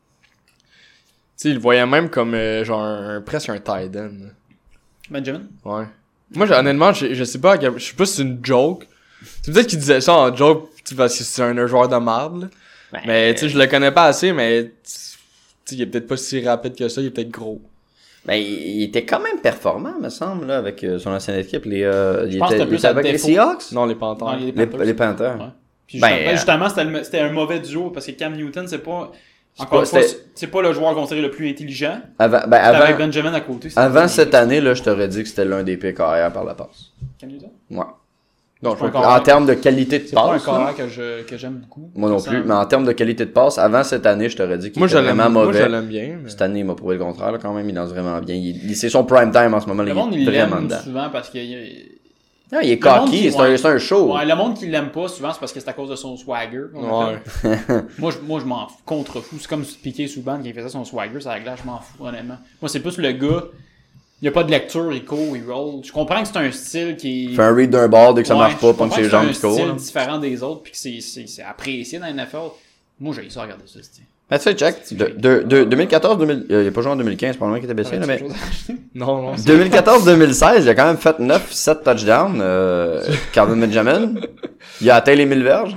Speaker 3: sais, il le voyait même comme, euh, genre, un- presque un tight end.
Speaker 1: Benjamin?
Speaker 3: Ouais. Moi, j'ai- honnêtement, je, je sais pas, à quel- je sais pas si c'est une joke. C'est peut-être qu'il disait ça en joke, tu sais, parce que c'est un, un joueur de marde, là.
Speaker 1: Ben,
Speaker 3: Mais, tu sais, je le connais pas assez, mais, tu sais, il est peut-être pas si rapide que ça, il est peut-être gros.
Speaker 2: Ben, il, il était quand même performant, me semble, là, avec euh, son ancienne équipe. Les, euh, il
Speaker 1: pense que
Speaker 2: était,
Speaker 1: c'était
Speaker 2: il
Speaker 1: plus
Speaker 2: était
Speaker 1: à
Speaker 2: avec les
Speaker 1: défaut.
Speaker 2: Seahawks?
Speaker 3: Non, les Panthers.
Speaker 1: Non, il est
Speaker 2: Les,
Speaker 1: Panthers.
Speaker 2: les Panthers.
Speaker 1: Ouais. Puis
Speaker 2: Ben,
Speaker 1: justement,
Speaker 2: euh,
Speaker 1: justement, c'était, le- c'était un mauvais duo parce que Cam Newton, c'est pas.
Speaker 2: C'est
Speaker 1: Encore
Speaker 2: pas-
Speaker 1: une fois,
Speaker 2: c'était-
Speaker 1: c'est c'est pas le joueur considéré le plus intelligent.
Speaker 2: Avant, ben,
Speaker 1: C'était avec
Speaker 2: avant,
Speaker 1: Benjamin à côté. c'était-
Speaker 2: avant cette année, là, je t'aurais dit que c'était l'un des pires carrières par la passe.
Speaker 1: Cam Newton?
Speaker 2: Ouais.
Speaker 3: Non,
Speaker 1: C'est pas
Speaker 3: je
Speaker 1: un
Speaker 3: crois
Speaker 2: En termes de qualité de
Speaker 1: C'est pas un
Speaker 2: passe, là,
Speaker 1: carrière que, je, que j'aime beaucoup.
Speaker 2: moi non
Speaker 1: Ça,
Speaker 2: plus, mais en termes de qualité de passe, avant cette année, je t'aurais dit qu'il
Speaker 3: Moi, je
Speaker 2: était
Speaker 3: l'aime,
Speaker 2: vraiment
Speaker 3: moi, je
Speaker 2: mauvais.
Speaker 3: l'aime bien. Mais...
Speaker 2: Cette année, il m'a prouvé le contraire, là, quand même, il lance vraiment bien. Il, il- c'est son prime time en ce moment, là,
Speaker 1: Le monde,
Speaker 2: il
Speaker 1: il
Speaker 2: est vraiment
Speaker 1: l'aime
Speaker 2: dedans.
Speaker 1: souvent parce qu'il y a-
Speaker 2: Non, il est
Speaker 1: Le monde
Speaker 2: cocky,
Speaker 1: qui-
Speaker 2: c'est un,
Speaker 1: ouais.
Speaker 2: c'est un show.
Speaker 1: Ouais, le monde qui l'aime pas, souvent, c'est parce que c'est à cause de son swagger. qu'on
Speaker 3: Ouais.
Speaker 1: appelle. moi, je, moi, je m'en fous, contrefous. C'est comme Piqué Souban qui faisait son swagger sur la glace, je m'en fous, honnêtement. Moi, c'est plus le gars, il n'y a pas de lecture, il court, il roll. Je comprends que c'est un style qui.
Speaker 2: Il fait un read d'un bord dès que ça
Speaker 1: Ouais,
Speaker 2: marche
Speaker 1: je
Speaker 2: pas,
Speaker 1: comprends
Speaker 2: pogne
Speaker 1: que
Speaker 2: ses
Speaker 1: c'est
Speaker 2: jambes
Speaker 1: un
Speaker 2: qui court.
Speaker 1: style
Speaker 2: là.
Speaker 1: différent des autres, puis que c'est, c'est, c'est apprécié dans la N F L. Moi, j'ai ça à regarder ça, style.
Speaker 2: Ben, tu sais, check, de, de, de, deux mille quatorze deux mille, euh, il a pas joué en deux mille quinze, probablement qu'il était blessé, là, mais
Speaker 3: Non, non, c'est...
Speaker 2: deux mille quatorze deux mille seize, il a quand même fait neuf sept touchdowns, euh, Calvin Benjamin. Il a atteint les mille verges.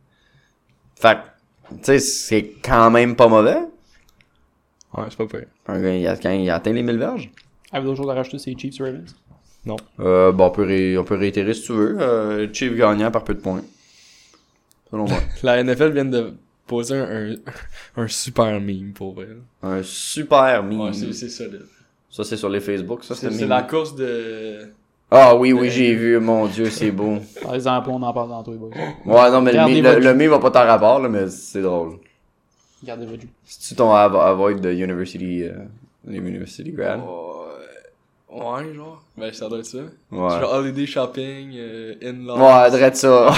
Speaker 2: Fait que, tu sais, c'est quand même pas mauvais.
Speaker 3: Ouais, c'est pas pire.
Speaker 2: Un gars, il a, quand il a atteint les mille verges.
Speaker 1: Avez-vous d'autres choses à rajouter, c'est Chiefs Ravens?
Speaker 2: Euh, bon, on peut, ré, on peut réitérer si tu veux. Euh, Chief gagnant par peu de points. Selon moi.
Speaker 3: La N F L vient de poser un, un, un super meme pour vrai.
Speaker 2: Un super meme.
Speaker 3: Ouais, c'est, c'est solide.
Speaker 2: Ça, c'est sur les Facebook, ça,
Speaker 3: C'est,
Speaker 2: c'est,
Speaker 3: c'est
Speaker 2: meme.
Speaker 3: la course de...
Speaker 2: Ah oui, oui, j'ai vu. Mon Dieu, c'est beau.
Speaker 1: Par exemple, on en parle dans tous les boys.
Speaker 2: Ouais, non, mais le,
Speaker 1: Gardez
Speaker 2: meme- le,
Speaker 1: votre-
Speaker 2: le meme va pas t'en rapport, là, mais c'est drôle.
Speaker 1: Gardez votre jus.
Speaker 2: C'est-tu ton avo- avoid de University, euh, University Grad?
Speaker 3: Ouais, ouais, genre. Ben, ça doit être ça.
Speaker 2: Ouais.
Speaker 3: Genre holiday shopping, euh, in-law.
Speaker 2: Ouais, drette ça.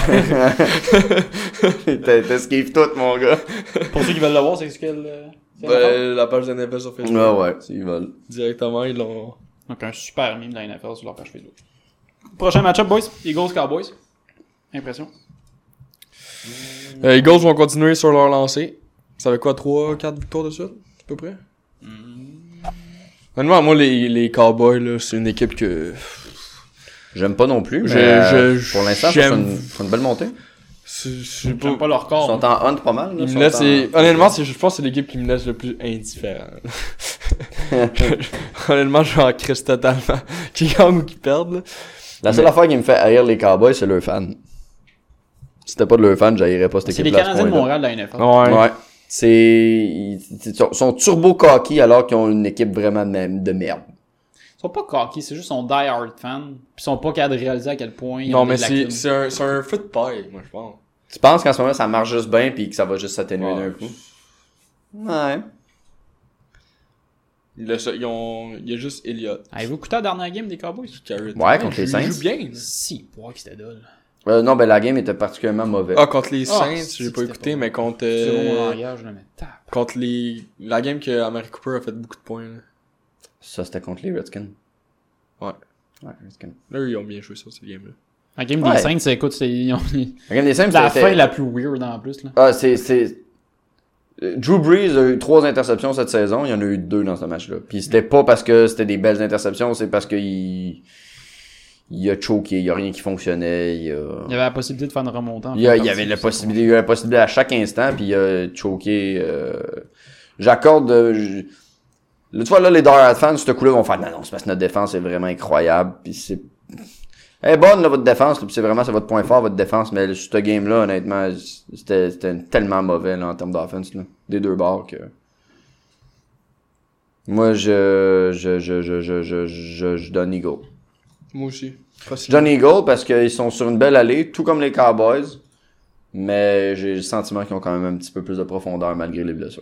Speaker 2: T'es- T'esquives tout, mon gars.
Speaker 1: Pour ceux qui veulent le voir, c'est ce qu'elle. euh, c'est la forme?
Speaker 3: Ben, la page de N F L sur Facebook.
Speaker 2: Ouais, ouais, ils veulent.
Speaker 3: Directement, ils l'ont...
Speaker 1: Donc, un super meme de la N F L sur leur page Facebook. Prochain match-up, boys. Eagles Cowboys. Impression.
Speaker 3: Euh, les Eagles vont continuer sur leur lancée. Ça fait quoi, trois quatre victoires de suite, à peu près? Honnêtement, moi, les, les Cowboys, là, c'est une équipe que...
Speaker 5: J'aime pas non plus, mais
Speaker 3: Je-
Speaker 5: euh,
Speaker 3: je-
Speaker 5: pour l'instant, c'est
Speaker 3: j'aime-
Speaker 5: une, c'est une belle montée.
Speaker 3: C'est, c'est pas...
Speaker 1: J'aime pas leur
Speaker 5: Ils
Speaker 1: corps.
Speaker 5: sont en hunt pas mal. Là,
Speaker 3: Ils
Speaker 5: ils
Speaker 3: me
Speaker 5: sont
Speaker 3: laissent,
Speaker 5: en-
Speaker 3: c'est- honnêtement, c'est, je pense que c'est l'équipe qui me laisse le plus indifférent. Honnêtement, je suis en crise totalement. Qui gagne ou qui perdent, là.
Speaker 5: La seule affaire qui me fait haïr les Cowboys, c'est leurs fans. Si c'était pas de leurs fans, j'haïrais pas cette
Speaker 1: C'est les
Speaker 5: équipe-là. à ce
Speaker 1: Canadiens de
Speaker 5: point-là.
Speaker 1: Montréal de la N F L.
Speaker 3: Ouais.
Speaker 5: Ouais. C'est... Ils ils sont- sont turbo cocky alors qu'ils ont une équipe vraiment de, même- de merde.
Speaker 1: Ils sont pas cocky, c'est juste qu'ils sont die-hard fans. Puis ils sont pas capables de réaliser à quel point ils
Speaker 3: Non,
Speaker 1: ont
Speaker 3: mais
Speaker 1: des
Speaker 3: c'est,
Speaker 1: lacunes.
Speaker 3: c'est un, c'est un feu de paille, moi, je pense.
Speaker 5: Tu penses qu'en ce moment, ça marche juste bien pis que ça va juste s'atténuer
Speaker 3: Ouais.
Speaker 5: d'un coup? Ouais.
Speaker 3: Le seul- ils ont, il y a juste Elliott.
Speaker 1: Avez-vous écouté la dernière game des Cowboys?
Speaker 3: Carrot.
Speaker 5: Ouais, contre les
Speaker 3: Il
Speaker 5: Saints.
Speaker 3: joue bien. là.
Speaker 1: Si, pour voir que c'était dole.
Speaker 5: Euh, non, ben la game était particulièrement mauvaise.
Speaker 3: Ah, contre les
Speaker 1: Ah,
Speaker 3: Saints,
Speaker 1: c'est-
Speaker 3: j'ai pas
Speaker 1: c'était
Speaker 3: écouté,
Speaker 1: pas
Speaker 3: mais contre,
Speaker 1: C'est mon
Speaker 3: euh,
Speaker 1: langage, là, mais tape.
Speaker 3: contre les, la game que Amari Cooper a fait beaucoup de points, là.
Speaker 5: Ça, c'était contre les Redskins.
Speaker 3: Ouais.
Speaker 5: Ouais, Redskins.
Speaker 3: Là, ils ont bien joué ça, cette game-là.
Speaker 1: La game
Speaker 5: Ouais.
Speaker 1: des Saints, c'est, écoute, c'est, ils ont,
Speaker 5: La game des Saints,
Speaker 1: la
Speaker 5: c'était...
Speaker 1: fin la plus weird en plus, là.
Speaker 5: Ah, c'est... c'est... Euh, Drew Brees a eu trois interceptions cette saison, il y en a eu deux dans ce match-là. Puis c'était pas parce que c'était des belles interceptions, c'est parce qu'il il a choqué, il y a rien qui fonctionnait, il a...
Speaker 1: Il y avait la possibilité de faire une remontée. en
Speaker 5: Il y, a,
Speaker 1: fin
Speaker 5: il
Speaker 1: de
Speaker 5: y avait
Speaker 1: partie,
Speaker 5: la
Speaker 1: c'est
Speaker 5: possibilité, il y avait la possibilité à chaque instant, puis il a choqué. Euh... J'accorde. Euh, je... Là, tu vois, là, les Die-Hard fans, ce coup-là, vont faire non, non, c'est parce que notre défense est vraiment incroyable, puis c'est. Elle est bonne, là, votre défense, puis c'est vraiment c'est votre point fort, votre défense, mais ce game-là, honnêtement, c'était, c'était tellement mauvais, là, en termes d'offense, là, des deux bords, que. Moi, je, je, je, je, je, je, je, je donne Eagle.
Speaker 3: Moi aussi.
Speaker 5: Je donne Eagle parce qu'ils sont sur une belle allée, tout comme les Cowboys. Mais j'ai le sentiment qu'ils ont quand même un petit peu plus de profondeur malgré les blessures.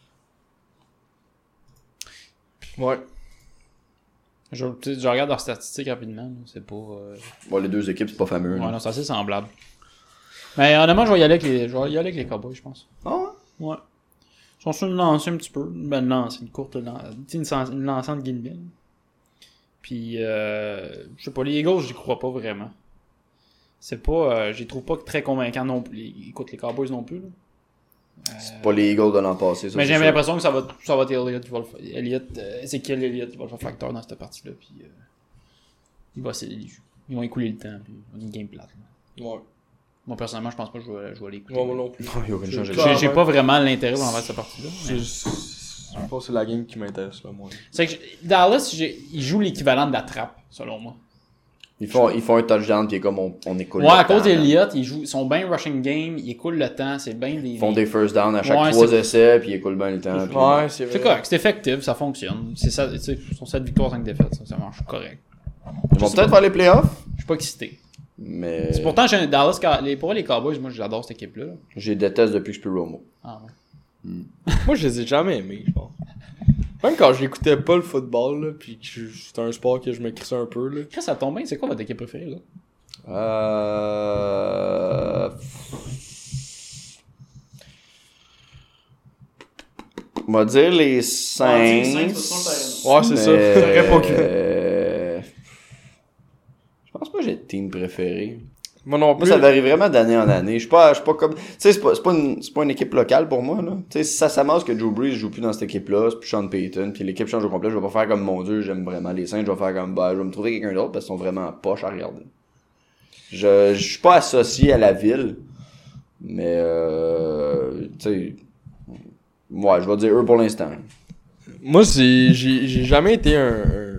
Speaker 3: Ouais.
Speaker 1: Je, tu sais, je regarde leurs statistiques rapidement, là, c'est pas... euh,
Speaker 5: Bon, les deux équipes, c'est pas fameux.
Speaker 1: Ouais,
Speaker 5: là.
Speaker 1: non, c'est assez semblable. Mais honnêtement, je vais y aller avec les, je vais y aller avec les Cowboys, je pense.
Speaker 5: Ah ouais?
Speaker 1: Ouais. Ils sont sur une lancée un petit peu. Ben, une lancée, une courte lancée. Une, sen- une lancée entre guillemets. Puis, euh, je sais pas, les Eagles, j'y crois pas vraiment. C'est pas, euh, j'y trouve pas très convaincants non plus. Écoute, les Cowboys non plus, là.
Speaker 5: C'est pas les Eagles de l'an passé, ça.
Speaker 1: Mais
Speaker 5: c'est
Speaker 1: j'ai
Speaker 5: sûr.
Speaker 1: l'impression que ça va, ça va être Elliott qui va le faire. Elliott, euh, c'est quel Elliott qui va le faire facteur dans cette partie-là. Puis, euh, il va, c'est, ils vont écouler le temps. Puis, on a une game plate. là.
Speaker 3: Ouais.
Speaker 1: Moi, personnellement, je pense pas que je vais, je vais l'écouter.
Speaker 3: Moi, moi non plus.
Speaker 5: Il y a aucune chance de-
Speaker 3: J'ai-
Speaker 1: J'ai, j'ai pas vraiment l'intérêt pour en faire cette partie-là. mais-
Speaker 3: Je, je pense que c'est la game qui m'intéresse, là, moi.
Speaker 1: C'est que j'ai- Dallas, j'ai- ils jouent l'équivalent de la trappe, selon moi.
Speaker 5: Ils font, ils font un touchdown qui est comme on, on écoule.
Speaker 1: Ouais,
Speaker 5: le
Speaker 1: à cause
Speaker 5: temps, là.
Speaker 1: d'Eliott, ils, jouent, ils sont bien rushing game, ils écoulent le temps, c'est bien des.
Speaker 5: Ils font des first down à chaque
Speaker 1: Ouais,
Speaker 5: trois
Speaker 1: c'est-
Speaker 5: essais, puis ils écoulent bien le temps. puis-
Speaker 3: Ouais, c'est vrai.
Speaker 1: C'est correct, c'est effectif, ça fonctionne. C'est ça, tu sais, ils sont sept victoires, cinq défaites, ça, ça marche correct.
Speaker 5: Ils vont peut-être faire les playoffs,
Speaker 1: Je suis pas excité.
Speaker 5: mais
Speaker 1: C'est pourtant, j'ai un Dallas, les, pour les Cowboys, moi j'adore cette équipe-là. là.
Speaker 5: je les déteste depuis que je peux Romo.
Speaker 1: Ah, ouais.
Speaker 3: Moi, je les ai jamais aimés, je pense. Même quand je l'écoutais pas le football, là, pis que je- c'était un sport que je me crissais un peu, là.
Speaker 1: Quand ça tombe bien, c'est quoi votre équipe préférée, là?
Speaker 5: Euh... On va dire les Saints.
Speaker 3: Ouais, c'est ça.
Speaker 5: mais-
Speaker 3: J'aurais pas cru.
Speaker 5: Euh, Je pense pas que j'ai de team préféré.
Speaker 3: Moi non
Speaker 5: Moi,
Speaker 3: plus.
Speaker 5: ça varie vraiment d'année en année. Je suis pas, je suis pas comme, tu sais, c'est pas, c'est pas une, c'est pas une équipe locale pour moi, là. Tu sais, si ça s'amasse que Drew Brees joue plus dans cette équipe-là, c'est plus Sean Payton, puis l'équipe change au complet, je vais pas faire comme, mon Dieu, j'aime vraiment les Saints, je vais faire comme, bah, je vais me trouver quelqu'un d'autre parce qu'ils sont vraiment poches à regarder. Je, je suis pas associé à la ville, mais, euh, tu sais, ouais, je vais dire eux pour l'instant.
Speaker 3: Moi, c'est, j'ai, j'ai jamais été un, un-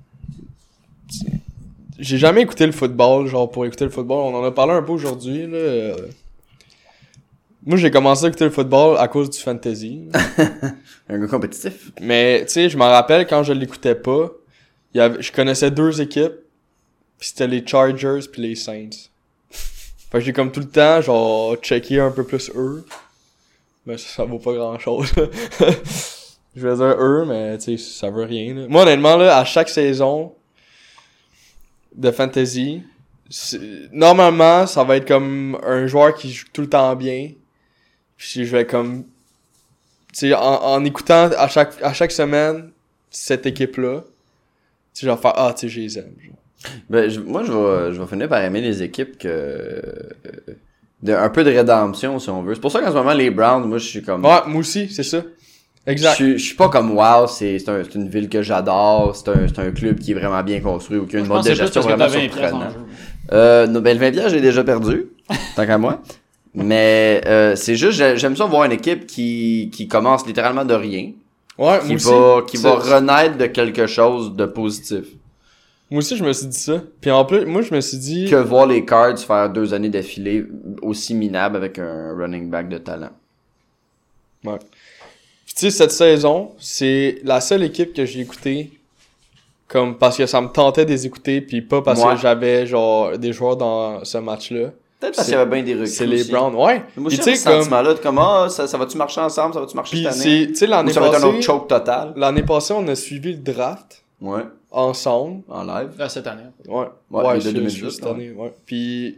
Speaker 3: J'ai jamais écouté le football, genre pour écouter le football. On en a parlé un peu aujourd'hui, là. euh. Moi, j'ai commencé à écouter le football à cause du fantasy.
Speaker 5: Un gars compétitif.
Speaker 3: Mais, tu sais, je m'en rappelle quand je l'écoutais pas, il y avait, je connaissais deux équipes, pis c'était les Chargers pis les Saints. Fait que j'ai comme tout le temps, genre, checké un peu plus eux. Mais ça, ça vaut pas grand chose. Je vais dire eux, mais tu sais, ça veut rien, là. Moi, honnêtement, là, à chaque saison de fantasy, c'est- normalement, ça va être comme un joueur qui joue tout le temps bien. Puis je vais comme, tu sais, en, en écoutant à chaque, à chaque semaine cette équipe-là, tu sais, je vais faire, ah, tu sais, je les aime. genre.
Speaker 5: Ben, je- moi, je vais, je vais finir par aimer les équipes que, euh, de, un peu de rédemption, si on veut. C'est pour ça qu'en ce moment, les Browns, moi, je suis comme...
Speaker 3: Ouais, moi aussi, c'est ça. Exact.
Speaker 5: Je, je suis pas comme wow, c'est, c'est, un, c'est une ville que j'adore, c'est un, c'est un club qui est vraiment bien construit, ou qui a une mode de gestion vraiment surprenante. Euh, non, ben, le vingt piastres, j'ai déjà perdu, tant qu'à moi. Mais euh, c'est juste, j'aime ça voir une équipe qui, qui commence littéralement de rien.
Speaker 3: Ouais,
Speaker 5: qui
Speaker 3: moi aussi.
Speaker 5: Va, qui
Speaker 3: c'est...
Speaker 5: va renaître de quelque chose de positif.
Speaker 3: Moi aussi, je me suis dit ça. Puis en plus, moi, je me suis dit...
Speaker 5: Que voir les Cards faire deux années d'affilée aussi minables avec un running back de talent.
Speaker 3: Ouais. Puis tu sais, cette saison, c'est la seule équipe que j'ai écoutée comme parce que ça me tentait de les écouter, puis pas parce
Speaker 5: Moi.
Speaker 3: que j'avais genre des joueurs dans ce match-là.
Speaker 5: Peut-être parce qu'il y avait bien des recrues.
Speaker 3: C'est les
Speaker 5: aussi.
Speaker 3: Browns, ouais.
Speaker 5: Moi
Speaker 3: Puis
Speaker 5: aussi,
Speaker 3: tu
Speaker 5: ce
Speaker 3: sais, comme...
Speaker 5: sentiment-là de comme, ah, ça, ça va-tu marcher ensemble, ça va-tu marcher
Speaker 3: Puis
Speaker 5: cette année?
Speaker 3: c'est, tu sais, l'année
Speaker 5: Ou ça va être un autre
Speaker 3: passée,
Speaker 5: choke total.
Speaker 3: l'année passée, on a suivi le draft
Speaker 5: Ouais,
Speaker 3: ensemble.
Speaker 5: en live.
Speaker 1: Ah, cette année.
Speaker 3: Ouais,
Speaker 5: Ouais,
Speaker 3: ouais,
Speaker 5: les
Speaker 3: je-
Speaker 5: deux
Speaker 3: je-
Speaker 5: mille dix,
Speaker 3: cette
Speaker 5: ouais.
Speaker 3: année, ouais. Puis,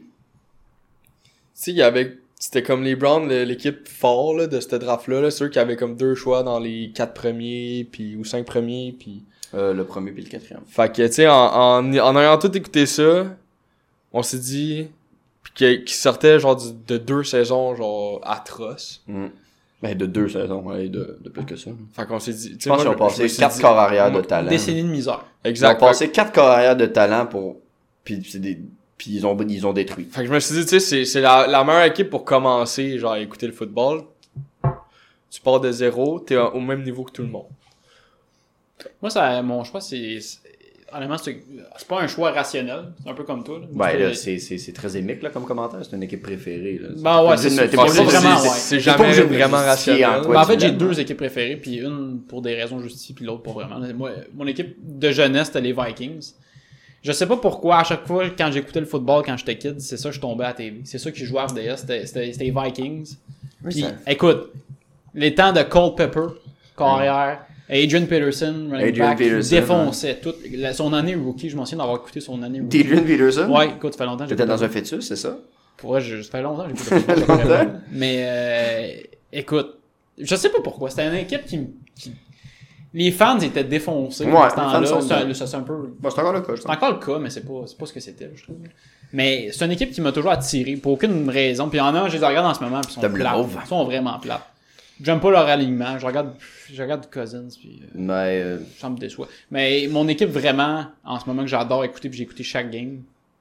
Speaker 3: tu sais, il y avait, c'était comme les Browns, le- l'équipe fort là, de ce draft-là, là, ceux qui avaient comme deux choix dans les quatre premiers, puis ou cinq premiers, puis...
Speaker 5: Euh, le premier puis le quatrième.
Speaker 3: Fait que, tu sais, en, en, en ayant tout écouté ça, on s'est dit... Puis qu'il qu'il sortait, genre, du- de deux saisons, genre, atroces.
Speaker 5: Mm. Ben, de deux saisons, ouais, de, de plus que ça.
Speaker 3: Fait qu'on s'est dit... tu sais,
Speaker 5: Je pense
Speaker 3: moi,
Speaker 5: qu'ils ont
Speaker 3: je- je me
Speaker 5: passé
Speaker 3: suis
Speaker 5: quatre
Speaker 3: dit-
Speaker 5: corps arrière de
Speaker 3: moi,
Speaker 5: talent.
Speaker 1: Décennie de misère.
Speaker 5: Ils ont
Speaker 3: Exact.
Speaker 5: passé quatre corps arrière de talent pour... Puis c'est des... Puis ils ont, ils ont détruit.
Speaker 3: Fait que je me suis dit, tu sais, c'est, c'est la, la meilleure équipe pour commencer, genre, à écouter le football. Tu pars de zéro, t'es au même niveau que tout le monde.
Speaker 1: Moi, ça, mon choix, c'est. c'est- Honnêtement, c'est, c'est pas un choix rationnel. C'est un peu comme toi. Là.
Speaker 5: Ben là, c'est, c'est, c'est très émique là, comme commentaire. C'est une équipe préférée. Là.
Speaker 1: Ben ouais,
Speaker 5: T'es
Speaker 1: c'est
Speaker 5: pas
Speaker 1: ça.
Speaker 5: obligé de- t'es
Speaker 1: C'est
Speaker 5: pas
Speaker 1: pas
Speaker 5: obligé de-
Speaker 1: vraiment,
Speaker 5: c'est-
Speaker 1: ouais.
Speaker 3: C'est
Speaker 5: t'es pas
Speaker 3: jamais
Speaker 5: obligé de
Speaker 3: vraiment
Speaker 5: justifier
Speaker 3: rationnel.
Speaker 5: en quoi
Speaker 1: Ben, en fait,
Speaker 5: tu
Speaker 1: j'ai
Speaker 5: l'aimes.
Speaker 1: deux équipes préférées, puis une pour des raisons justifiées, puis l'autre pour vraiment. Moi, mon équipe de jeunesse, c'était les Vikings. Je sais pas pourquoi, à chaque fois, quand j'écoutais le football, quand j'étais kid, c'est ça que je tombais à la T V. C'est ça qui jouait à R D S, c'était, c'était, c'était les Vikings. Puis,
Speaker 5: ça-
Speaker 1: écoute, les temps de Cole Pepper, carrière, Adrian Peterson, running
Speaker 5: Adrian
Speaker 1: back,
Speaker 5: Peterson,
Speaker 1: défonçait tout. La- son année rookie, je m'en souviens d'avoir écouté son année rookie.
Speaker 5: Adrian Peterson?
Speaker 1: Ouais, écoute, ça fait longtemps que j'ai
Speaker 5: T'étais
Speaker 1: pas-
Speaker 5: dans un fœtus, c'est ça?
Speaker 1: Pour vrai, je- ça fait longtemps que j'ai pas de football, vraiment. Mais euh, écoute, je sais pas pourquoi. C'était une équipe qui, qui... Les fans étaient défoncés.
Speaker 5: Ouais,
Speaker 1: à ce
Speaker 5: les fans
Speaker 1: temps-là.
Speaker 5: sont
Speaker 1: C'est un,
Speaker 5: dedans.
Speaker 1: ça, c'est un peu...
Speaker 5: Bon, c'est encore le cas, je
Speaker 1: C'est encore le cas, mais c'est pas, c'est pas ce que c'était, je trouve. Mais c'est une équipe qui m'a toujours attiré, pour aucune raison. Puis il y en a, je les regarde en ce moment, puis ils sont
Speaker 5: T'aimes le
Speaker 1: plates.
Speaker 5: mauve?
Speaker 1: Ils sont vraiment plates. J'aime pas leur alignement. Je regarde, je regarde Cousins, puis euh,
Speaker 5: Mais, euh,
Speaker 1: ça me déçoit. Mais mon équipe vraiment, en ce moment, que j'adore écouter, puis j'ai écouté chaque game,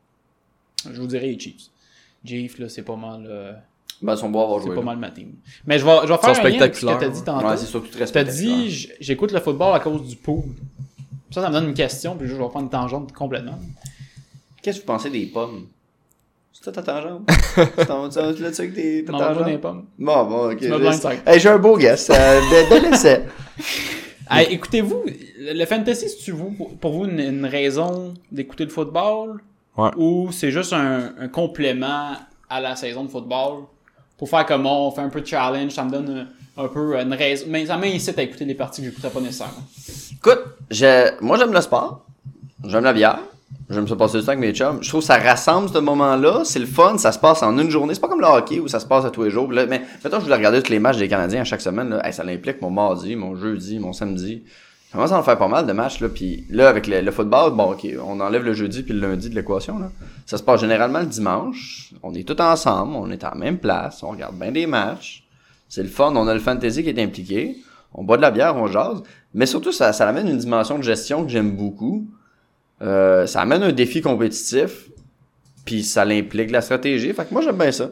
Speaker 1: je vous dirais les Chiefs. Chiefs, là, c'est pas mal... euh,
Speaker 5: ben, son bois va
Speaker 1: c'est
Speaker 5: jouer.
Speaker 1: pas
Speaker 5: là.
Speaker 1: mal ma team. Mais je vais, je vais faire
Speaker 3: Ils sont
Speaker 1: un lien avec ce que
Speaker 3: spectaculaires,
Speaker 1: t'as dit tantôt.
Speaker 5: Ouais, c'est surtout très
Speaker 1: T'as
Speaker 5: spectaculaire.
Speaker 1: dit, j- j'écoute le football à cause du pool. Ça, ça me donne une question, puis je vais prendre une tangente complètement.
Speaker 5: Qu'est-ce que vous pensez des pommes? C'est ça ta tangente? C'est ton- tu l'as- tu l'as-tu avec tes ta
Speaker 1: Non, pas des
Speaker 5: tangente?
Speaker 1: pommes.
Speaker 5: Bon, bon, ok.
Speaker 1: Tu m'as
Speaker 5: Laisse-
Speaker 1: blindside.
Speaker 5: Hey, j'ai un beau guess. Euh, de, de l'essai.
Speaker 1: Hey, écoutez-vous, le fantasy, c'est-tu vous, pour, pour vous une, une raison d'écouter le football?
Speaker 3: Ouais.
Speaker 1: Ou c'est juste un, un complément à la saison de football? Pour faire comme on fait un peu de challenge, ça me donne un, un peu une raison. Mais ça m'incite à écouter les parties que j'écoutais pas nécessairement.
Speaker 5: Écoute, j'ai- moi j'aime le sport, j'aime la bière, j'aime ça passer du temps avec mes chums. Je trouve que ça rassemble ce moment-là, c'est le fun, ça se passe en une journée. C'est pas comme le hockey où ça se passe à tous les jours. Là, mais mettons, je voulais regarder tous les matchs des Canadiens à chaque semaine. Là. Hey, ça implique mon mardi, mon jeudi, mon samedi. Ça commence à en faire pas mal de matchs. Là. Puis là, avec le, le football, bon, ok, on enlève le jeudi puis le lundi de l'équation. Là. Ça se passe généralement le dimanche. On est tous ensemble, on est à la même place, on regarde bien des matchs. C'est le fun, on a le fantasy qui est impliqué. On boit de la bière, on jase. Mais surtout, ça, ça amène une dimension de gestion que j'aime beaucoup. Euh, ça amène un défi compétitif. Puis ça l'implique la stratégie. Fait que moi, j'aime bien ça.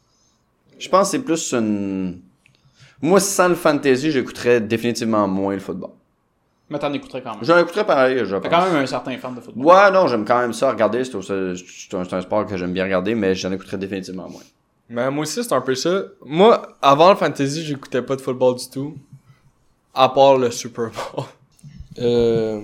Speaker 5: Je pense que c'est plus une... Moi, sans le fantasy, j'écouterais définitivement moins le football.
Speaker 1: Mais t'en écouterais quand même.
Speaker 5: J'en écouterais pareil, je
Speaker 1: T'as
Speaker 5: pense.
Speaker 1: quand même un certain fan de football.
Speaker 5: Ouais, non, j'aime quand même ça regarder. C'est, c'est, c'est, un, c'est un sport que j'aime bien regarder, mais j'en écouterais définitivement moins.
Speaker 3: Mais moi aussi, c'est un peu ça. Moi, avant le fantasy, j'écoutais pas de football du tout. À part le Super Bowl. euh...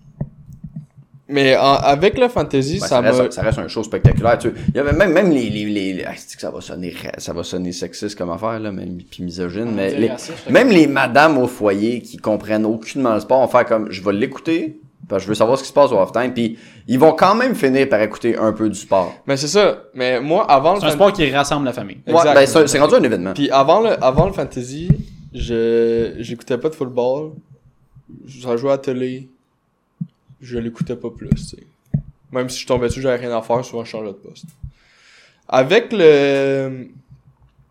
Speaker 3: Mais en- avec le fantasy,
Speaker 5: Ben,
Speaker 3: ça
Speaker 5: ça,
Speaker 3: m'a...
Speaker 5: reste, ça reste un show spectaculaire. Tu sais. Il y avait même, même les, les, les, les- ah, c'est que ça va sonner, ra- ça va sonner sexiste comme affaire, là, mais, puis misogyne,
Speaker 1: On
Speaker 5: mais
Speaker 1: dirait
Speaker 5: les-
Speaker 1: raciste, je te
Speaker 5: même les madames au foyer qui comprennent aucunement le sport vont faire comme, je vais l'écouter, parce que je veux savoir ce qui se passe au halftime, puis ils vont quand même finir par écouter un peu du sport.
Speaker 3: Mais c'est ça. Mais moi, avant le
Speaker 1: C'est un
Speaker 3: fan-
Speaker 1: sport qui rassemble la famille.
Speaker 5: Ouais,
Speaker 3: Exact.
Speaker 5: ben, c'est, c'est rendu un événement.
Speaker 3: Puis avant le, avant le fantasy, je j'écoutais pas de football. Ça jouait à la télé. Je l'écoutais pas plus, tu sais. Même si je tombais dessus, j'avais rien à faire, souvent je changeais de poste. Avec le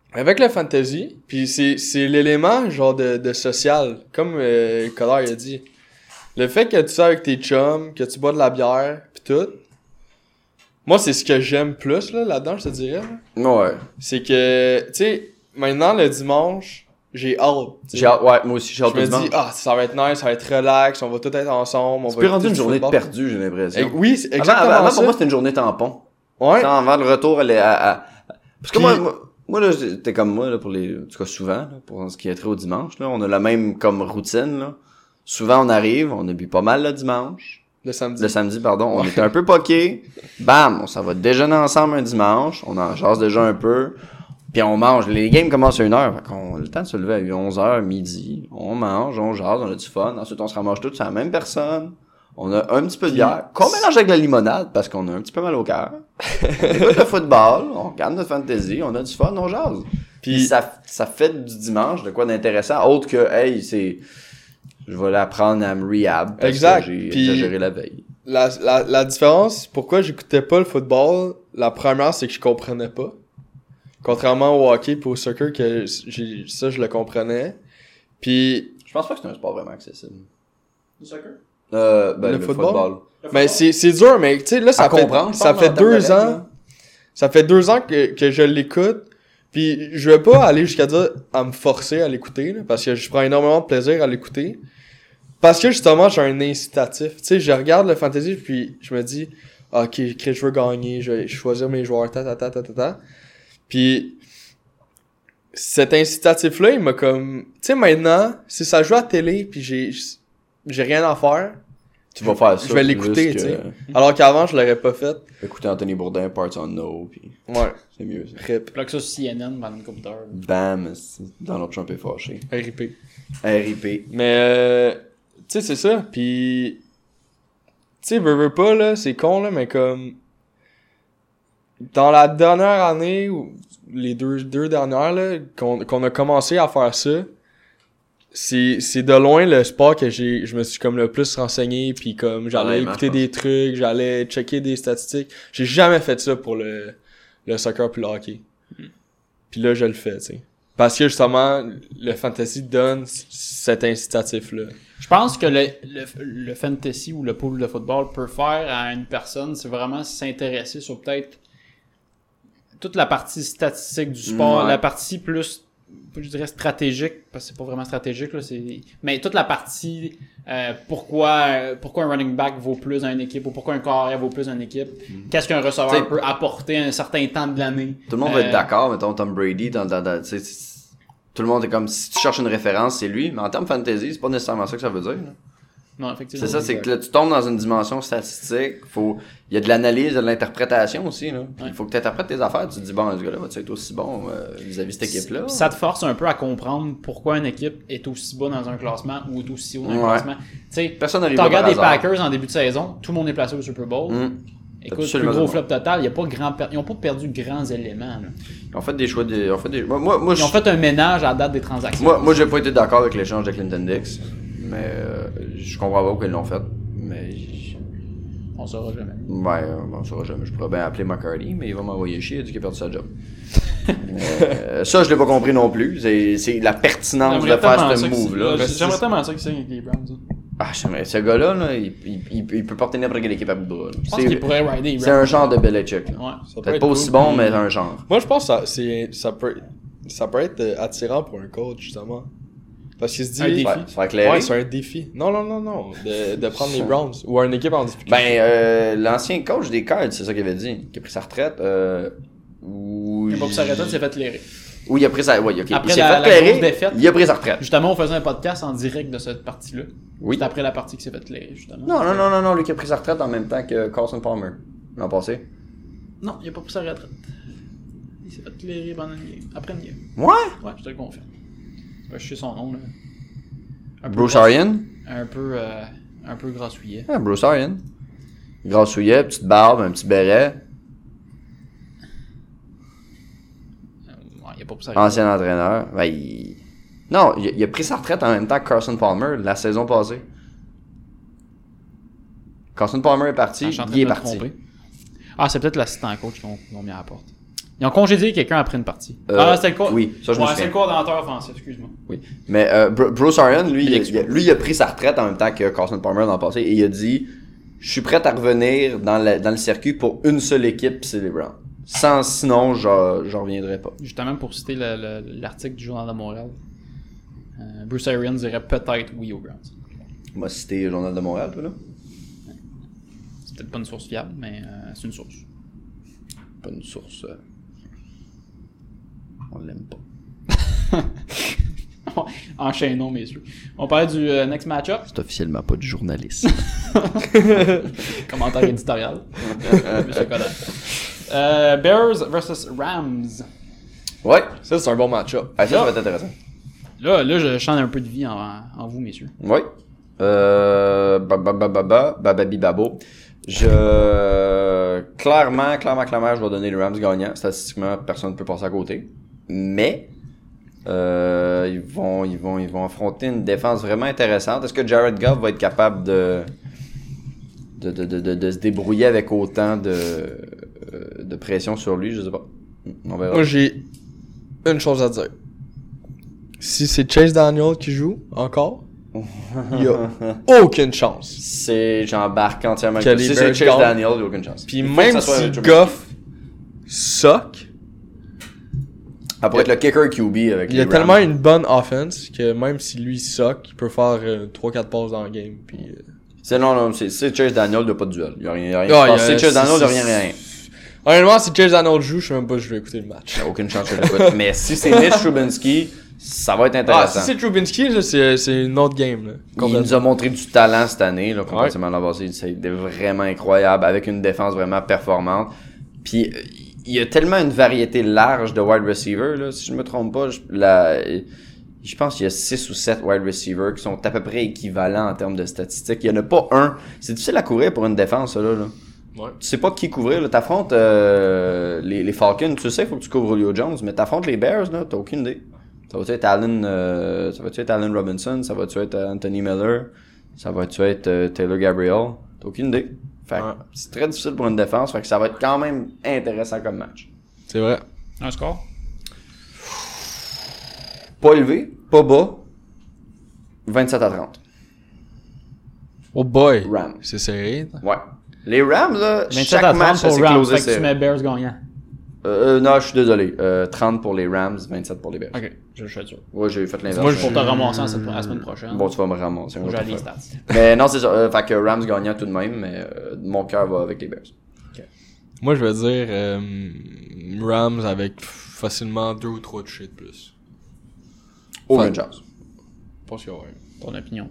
Speaker 3: avec le fantasy, puis c'est, c'est l'élément genre de, de social, comme euh, Collard il a dit. Le fait que tu sois avec tes chums, que tu bois de la bière, pis tout. Moi, c'est ce que j'aime plus là, là-dedans, je te dirais. Là.
Speaker 2: Ouais.
Speaker 3: C'est que, tu sais, maintenant le dimanche, j'ai hâte. t'sais.
Speaker 2: J'ai hâte, ouais, moi aussi, j'ai hâte
Speaker 3: Je me
Speaker 2: au dimanche.
Speaker 3: dis, ah, ça va être nice, ça va être relax, on va tout être ensemble. On
Speaker 2: C'est
Speaker 3: va
Speaker 2: plus rendu
Speaker 3: écouter
Speaker 2: une
Speaker 3: du
Speaker 2: journée de
Speaker 3: football.
Speaker 2: perdu, j'ai l'impression.
Speaker 3: Eh, oui, c'est
Speaker 2: Avant,
Speaker 3: exactement
Speaker 2: avant,
Speaker 3: ça.
Speaker 2: pour moi, c'était une journée tampon.
Speaker 3: Ouais.
Speaker 2: Sans avant le retour, elle est à, à... Parce que
Speaker 3: Puis-
Speaker 2: moi, moi, moi, là, t'es comme moi, là, pour les, en tout cas, souvent, là, pour ce qui est trait au dimanche, là, on a la même, comme, routine, là. Souvent, on arrive, on a bu pas mal le dimanche.
Speaker 3: Le samedi.
Speaker 2: Le samedi, pardon, on était un peu poqués. Bam, on s'en va déjeuner ensemble un dimanche. On en jase déjà un peu. Puis on mange. Les games commencent à une heure. Fait qu'on a le temps de se lever à onze heures, midi. On mange, on jase, on a du fun. Ensuite, on se ramasse tous à la même personne. On a un petit peu de bière. Qu'on mélange avec la limonade parce qu'on a un petit peu mal au cœur. On écoute le football. On regarde notre fantasy. On a du fun, on jase. Puis
Speaker 3: Puis
Speaker 2: ça, ça fait du dimanche de quoi d'intéressant. Autre que, hey, c'est... Je vais l'apprendre à me rehab parce
Speaker 3: Exact.
Speaker 2: que j'ai
Speaker 3: Puis-
Speaker 2: exagéré la veille.
Speaker 3: La, la, la différence, pourquoi j'écoutais pas le football, la première, c'est que je comprenais pas. Contrairement au hockey et au soccer, que j'ai, ça, je le comprenais. Puis,
Speaker 2: Je pense pas que c'est un sport vraiment accessible.
Speaker 1: Le soccer?
Speaker 2: Euh, ben,
Speaker 3: Le
Speaker 2: le,
Speaker 3: football?
Speaker 2: football.
Speaker 3: mais c'est, c'est dur, mais tu sais, là, ça
Speaker 2: À
Speaker 3: fait,
Speaker 2: comprendre, je
Speaker 3: ça
Speaker 2: pense,
Speaker 3: fait
Speaker 2: en termes de
Speaker 3: deux
Speaker 2: règles,
Speaker 3: ans,
Speaker 2: là.
Speaker 3: ça fait deux ans que, que je l'écoute. Puis, je vais pas aller jusqu'à dire à me forcer à l'écouter, là, parce que je prends énormément de plaisir à l'écouter. Parce que justement, j'ai un incitatif. Tu sais, je regarde le fantasy, puis je me dis, ok, Chris, je veux gagner, je vais choisir mes joueurs, ta ta ta ta ta ta. Puis, cet incitatif-là, il m'a comme, tu sais, maintenant, si ça joue à la télé, puis j'ai, j'ai rien à faire,
Speaker 2: Tu vas faire ça.
Speaker 3: je vais l'écouter,
Speaker 2: plus
Speaker 3: tu
Speaker 2: que
Speaker 3: sais. Alors qu'avant, je l'aurais pas fait.
Speaker 2: Écouter Anthony Bourdin, Parts on No, pis
Speaker 3: Ouais,
Speaker 2: c'est mieux ça.
Speaker 3: rip,
Speaker 1: Là que ça sur C N N pendant une couple d'heures.
Speaker 2: Bam, c'est- Donald Trump est fâché.
Speaker 3: R I P.
Speaker 2: R I P.
Speaker 3: Mais, euh, tu sais, c'est ça. Puis, tu sais, veux, veux pas, là, c'est con, là, mais comme, dans la dernière année, ou les deux, deux dernières, là, qu'on, qu'on a commencé à faire ça, c'est, c'est de loin le sport que j'ai, je me suis comme le plus renseigné, puis comme, j'allais
Speaker 2: Pareillement,
Speaker 3: écouter
Speaker 2: je
Speaker 3: des trucs, j'allais checker des statistiques. J'ai jamais fait ça pour le, le soccer puis le hockey. Puis là, je le fais, tu sais. Parce que justement, le fantasy donne c- cet incitatif-là.
Speaker 1: Je pense que le, le, le fantasy ou le pool de football peut faire à une personne, c'est vraiment s'intéresser sur peut-être toute la partie statistique du sport,
Speaker 2: Ouais.
Speaker 1: la partie plus, je dirais stratégique, parce que c'est pas vraiment stratégique, là, c'est, mais toute la partie euh, pourquoi euh, pourquoi un running back vaut plus dans une équipe ou pourquoi un carrière vaut plus dans une équipe, qu'est-ce qu'un receveur
Speaker 2: T'sais,
Speaker 1: peut apporter à un certain temps de l'année.
Speaker 2: Tout le monde va
Speaker 1: Euh,
Speaker 2: être d'accord, mettons Tom Brady, dans, dans, dans, tu sais, c'est- tout le monde est comme, si tu cherches une référence, c'est lui, mais en termes fantasy, c'est pas nécessairement ça que ça veut dire. là.
Speaker 1: Non, effectivement.
Speaker 2: C'est ça, c'est que là, tu tombes dans une dimension statistique, faut, il y a de l'analyse, de l'interprétation aussi, là. Il
Speaker 1: Ouais.
Speaker 2: faut que tu interprètes tes affaires, tu te dis, bon, ce gars-là va être aussi bon euh, vis-à-vis de cette équipe-là.
Speaker 1: Puis ça te force un peu à comprendre pourquoi une équipe est aussi bas dans un classement ou est aussi haut dans un
Speaker 2: Ouais.
Speaker 1: classement. Tu sais,
Speaker 2: Personne n'arrive
Speaker 1: tu
Speaker 2: là
Speaker 1: regardes
Speaker 2: par
Speaker 1: les
Speaker 2: hasard.
Speaker 1: Packers en début de saison, tout le monde est placé au Super Bowl.
Speaker 2: Hum.
Speaker 1: Écoute,
Speaker 2: Absolument
Speaker 1: plus gros
Speaker 2: bon.
Speaker 1: flop total, il y a pas grand per- ils ont pas perdu grands éléments. Là.
Speaker 2: Ils ont fait des choix, des, ils ont fait des, moi, moi, moi,
Speaker 1: Ils ont
Speaker 2: je-
Speaker 1: fait un ménage à la date des transactions.
Speaker 2: moi, moi, j'ai pas été d'accord avec l'échange de Clinton Dix, mais euh, je comprends pas pourquoi ils l'ont fait, mais je-
Speaker 1: On saura jamais.
Speaker 2: ouais, euh, bon, on saura jamais. Je pourrais bien appeler McCarty, mais il va m'envoyer chier, il a dit qu'il a perdu sa job. Mais, euh, ça, je l'ai pas compris non plus. C'est, c'est la pertinence de
Speaker 1: J'aimerais
Speaker 2: faire
Speaker 1: tellement
Speaker 2: ce
Speaker 1: ça qu'il-
Speaker 2: move-là.
Speaker 1: Ouais, J'aimerais tellement ça qu'il signe avec les Browns. hein.
Speaker 2: Ah, j'aimerais, ce gars-là, là, il, il, il, il peut porter n'importe quelle équipe à bout de bras. là.
Speaker 1: Je pense
Speaker 2: C'est,
Speaker 1: qu'il pourrait rider les
Speaker 2: c'est un
Speaker 1: Browns.
Speaker 2: genre de Belichick. Là.
Speaker 1: Ouais.
Speaker 3: Ça peut
Speaker 2: Peut-être
Speaker 3: être
Speaker 2: pas
Speaker 3: cool,
Speaker 2: aussi bon,
Speaker 3: puis-
Speaker 2: mais un genre.
Speaker 3: Moi, je pense que ça, c'est, ça peut, ça peut être euh, attirant pour un coach, justement. Parce qu'il se dit,
Speaker 1: Un défi.
Speaker 2: Ouais, se faire éclairer.
Speaker 3: ouais, c'est un défi. Non, non, non, non, de, de prendre les Browns ou une équipe en difficulté.
Speaker 2: Ben, euh, l'ancien coach des Cards, c'est ça qu'il avait dit, qui a pris sa retraite. Euh, où
Speaker 1: Il a pas pris sa retraite, il s'est fait clairer.
Speaker 2: où il a pris sa, ouais, ok,
Speaker 1: Après
Speaker 2: il s'est
Speaker 1: la-
Speaker 2: fait
Speaker 1: la
Speaker 2: clairer,
Speaker 1: grosse défaite.
Speaker 2: il a pris sa retraite.
Speaker 1: Justement, on faisait un podcast en direct de cette partie-là.
Speaker 2: Oui.
Speaker 1: C'est après la partie qui s'est fait clairer, justement.
Speaker 2: Non, non, non, non, non, lui qui a pris sa retraite en même temps que Carson Palmer, l'an passé.
Speaker 1: Non, il a pas pris sa retraite. Il s'est fait clairer pendant une game. Après une game.
Speaker 2: Ouais?
Speaker 1: Ouais, je te le confirme. Je sais son nom, là. Un peu
Speaker 2: Bruce
Speaker 1: gras-
Speaker 2: Arian?
Speaker 1: Un peu, euh, un peu grassouillet.
Speaker 2: Ah, Bruce Arian. Grassouillet, petite barbe, un petit béret,
Speaker 1: Euh, ouais, il a pas pris sa retraite.
Speaker 2: ancien entraîneur. Ben, il... Non, il a, il a pris sa retraite en même temps que Carson Palmer la saison passée. Carson Palmer est parti,
Speaker 1: Ah, je suis en train
Speaker 2: il est
Speaker 1: de me
Speaker 2: parti.
Speaker 1: tromper. Ah, c'est peut-être l'assistant coach qui l'ont mis à la porte. Ils ont congédié quelqu'un après une partie.
Speaker 5: Euh,
Speaker 1: ah, c'était le co-
Speaker 5: Oui, ça, je me
Speaker 1: Ouais, c'est
Speaker 5: souviens.
Speaker 1: le coordinateur offensif, excuse-moi.
Speaker 5: Oui. Mais euh, Br- Bruce Arians, lui, il a,
Speaker 1: Félix.
Speaker 5: il a- lui, il a pris sa retraite en même temps que Carson Palmer dans le passé et il a dit « Je suis prêt à revenir dans le, dans le circuit pour une seule équipe, c'est les Browns. Sans, sinon, je je reviendrai pas. »
Speaker 1: Justement, pour citer le- le- l'article du Journal de Montréal, euh, Bruce Arians dirait peut-être oui aux Browns.
Speaker 5: On m'a cité le Journal de Montréal, toi, là.
Speaker 1: C'est peut-être pas une source fiable, mais euh, c'est une source.
Speaker 5: Pas une source... euh, On l'aime pas.
Speaker 1: Enchaînons, messieurs. On parlait du euh, next match-up.
Speaker 5: C'est officiellement pas du journalisme.
Speaker 1: Commentaire éditorial. Monsieur Coder. Euh, Bears versus Rams.
Speaker 5: Ouais.
Speaker 3: Ça, c'est un bon match-up.
Speaker 5: Ah, ça, ça va être intéressant.
Speaker 1: Là, là, je chante un peu de vie en, en vous, messieurs.
Speaker 5: Oui. Euh, ba ba ba ba ba ba babi babo. Je clairement, clairement, clairement, je vais donner les Rams gagnants. Statistiquement, personne ne peut passer à côté. Mais euh, ils vont, ils vont, ils vont affronter une défense vraiment intéressante. Est-ce que Jared Goff va être capable de de de de, de, de se débrouiller avec autant de euh, de pression sur lui? Je sais pas. On verra.
Speaker 3: Moi, j'ai une chose à dire. Si c'est Chase Daniel qui joue, encore, il y a aucune chance.
Speaker 5: C'est j'embarque entièrement.
Speaker 3: Que
Speaker 5: avec
Speaker 3: les
Speaker 5: toi. Si c'est
Speaker 3: Bears
Speaker 5: Chase
Speaker 3: gagnent.
Speaker 5: Daniel, il n'y a aucune chance.
Speaker 3: Puis
Speaker 5: Il faut
Speaker 3: même
Speaker 5: que ça soit
Speaker 3: si
Speaker 5: un Trubisky.
Speaker 3: Goff suck,
Speaker 5: Ah, pour être le kicker Q B avec
Speaker 3: il y a
Speaker 5: les
Speaker 3: tellement
Speaker 5: Rams.
Speaker 3: une bonne offense que même si lui suck, il peut faire euh, trois quatre passes dans le game. Puis, euh,
Speaker 5: C'est non, non, c'est, c'est Chase Daniel, il n'y a pas de duel. Il n'y a rien. Il y a rien.
Speaker 3: Ah,
Speaker 5: Je pense
Speaker 3: il y a-
Speaker 5: que c'est Chase Daniel, il n'y a
Speaker 3: c'est-
Speaker 5: rien, rien.
Speaker 3: Honnêtement, si Chase Daniel joue, je sais même pas si je vais écouter le match.
Speaker 5: Il n'y a aucune chance que je l'écoute. Mais si c'est Mitch Trubisky, ça va être
Speaker 3: Ah,
Speaker 5: intéressant.
Speaker 3: si c'est Trubisky, là, c'est, c'est une autre game. Là,
Speaker 5: Il nous a montré du talent cette année, là, complètement l'an passé. C'est vraiment incroyable, avec une défense vraiment performante. Puis, euh, il y a tellement une variété large de wide receivers, là. Si je me trompe pas, je, la, je pense qu'il y a six ou sept wide receivers qui sont à peu près équivalents en termes de statistiques. Il n'y en a pas un. C'est difficile à couvrir pour une défense, ça, là. là.
Speaker 3: Ouais.
Speaker 5: Tu sais pas qui couvrir, là. T'affrontes euh, les, les Falcons, tu sais, faut que tu couvres Julio Jones, mais t'affrontes les Bears, là, t'as aucune idée. Ça va-tu être Allen, euh, ça va-tu être Allen Robinson, ça va-tu être Anthony Miller, ça va-tu être euh, Taylor Gabriel, t'as aucune idée. Fait que
Speaker 3: Ouais.
Speaker 5: c'est très difficile pour une défense, fait que ça va être quand même intéressant comme match.
Speaker 3: C'est vrai.
Speaker 1: Un score?
Speaker 5: Pas élevé, pas bas, vingt-sept à trente.
Speaker 3: Oh boy.
Speaker 5: Rams.
Speaker 3: C'est serré.
Speaker 5: Ouais. Les Rams, là,
Speaker 1: vingt-sept
Speaker 5: chaque
Speaker 1: à
Speaker 5: match,
Speaker 1: trente
Speaker 5: ça
Speaker 1: pour
Speaker 5: s'est
Speaker 1: Rams.
Speaker 5: closé
Speaker 1: Fait que tu
Speaker 5: serré.
Speaker 1: mets Bears gagnant.
Speaker 5: Euh, euh, non, je suis désolé. Euh, trente pour les Rams, vingt-sept pour les Bears.
Speaker 1: Ok, je suis sûr.
Speaker 5: Ouais, j'ai fait l'inverse.
Speaker 3: Moi, je-
Speaker 1: Pour te ramasser en cette- la semaine prochaine.
Speaker 5: Bon, tu vas me ramasser.
Speaker 1: Faut
Speaker 5: on
Speaker 1: que
Speaker 5: va
Speaker 1: j'aille
Speaker 5: tout
Speaker 1: les
Speaker 5: faire.
Speaker 1: stats.
Speaker 5: Mais non, c'est ça. Euh, fait que Rams gagnant tout de même, mais euh, mon cœur va avec les Bears.
Speaker 3: Moi, je vais dire euh, Rams avec facilement deux ou trois touchés de plus.
Speaker 5: Aucune
Speaker 3: Enfin,
Speaker 5: chance.
Speaker 3: Je pense qu'il y aura.
Speaker 1: Ton opinion.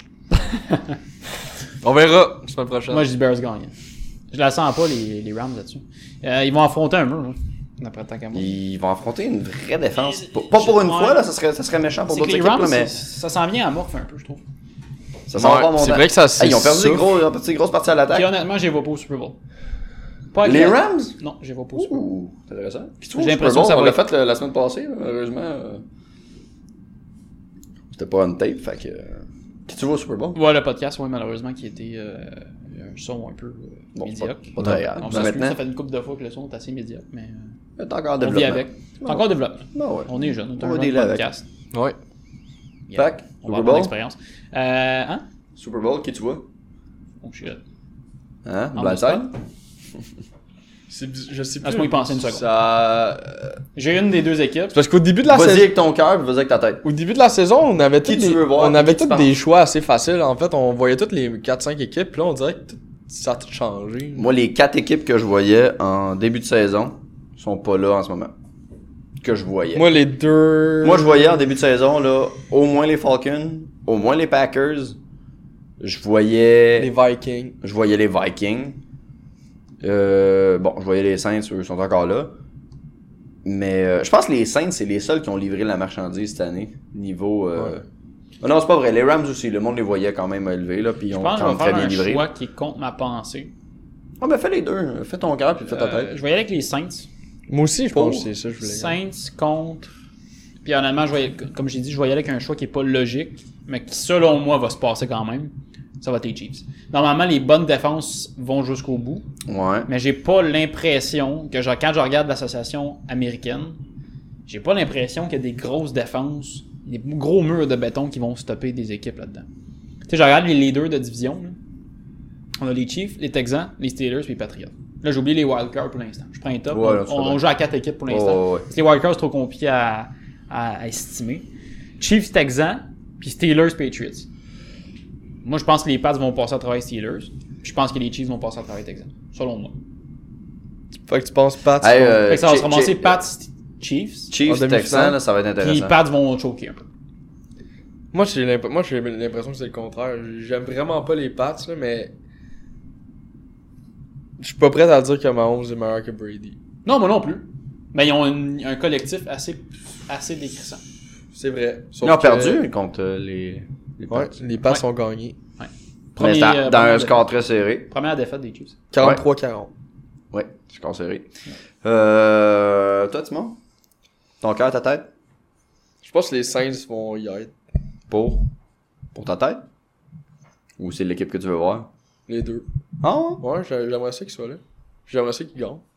Speaker 3: On verra, semaine prochaine.
Speaker 1: Moi, je dis Bears gagnant. Je la sens pas, les, les Rams là-dessus. Euh, ils vont affronter un mur, là. D'après tant qu'à moi.
Speaker 5: Ils vont affronter une vraie défense. Pas pas pour une
Speaker 1: Ouais.
Speaker 5: fois, là, ça serait, ça serait méchant pour
Speaker 1: C'est que
Speaker 5: d'autres
Speaker 1: les
Speaker 5: équipes,
Speaker 1: Rams,
Speaker 5: là, mais
Speaker 1: c'est- ça s'en vient à morph un peu, je trouve.
Speaker 5: ça s'en va
Speaker 3: Ouais,
Speaker 5: pas mon
Speaker 3: c'est
Speaker 5: temps.
Speaker 3: vrai que ça
Speaker 5: Hey, ils ont perdu des,
Speaker 3: souffle.
Speaker 5: gros, ils ont perdu des grosses parties à
Speaker 1: Puis
Speaker 5: l'attaque.
Speaker 1: honnêtement, je les vois pas au Super Bowl. Pas
Speaker 5: Les
Speaker 1: avec-
Speaker 5: Rams?
Speaker 1: Non, je les vois pas au Super Bowl.
Speaker 5: Ouh, c'est intéressant. Qui tu
Speaker 1: J'ai
Speaker 5: vois,
Speaker 1: l'impression que ça
Speaker 5: on
Speaker 1: va
Speaker 5: l'a
Speaker 1: être-
Speaker 5: fait la, la semaine passée, là, malheureusement. euh, C'était pas on tape, fait que... euh, Qui tu vois au Super Bowl?
Speaker 1: Ouais, le podcast, ouais, malheureusement, qui était euh, un son un peu euh,
Speaker 5: Bon, c'est
Speaker 1: médiocre.
Speaker 5: pas, pas très grave.
Speaker 1: On
Speaker 5: Mais
Speaker 1: s'excuse,
Speaker 5: maintenant,
Speaker 1: ça fait une couple de fois que le son est assez médiocre, mais euh,
Speaker 5: c'est encore
Speaker 1: on vit
Speaker 5: développement.
Speaker 1: avec. C'est encore développement.
Speaker 5: Ben ouais.
Speaker 1: On est jeune, on est
Speaker 5: On
Speaker 1: un
Speaker 5: va
Speaker 1: jeune
Speaker 5: dealer avec.
Speaker 1: podcast.
Speaker 3: Ouais.
Speaker 1: Yeah.
Speaker 5: Fait que,
Speaker 1: On va
Speaker 5: Super
Speaker 1: avoir de
Speaker 5: Bowl?
Speaker 1: l'expérience. Euh, hein?
Speaker 5: Super Bowl, qui tu vois?
Speaker 1: Oh shit.
Speaker 5: Hein?
Speaker 1: En
Speaker 5: Blindside?
Speaker 3: C'est, je sais plus.
Speaker 1: Laisse-moi y penser une seconde.
Speaker 3: Ça... euh,
Speaker 1: J'ai une des deux équipes.
Speaker 3: C'est parce qu'au début de la
Speaker 5: Vas-y
Speaker 3: saison,
Speaker 5: avec ton cœur, puis vas-y avec ta tête.
Speaker 3: au début de la saison, on avait
Speaker 5: Qui
Speaker 3: tous
Speaker 5: tu
Speaker 3: des,
Speaker 5: veux voir,
Speaker 3: on avait
Speaker 5: qui tu
Speaker 3: tous des
Speaker 5: penses?
Speaker 3: choix assez faciles. En fait, on voyait toutes les quatre cinq équipes, puis là, on dirait que tout- ça a tout changé.
Speaker 5: Moi, les quatre équipes que je voyais en début de saison sont pas là en ce moment. Que je voyais. Moi,
Speaker 3: Moi, les deux...
Speaker 5: je voyais en début de saison, là, au moins les Falcons, au moins les Packers. Je voyais...
Speaker 3: Les Vikings.
Speaker 5: Je voyais les Vikings. Euh, bon, je voyais les Saints, eux sont encore là. Mais euh, je pense que les Saints, c'est les seuls qui ont livré la marchandise cette année. Niveau... Euh...
Speaker 3: Ouais.
Speaker 5: Ah non, c'est pas vrai. Les Rams aussi, le monde les voyait quand même élevés, là, puis ils
Speaker 1: Je
Speaker 5: ont
Speaker 1: pense que
Speaker 5: quand
Speaker 1: je
Speaker 5: même
Speaker 1: vais
Speaker 5: très
Speaker 1: faire
Speaker 5: bien
Speaker 1: un
Speaker 5: livré.
Speaker 1: choix qui est contre ma pensée.
Speaker 5: Ah ben fais les deux. Fais ton cœur puis fais ta
Speaker 1: Euh,
Speaker 5: tête.
Speaker 1: je vais y aller avec les Saints.
Speaker 3: Moi aussi, je
Speaker 5: Pour-
Speaker 3: pense que c'est ça, je voulais dire.
Speaker 1: Saints contre. Puis honnêtement, je vais, comme j'ai dit, je vais y aller avec un choix qui est pas logique, mais qui selon moi va se passer quand même. ça va être les Chiefs. Normalement, les bonnes défenses vont jusqu'au bout,
Speaker 5: Ouais.
Speaker 1: mais j'ai pas l'impression que je, quand je regarde l'association américaine, j'ai pas l'impression qu'il y a des grosses défenses, des gros murs de béton qui vont stopper des équipes là-dedans. Tu sais, je regarde les leaders de division. Là. On a les Chiefs, les Texans, les Steelers et les Patriots. Là, j'ai oublié les Wildcards pour l'instant. Je prends un top.
Speaker 5: Ouais, là,
Speaker 1: on, on joue à quatre équipes pour l'instant.
Speaker 5: Oh, ouais.
Speaker 1: Les Wildcards, c'est trop compliqué à, à, à estimer. Chiefs, Texans, puis Steelers, Patriots. Moi, je pense que les Pats vont passer à travers les Steelers. Puis je pense que les Chiefs vont passer à travers les Texans. Selon moi.
Speaker 3: Fait que tu penses pas, tu
Speaker 5: Hey,
Speaker 3: penses-
Speaker 5: euh,
Speaker 1: Fait que ça va se
Speaker 5: Chi-
Speaker 1: ramasser
Speaker 5: Chi-
Speaker 1: Pats, Chiefs.
Speaker 5: Chiefs,
Speaker 3: En demi-finale.
Speaker 5: Texans, là, ça va être
Speaker 1: Puis les
Speaker 5: intéressant.
Speaker 1: Pats vont choquer un peu.
Speaker 3: Moi, j'ai l'imp- moi, j'ai l'impression que c'est le contraire. J'aime vraiment pas les Pats, là, mais je suis pas prêt à dire que Mahomes est meilleur que Brady.
Speaker 1: Non, moi non plus. Mais ils ont une- un collectif assez, assez décrissant.
Speaker 3: C'est vrai. Sauf
Speaker 5: Ils ont
Speaker 3: que-
Speaker 5: perdu contre euh, les, les
Speaker 3: Ouais,
Speaker 5: Pats.
Speaker 3: les Pats
Speaker 1: Ouais.
Speaker 3: ont gagné.
Speaker 5: Mais
Speaker 1: Premier,
Speaker 5: c'était
Speaker 1: euh,
Speaker 5: dans un
Speaker 1: première
Speaker 5: score très serré.
Speaker 1: défaite- Première défaite des Chiefs.
Speaker 3: quarante-trois quarante.
Speaker 5: Ouais, score serré. Euh, toi, Timon? Ton cœur, ta tête?
Speaker 3: Je pense que les Saints vont y être.
Speaker 5: Pour? Pour ta tête? Ou c'est l'équipe que tu veux voir?
Speaker 3: Les deux.
Speaker 5: Ah ouais?
Speaker 3: Ouais, j'ai- j'aimerais ça qu'ils soient là. J'aimerais ça qu'ils gagnent.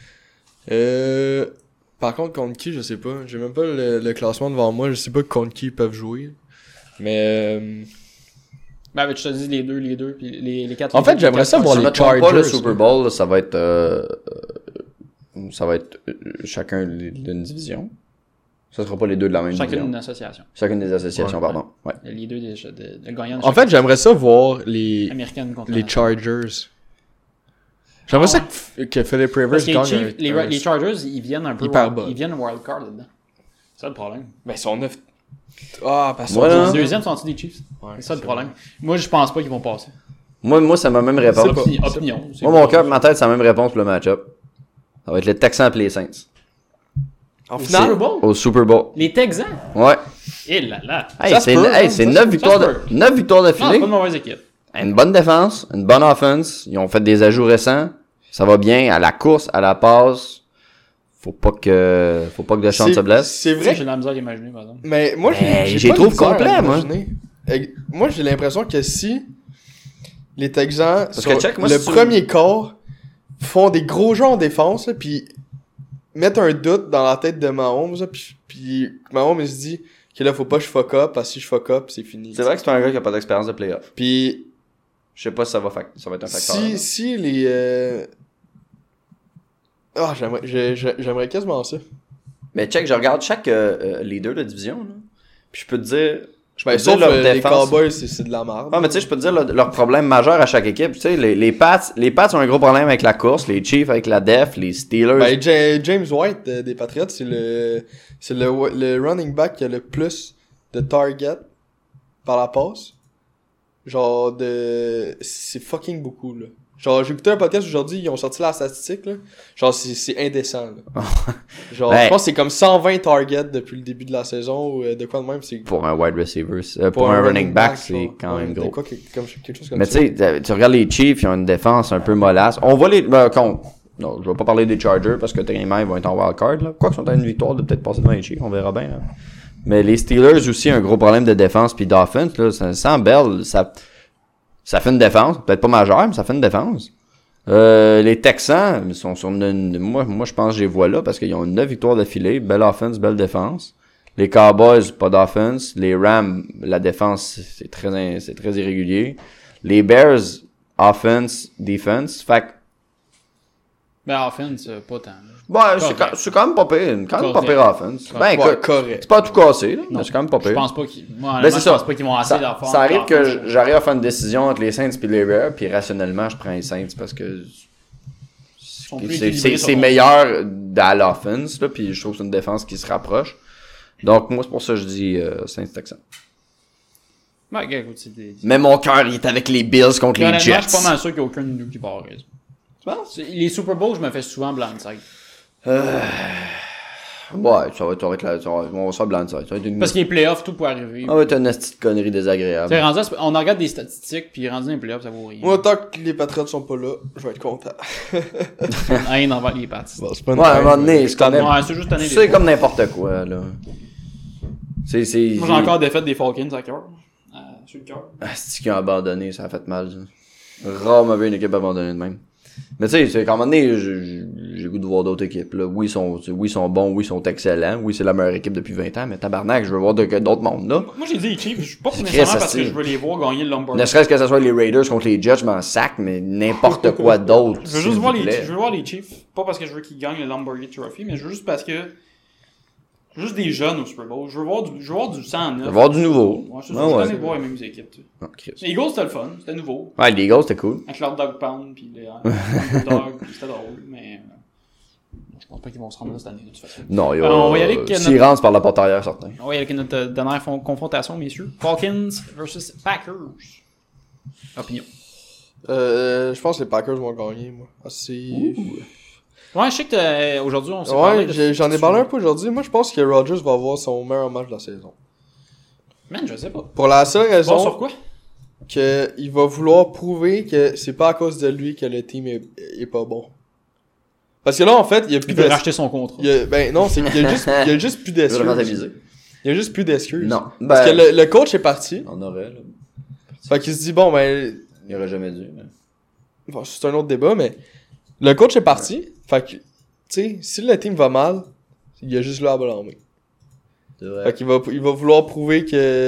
Speaker 3: Euh... Par contre, contre qui, je sais pas. J'ai même pas le, le classement devant moi. Je sais pas contre qui ils peuvent jouer. Mais... euh,
Speaker 1: Ben, je te dis les deux, les deux, puis les, les quatre.
Speaker 3: En
Speaker 1: les
Speaker 3: fait,
Speaker 1: quatre-
Speaker 3: j'aimerais
Speaker 1: les
Speaker 3: ça
Speaker 1: quatre-
Speaker 3: voir
Speaker 5: Si je
Speaker 3: les
Speaker 5: me trompe pas, le
Speaker 3: Chargers,
Speaker 5: Super Bowl, là, ça va être... euh, euh, ça va être euh, chacun d'une division. Ça sera pas les deux de la même
Speaker 1: Chacune
Speaker 5: division.
Speaker 1: une association.
Speaker 5: Chacune des associations,
Speaker 3: Ouais.
Speaker 5: pardon. Ouais.
Speaker 1: Les deux des, de, de gagnants de
Speaker 3: En fait, j'aimerais ça voir les,
Speaker 1: américaine contre
Speaker 3: les
Speaker 1: la-
Speaker 3: Chargers. J'aimerais
Speaker 1: Ah
Speaker 3: ça
Speaker 1: ouais.
Speaker 3: que, que Philip Rivers
Speaker 1: Parce que les,
Speaker 3: gagne
Speaker 1: Chiefs,
Speaker 3: un-
Speaker 1: les,
Speaker 3: un-
Speaker 1: les Chargers, ils viennent un peu.
Speaker 3: Hyper
Speaker 1: wild-
Speaker 3: bas.
Speaker 1: Ils viennent wildcard là-dedans. C'est ça le problème.
Speaker 3: Ben, ils sont neuf. Ah, parce que
Speaker 5: Voilà.
Speaker 1: Les deuxièmes sont-ils des Chiefs?
Speaker 3: Ouais,
Speaker 1: C'est ça le
Speaker 3: c'est
Speaker 1: problème. Moi, je pense pas qu'ils vont passer.
Speaker 5: Moi, moi, c'est ma même réponse.
Speaker 3: pas.
Speaker 1: Opini- Opinion. c'est
Speaker 5: Moi, mon
Speaker 1: pas-
Speaker 5: cœur, ma tête, c'est la même réponse pour le match-up. Ça va être les Texans et les Saints.
Speaker 3: En
Speaker 1: Au
Speaker 3: finale,
Speaker 1: Super Bowl?
Speaker 5: Au Super Bowl.
Speaker 1: Les Texans?
Speaker 5: Ouais.
Speaker 1: Eh là là.
Speaker 5: Hey,
Speaker 3: Ça se
Speaker 5: c'est
Speaker 3: peut,
Speaker 5: hey,
Speaker 3: hein,
Speaker 5: c'est
Speaker 3: ça
Speaker 5: neuf
Speaker 3: se-
Speaker 5: victoires,
Speaker 1: ça se
Speaker 5: de,
Speaker 1: peut.
Speaker 5: neuf victoires
Speaker 1: Non, c'est
Speaker 5: d'affilée.
Speaker 1: pas une mauvaise équipe.
Speaker 5: Une bonne défense, une bonne offense. Ils ont fait des ajouts récents. Ça va bien à la course, à la passe. Faut pas que, faut pas que Deschamps
Speaker 3: c'est-
Speaker 5: se blesse.
Speaker 3: C'est
Speaker 1: Vrai,
Speaker 3: vrai.
Speaker 1: j'ai de la misère à imaginer, par exemple.
Speaker 3: Mais moi, j'ai,
Speaker 5: Ben,
Speaker 3: j'ai
Speaker 5: j'ai
Speaker 3: pas de
Speaker 5: trouve
Speaker 3: misère à
Speaker 5: complet, moi.
Speaker 3: l'imaginer. Eh, Moi, j'ai l'impression que si les Texans,
Speaker 5: Parce
Speaker 3: sur
Speaker 5: que check, moi,
Speaker 3: le
Speaker 5: si tu-
Speaker 3: premier quart, font des gros jeux en défense, là, puis mettent un doute dans la tête de Mahomes, là, puis, puis Mahomes il se dit que là, faut pas que je fuck up, parce que si je fuck up, c'est fini.
Speaker 5: C'est vrai que c'est un gars qui a pas d'expérience de playoff.
Speaker 3: Puis
Speaker 5: Je sais pas si ça va, fac- ça va être un facteur.
Speaker 3: si,
Speaker 5: là.
Speaker 3: si les... euh, Ah, j'aimerais, j'ai- j'ai- j'aimerais quasiment ça.
Speaker 5: Mais check, je regarde chaque euh, euh, leader de division, là. Puis je peux te dire, je peux
Speaker 3: Ben,
Speaker 5: te dire
Speaker 3: sauf
Speaker 5: leur
Speaker 3: euh, les
Speaker 5: défense.
Speaker 3: Cowboys, c'est, c'est de la merde.
Speaker 5: Ouais, mais tu sais, je peux te dire leur, leur problème majeur à chaque équipe. Tu sais, les, les Pats, les Pats ont un gros problème avec la course, les Chiefs avec la def, les Steelers.
Speaker 3: Ben, Ja- James White euh, des Patriots, c'est le c'est le, le running back qui a le plus de target par la passe. Genre de c'est fucking beaucoup là. Genre j'ai écouté un podcast aujourd'hui, ils ont sorti la statistique là. Genre c'est c'est indécent là. Genre
Speaker 5: Ben-
Speaker 3: je pense que c'est comme cent vingt targets depuis le début de la saison ou euh, de quoi de même, c'est
Speaker 5: pour un wide receiver, euh, pour, un running back, c'est
Speaker 3: genre.
Speaker 5: quand
Speaker 3: Ouais,
Speaker 5: même
Speaker 3: de
Speaker 5: gros.
Speaker 3: quoi, que- comme, quelque chose comme
Speaker 5: Mais
Speaker 3: ça.
Speaker 5: tu sais, tu regardes les Chiefs, ils ont une défense un peu mollasse. On va les, ben, con, non, je vais pas parler des Chargers parce que techniquement ils vont être en wildcard là. Quoi qu'ils sont à une victoire de peut-être passer devant les Chiefs, on verra bien. Là. Mais les Steelers aussi un gros problème de défense puis d'offense là, ça- sans Bell, ça ça fait une défense, peut-être pas majeure, mais ça fait une défense. Euh, les Texans, ils sont sur une, moi, moi je pense que je les vois là parce qu'ils ont neuf victoires d'affilée, belle offense, belle défense. Les Cowboys, pas d'offense. Les Rams, la défense, c'est très, c'est très irrégulier. Les Bears, offense, defense. Fait que,
Speaker 1: Ben, offense, euh, pas tant. là.
Speaker 5: ouais, c'est
Speaker 1: Correct.
Speaker 5: quand, c'est quand même pas pire, quand même pas
Speaker 1: Correct.
Speaker 5: pire offense. Ben,
Speaker 3: Ouais,
Speaker 5: écoute,
Speaker 3: correct.
Speaker 5: c'est pas tout cassé, là, mais c'est quand même pas
Speaker 1: Je
Speaker 5: pire.
Speaker 1: pense pas qu'ils. Moi,
Speaker 5: Ben,
Speaker 1: honnêtement,
Speaker 5: c'est
Speaker 1: je
Speaker 5: ça.
Speaker 1: pense pas qu'ils vont essayer
Speaker 5: Ça,
Speaker 1: d'en faire.
Speaker 5: ça arrive
Speaker 1: encore.
Speaker 5: que j'arrive à faire une décision entre les Saints et les Bears, puis rationnellement, je prends les Saints parce que
Speaker 1: sont plus
Speaker 5: c'est,
Speaker 1: équilibrés
Speaker 5: c'est,
Speaker 1: sur
Speaker 5: c'est
Speaker 1: ton-
Speaker 5: meilleur à l'offense, là, puis je trouve que c'est une défense qui se rapproche. Donc, moi, c'est pour ça que je dis euh, Saints-Texans.
Speaker 1: Ouais, gars, écoute, c'est des.
Speaker 5: Mais mon cœur, il est avec les Bills contre les
Speaker 1: Honnêtement,
Speaker 5: Jets.
Speaker 1: je suis pas mal sûr qu'il n'y a aucun de nous qui part raison. Tu penses? Les Super Bowls, je me fais souvent blindside.
Speaker 5: Ouais, ça va être, ça va être là, ça va, on va se faire blindside. Ça va être une,
Speaker 1: Parce que les playoffs, tout peut arriver.
Speaker 5: ça va être une petite connerie
Speaker 1: Tu
Speaker 5: désagréable.
Speaker 1: sais, rendu à ce- on regarde des statistiques, puis rendu dans les playoffs, ça vaut rien.
Speaker 3: Moi, tant que les Patriots sont pas là, je vais être content.
Speaker 1: Rien envers les Pats.
Speaker 3: Bon, c'est pas une
Speaker 5: Ouais, à un
Speaker 3: haine,
Speaker 5: moment donné,
Speaker 3: mais-
Speaker 5: c'est comme,
Speaker 1: Ouais, c'est juste année
Speaker 5: c'est comme n'importe quoi, là. C'est, c'est,
Speaker 1: Moi, j'ai encore défaite des Falcons à cœur. Euh, sur le cœur.
Speaker 2: Ah, c'est qui a abandonné, ça a fait mal. Ça. Rarement vu une équipe abandonnée de même. Mais tu sais, c'est qu'à un moment donné, j'ai le goût de voir d'autres équipes. Là. Oui, ils sont, oui, ils sont bons, oui, ils sont excellents. Oui, c'est la meilleure équipe depuis vingt ans, mais tabarnak, je veux voir de- d'autres mondes, là.
Speaker 1: Moi, j'ai dit les Chiefs, je suis pas
Speaker 2: C'est
Speaker 1: nécessairement
Speaker 2: Chris,
Speaker 1: parce
Speaker 2: ça,
Speaker 1: que
Speaker 2: c'est-
Speaker 1: je veux les voir gagner le Lombard.
Speaker 2: Ne serait-ce que ce soit les Raiders contre les Jets, je m'en sac, mais n'importe quoi d'autre.
Speaker 1: Je veux
Speaker 2: s'il
Speaker 1: juste voir
Speaker 2: vous
Speaker 1: les,
Speaker 2: plaît.
Speaker 1: je veux voir les Chiefs, pas parce que je veux qu'ils gagnent le Lamborghini Trophy, mais je veux juste parce que je veux juste des jeunes au Super Bowl. Je veux voir du, je veux voir du sang neuf.
Speaker 2: Je veux voir du nouveau.
Speaker 1: Ouais, je suis
Speaker 2: Ah ouais.
Speaker 1: de voir les mêmes équipes. Tu sais.
Speaker 2: Oh, Chris.
Speaker 1: Les Eagles, c'était le fun, c'était nouveau.
Speaker 2: Ouais, les Eagles, c'était cool.
Speaker 1: Avec leur Dog Pound, puis les Dog, puis c'était drôle, mais euh, je pense pas qu'ils vont se rendre là cette année, de toute façon.
Speaker 2: Non, il y a,
Speaker 1: Alors, on va y aller avec
Speaker 2: s'ils
Speaker 1: notre-
Speaker 2: rentrent par la porte arrière, certain.
Speaker 1: On va y aller avec notre euh, dernière fon- confrontation, messieurs. Falcons versus Packers. Opinion.
Speaker 3: Euh, je pense que les Packers vont gagner, moi. Assez...
Speaker 1: Ouais, je sais que euh, aujourd'hui, on s'est parlé
Speaker 3: Ouais,
Speaker 1: de-
Speaker 3: j'ai- j'en ai parlé un peu aujourd'hui. Moi, je pense que Rodgers va avoir son meilleur match de la saison.
Speaker 1: Man, je sais pas.
Speaker 3: Pour la seule
Speaker 1: Bon,
Speaker 3: raison
Speaker 1: sur quoi?
Speaker 3: qu'il va vouloir prouver que c'est pas à cause de lui que le team est, est pas bon. Parce que là, en fait, il y a plus
Speaker 1: Il veut
Speaker 3: de...
Speaker 1: racheter son contrat.
Speaker 3: il y a- Ben non, c'est qu'il y a juste, il y a juste plus
Speaker 2: Je vais vraiment
Speaker 3: d'excuses.
Speaker 2: t'aviser.
Speaker 3: Il y a juste plus d'excuses.
Speaker 2: Non.
Speaker 3: Parce
Speaker 2: Ben,
Speaker 3: que le, le coach est parti.
Speaker 2: on aurait, là.
Speaker 3: Fait qu'il se dit, bon, ben,
Speaker 2: Il aurait jamais dû, mais...
Speaker 3: bon, c'est un autre débat, mais le coach est parti. Fait que, tu sais, si le team va mal, il y a juste là à blâmer.
Speaker 2: C'est vrai.
Speaker 3: Fait qu'il va, il va vouloir prouver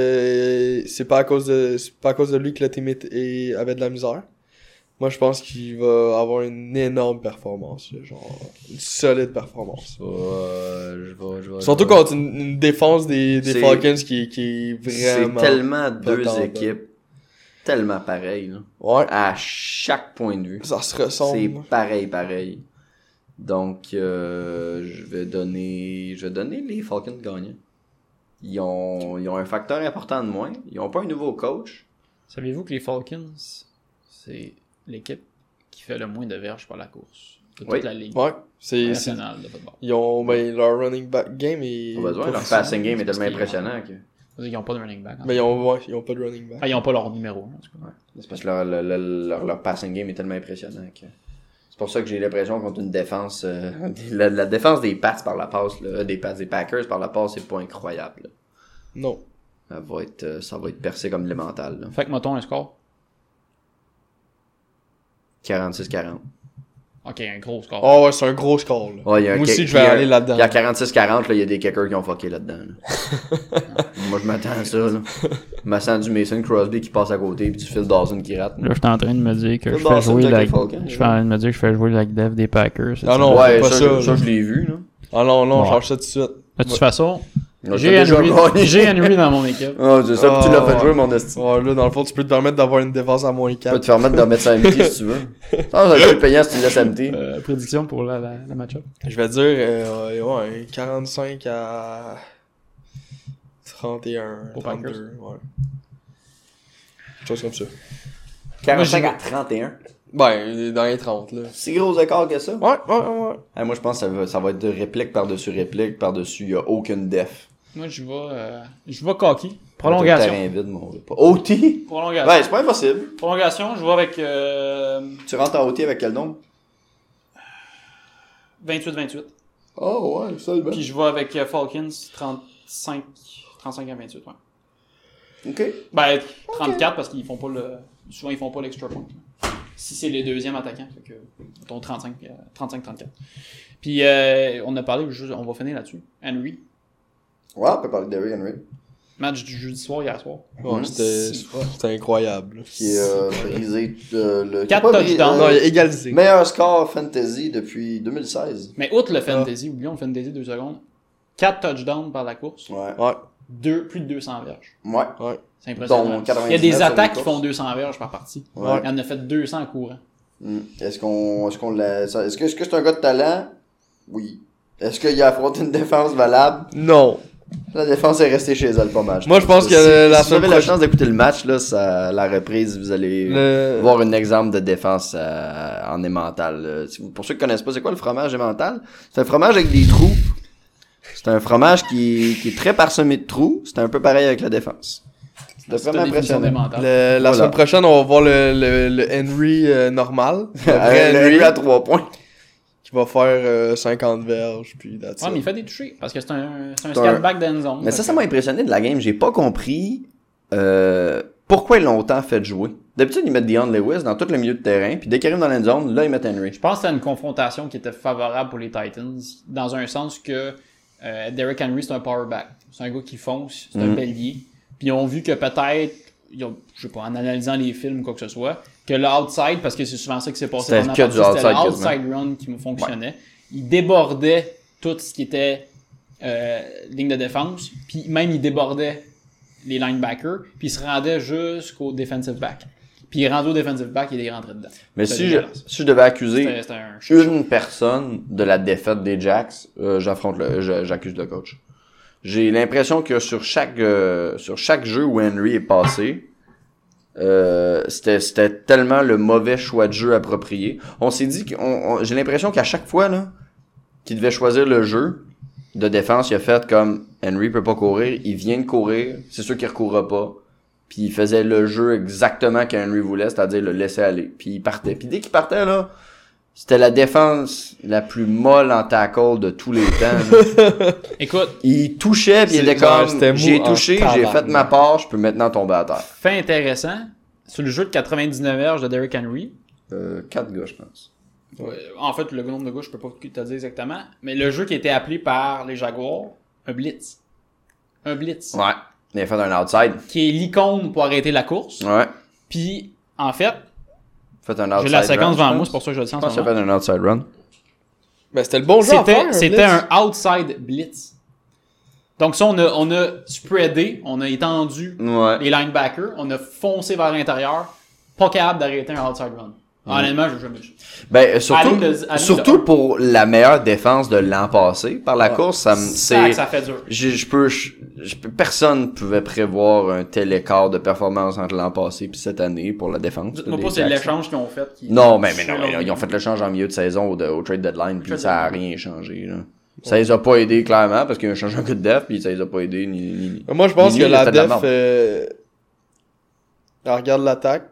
Speaker 3: que c'est pas à cause de, c'est pas à cause de lui que le team est, est- avait de la misère. Moi, je pense qu'il va avoir une énorme performance, là, genre, une solide performance.
Speaker 2: Ouais, je vais, je vais,
Speaker 3: Surtout
Speaker 2: je vais-
Speaker 3: contre une, une défense des, des
Speaker 2: C'est-
Speaker 3: Falcons qui, qui est vraiment...
Speaker 2: C'est tellement deux
Speaker 3: tant
Speaker 2: équipes tellement pareilles, là.
Speaker 3: Ouais,
Speaker 2: À chaque point de vue.
Speaker 3: ça se
Speaker 2: C'est
Speaker 3: ressemble.
Speaker 2: pareil, pareil. Donc, euh, je vais donner, je vais donner les Falcons gagnants. Ils ont, ils ont un facteur important de moins. Ils ont pas un nouveau coach.
Speaker 1: Savez-vous que les Falcons, c'est l'équipe qui fait le moins de verges par la course de toute
Speaker 2: Oui.
Speaker 1: la ligue
Speaker 3: Ouais, c'est... c'est-
Speaker 1: nationale de football.
Speaker 3: Ils ont, ben, leur running back game est...
Speaker 2: Pas besoin. Leur
Speaker 3: professionnel.
Speaker 2: passing game est
Speaker 1: parce
Speaker 2: tellement
Speaker 1: qu'ils-
Speaker 2: impressionnant que...
Speaker 1: Ils n'ont pas de running back. hein.
Speaker 3: Mais ils ont, ouais, ils ont pas de running back.
Speaker 1: Ah, ils n'ont pas leur numéro. En tout cas.
Speaker 2: C'est parce que leur, leur, leur, leur, leur passing game est tellement impressionnant que... C'est pour ça que j'ai l'impression contre une défense... euh, la, la défense des Pats par la passe, là, des Pats des Packers par la passe, c'est pas incroyable. Là.
Speaker 3: Non.
Speaker 2: Ça va être, euh, ça va être percé comme l'élémental. là.
Speaker 1: Fait que, mettons un score.
Speaker 2: quarante-six quarante.
Speaker 1: Ok, un gros score.
Speaker 3: Oh ouais, c'est un gros score, là.
Speaker 2: Ouais, il y a un
Speaker 3: Moi
Speaker 2: kick-
Speaker 3: aussi, je vais
Speaker 2: il y a-
Speaker 3: aller là-dedans.
Speaker 2: Puis à quarante-six quarante, là, il y a des kickers qui ont fucké là-dedans. là. Moi, je m'attends à ça. Là. Je m'attends du Mason Crosby qui passe à côté, puis tu Phil Dawson qui rate.
Speaker 1: Là, je suis en train de me dire que
Speaker 2: Phil
Speaker 1: je fais
Speaker 2: Dawson,
Speaker 1: jouer
Speaker 2: Jack
Speaker 1: la...
Speaker 2: et Falcon,
Speaker 1: Je suis en train de me dire que je fais jouer la dev des Packers.
Speaker 3: Ah non,
Speaker 2: ouais,
Speaker 3: pas
Speaker 2: ça,
Speaker 3: ça,
Speaker 2: je-
Speaker 3: là.
Speaker 2: ça, je l'ai vu. Là.
Speaker 3: Ah non, non,
Speaker 1: Ouais.
Speaker 3: change ça tout de suite.
Speaker 1: De toute façon,
Speaker 2: Là,
Speaker 1: j'ai
Speaker 2: t'as déjà
Speaker 1: Henry,
Speaker 2: gagné.
Speaker 1: j'ai Henry dans mon équipe.
Speaker 2: Ah, c'est ça, puis tu
Speaker 3: Ah,
Speaker 2: l'as fait
Speaker 3: ouais.
Speaker 2: jouer, mon esti.
Speaker 3: Ouais, là, dans le fond, tu peux te permettre d'avoir une défense à moins
Speaker 2: Tu peux
Speaker 3: quatre.
Speaker 2: te permettre de remettre ça à M T si tu veux. Ça, ça va être payant si tu laisses M T.
Speaker 1: Euh, prédiction pour la, la, la match-up.
Speaker 3: Je vais dire, euh, ouais, quarante-cinq à trente et un,
Speaker 1: Pour
Speaker 3: trente-deux,
Speaker 1: Packers.
Speaker 3: ouais. Quelque chose comme ça.
Speaker 2: quarante-cinq à trente et un.
Speaker 3: Ben, dans les trente, là.
Speaker 2: Si gros écart que ça.
Speaker 3: Ouais, ouais, ouais, ouais.
Speaker 2: Ah, moi, je pense que ça va, ça va être de réplique par-dessus réplique, par-dessus, il n'y a aucune def.
Speaker 1: Moi, je vais, euh, je vais cocky.
Speaker 2: Tout le
Speaker 1: Prolongation.
Speaker 2: terrain vide, mon gars. O T?
Speaker 1: Prolongation.
Speaker 2: Ouais, c'est pas impossible.
Speaker 1: Prolongation, je vais avec euh,
Speaker 2: Tu rentres en O T avec quel nombre?
Speaker 1: vingt-huit vingt-huit.
Speaker 2: Oh, ouais, ça, le
Speaker 1: Puis je vais avec euh, Falcons trente-cinq, trente-cinq à vingt-huit, ouais.
Speaker 2: Ok.
Speaker 1: Ben, trente-quatre parce qu'ils font pas le. Souvent, ils font pas l'extra point. Si c'est les deuxièmes attaquants, fait que. Mettons trente-cinq trente-quatre. Puis, euh, on a parlé, juste- on va finir là-dessus. Henry.
Speaker 2: Ouais, on peut parler de Derrick Henry.
Speaker 1: Match du jeudi soir, hier soir.
Speaker 3: Ouais,
Speaker 2: Mhm.
Speaker 3: c'était, c'était incroyable. là.
Speaker 2: Qui a euh, brisé euh, le.
Speaker 1: Quatre
Speaker 2: qui a pas brisé-
Speaker 1: touchdowns.
Speaker 3: Non, il a égalisé.
Speaker 2: Meilleur score fantasy depuis deux mille seize.
Speaker 1: Mais outre le fantasy, oublions le fantasy deux secondes. quatre touchdowns par la course.
Speaker 2: Ouais.
Speaker 3: Ouais,
Speaker 1: Deux, plus de deux cents verges.
Speaker 2: Ouais.
Speaker 3: ouais.
Speaker 1: C'est impressionnant.
Speaker 2: Dont
Speaker 1: Il y a
Speaker 2: quatre-vingt-dix-neuf
Speaker 1: des
Speaker 2: sur les
Speaker 1: attaques qui
Speaker 2: courses.
Speaker 1: font deux cents verges par partie.
Speaker 2: Ouais.
Speaker 1: Il en a fait deux cents en courant.
Speaker 2: Hmm. Est-ce qu'on, est-ce qu'on l'a, ça- est-ce que, est-ce que c'est un gars de talent? Oui. Est-ce qu'il a affronté une défense valable?
Speaker 3: Non.
Speaker 2: La défense est restée chez elle pas mal.
Speaker 3: Moi, je pense que
Speaker 2: si,
Speaker 3: la
Speaker 2: si vous
Speaker 3: semaine
Speaker 2: avez la
Speaker 3: prochaine-
Speaker 2: chance d'écouter le match, là, ça, la reprise, vous allez
Speaker 3: Le...
Speaker 2: voir un exemple de défense euh, en emmental. là. Si vous- Pour ceux qui connaissent pas, c'est quoi le fromage emmental? C'est un fromage avec des trous. C'est un fromage qui, qui est très parsemé de trous. C'est un peu pareil avec la défense. C'est
Speaker 1: C'est
Speaker 2: vraiment
Speaker 1: une définition
Speaker 2: impressionnant.
Speaker 1: mentale.
Speaker 3: Le- la
Speaker 2: Voilà.
Speaker 3: semaine prochaine, on va voir le, le, le Henry euh, normal. Le vrai
Speaker 2: Le
Speaker 3: Henry
Speaker 2: Henry à trois points.
Speaker 3: qui va faire euh, cinquante verges, puis that's
Speaker 1: Ouais,
Speaker 3: it.
Speaker 1: mais il fait des touchés parce que c'est un, c'est un
Speaker 2: C'est un-
Speaker 1: scatback d'end zone.
Speaker 2: Mais ça, ça m'a impressionné de la game. J'ai pas compris. Euh,
Speaker 5: pourquoi ils l'ont autant fait jouer? D'habitude, ils mettent Deion Lewis dans tout le milieu de terrain, puis dès qu'il arrive dans la zone, là, ils mettent Henry.
Speaker 1: Je pense que c'était une confrontation qui était favorable pour les Titans, dans un sens que euh, Derrick Henry, c'est un power back. C'est un gars qui fonce, c'est mm. un bélier. Puis ils ont vu que peut-être, ils ont, je sais pas, en analysant les films ou quoi que ce soit, que l'outside, parce que c'est souvent ça qui s'est passé pendant la partie, c'était l'outside run qui me fonctionnait. Ouais. Il débordait tout ce qui était euh, ligne de défense, puis même il débordait les linebackers, puis il se rendait jusqu'au defensive back. Puis il rendait au defensive back, il est rentré dedans.
Speaker 5: Mais si je, si je devais accuser c'était, c'était un une personne de la défaite des Jacks, euh, j'affronte le, je, j'accuse le coach. J'ai l'impression que sur chaque euh, sur chaque jeu où Henry est passé, euh, c'était c'était tellement le mauvais choix de jeu approprié. On s'est dit qu'on on, j'ai l'impression qu'à chaque fois là qu'il devait choisir le jeu de défense, il a fait comme Henry peut pas courir, il vient de courir, c'est sûr qu'il recourra pas. Puis il faisait le jeu exactement qu'Henry voulait, c'est-à-dire le laisser aller. Puis il partait. Puis dès qu'il partait là, c'était la défense la plus molle en tackle de tous les temps.
Speaker 1: Écoute,
Speaker 5: il touchait puis il était comme j'ai touché, j'ai fait ma part, je peux maintenant tomber à terre.
Speaker 1: Fait intéressant, sur le jeu de quatre-vingt-dix-neuf verges de Derrick Henry,
Speaker 5: euh, quatre gars je pense.
Speaker 1: Ouais, en fait, le nombre de gars, je peux pas te dire exactement, mais le jeu qui a été appelé par les Jaguars, un blitz. Un blitz.
Speaker 5: Ouais. Il a fait un outside.
Speaker 1: Qui est l'icône pour arrêter la course.
Speaker 5: Ouais.
Speaker 1: Puis, en fait,
Speaker 5: fait un outside
Speaker 1: j'ai la séquence
Speaker 5: run,
Speaker 1: devant moi, c'est pour ça que je le sens.
Speaker 5: Je pense qu'il a fait un outside run.
Speaker 3: Ben, c'était le bon jeu
Speaker 1: c'était,
Speaker 3: à faire,
Speaker 1: C'était un outside blitz. Donc ça, on a, on a spreadé, on a étendu
Speaker 5: ouais.
Speaker 1: les linebackers, on a foncé vers l'intérieur, pas capable d'arrêter un outside run. Mmh. Honnêtement, je jamais vu.
Speaker 5: Ben, surtout, de, surtout pour la meilleure défense de l'an passé, par la ouais. course, ça me, c'est,
Speaker 1: ça fait dur.
Speaker 5: Je, je peux, je, je peux, personne pouvait prévoir un tel écart de performance entre l'an passé puis cette année pour la défense.
Speaker 1: Dites-moi pas, c'est l'échange qu'ils ont fait qui...
Speaker 5: Non, mais, mais non, mais, ils ont fait l'échange en milieu de saison au, au trade deadline puis ça a rien changé, là. Ça les a pas aidés, clairement, parce qu'ils ont changé un coup de def puis ça les a pas aidés, ni, ni,
Speaker 3: moi, je pense
Speaker 5: ni,
Speaker 3: que
Speaker 5: ni,
Speaker 3: la def, euh, elle regarde l'attaque.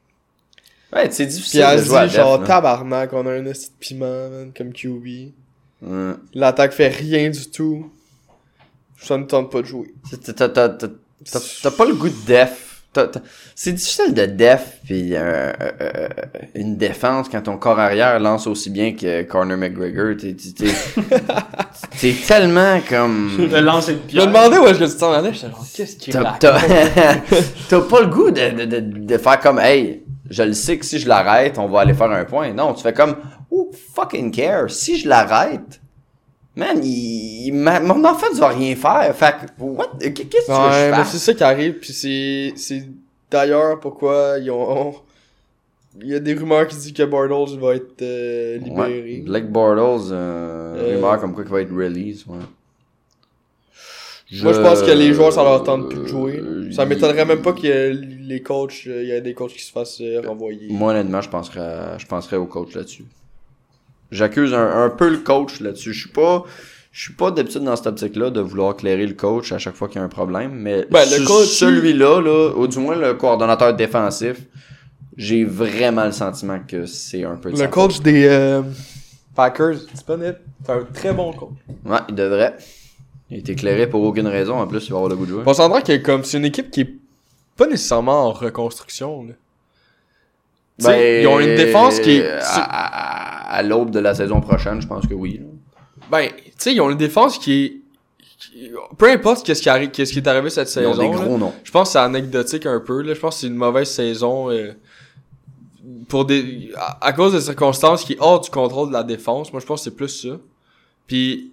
Speaker 5: Ouais, c'est difficile
Speaker 3: puis
Speaker 5: de jouer à
Speaker 3: dit,
Speaker 5: def,
Speaker 3: genre,
Speaker 5: là.
Speaker 3: tabarnak, on a un esti de piment, man, comme Q B.
Speaker 5: Ouais.
Speaker 3: L'attaque fait rien du tout. Ça ne tente pas de jouer.
Speaker 5: T'as, t'as, t'as, t'as, t'as, t'as pas le goût de def. T'as, t'as, c'est difficile de def pis euh, euh, une défense quand ton corps arrière lance aussi bien que Conor McGregor. T'es, t'es, t'es, t'es tellement comme...
Speaker 1: Je vais lancer le pied.
Speaker 3: Je me demandais où est-ce que tu t'en allais. J'étais genre, qu'est-ce qui est là?
Speaker 5: T'as, t'as pas le goût de, de, de, de faire comme, hey, je le sais que si je l'arrête, on va aller faire un point. Non, tu fais comme, who fucking care? Si je l'arrête, man, il, il, ma, mon enfant ne va rien faire. Fait que, what? Qu'est-ce que tu veux
Speaker 3: ouais,
Speaker 5: que je fasse?
Speaker 3: C'est ça qui arrive, puis c'est, c'est d'ailleurs pourquoi ils ont, il y a des rumeurs qui disent que Bortles va être euh, libéré.
Speaker 5: Ouais, Blake Bortles, euh, euh, rumeur comme quoi qu'il va être release, ouais. Je...
Speaker 3: Moi, je pense que les joueurs, ça leur tente plus de jouer. Euh, ça m'étonnerait même pas qu'il y ait les coachs, il y ait des coachs qui se fassent euh, renvoyer.
Speaker 5: Moi, honnêtement, je penserais, à, je penserais au coach là-dessus. J'accuse un, un peu le coach là-dessus. Je suis pas, je suis pas d'habitude dans cette optique-là de vouloir clairer le coach à chaque fois qu'il y a un problème, mais
Speaker 3: ben, le coach,
Speaker 5: celui-là, là, ou du moins le coordonnateur défensif, j'ai vraiment le sentiment que c'est un peu de
Speaker 3: le coach faute. Des euh, Packers, c'est pas net. C'est un très bon coach.
Speaker 5: Ouais, il devrait. Il est éclairé pour aucune raison. En plus, il va avoir le goût de jouer.
Speaker 3: On s'entend que comme c'est une équipe qui est pas nécessairement en reconstruction. Là. Ben, ils ont une défense qui est...
Speaker 5: À, à, à l'aube de la saison prochaine, je pense que oui. Là.
Speaker 3: Ben, tu sais, ils ont une défense qui est... Qui... Peu importe qu'est-ce qui, arri... qu'est-ce qui est arrivé cette saison.
Speaker 5: Ils ont des gros
Speaker 3: là,
Speaker 5: noms.
Speaker 3: Je pense que c'est anecdotique un peu. Là. Je pense que c'est une mauvaise saison euh, pour des à... à cause des circonstances qui est hors du contrôle de la défense. Moi, je pense que c'est plus ça. Puis...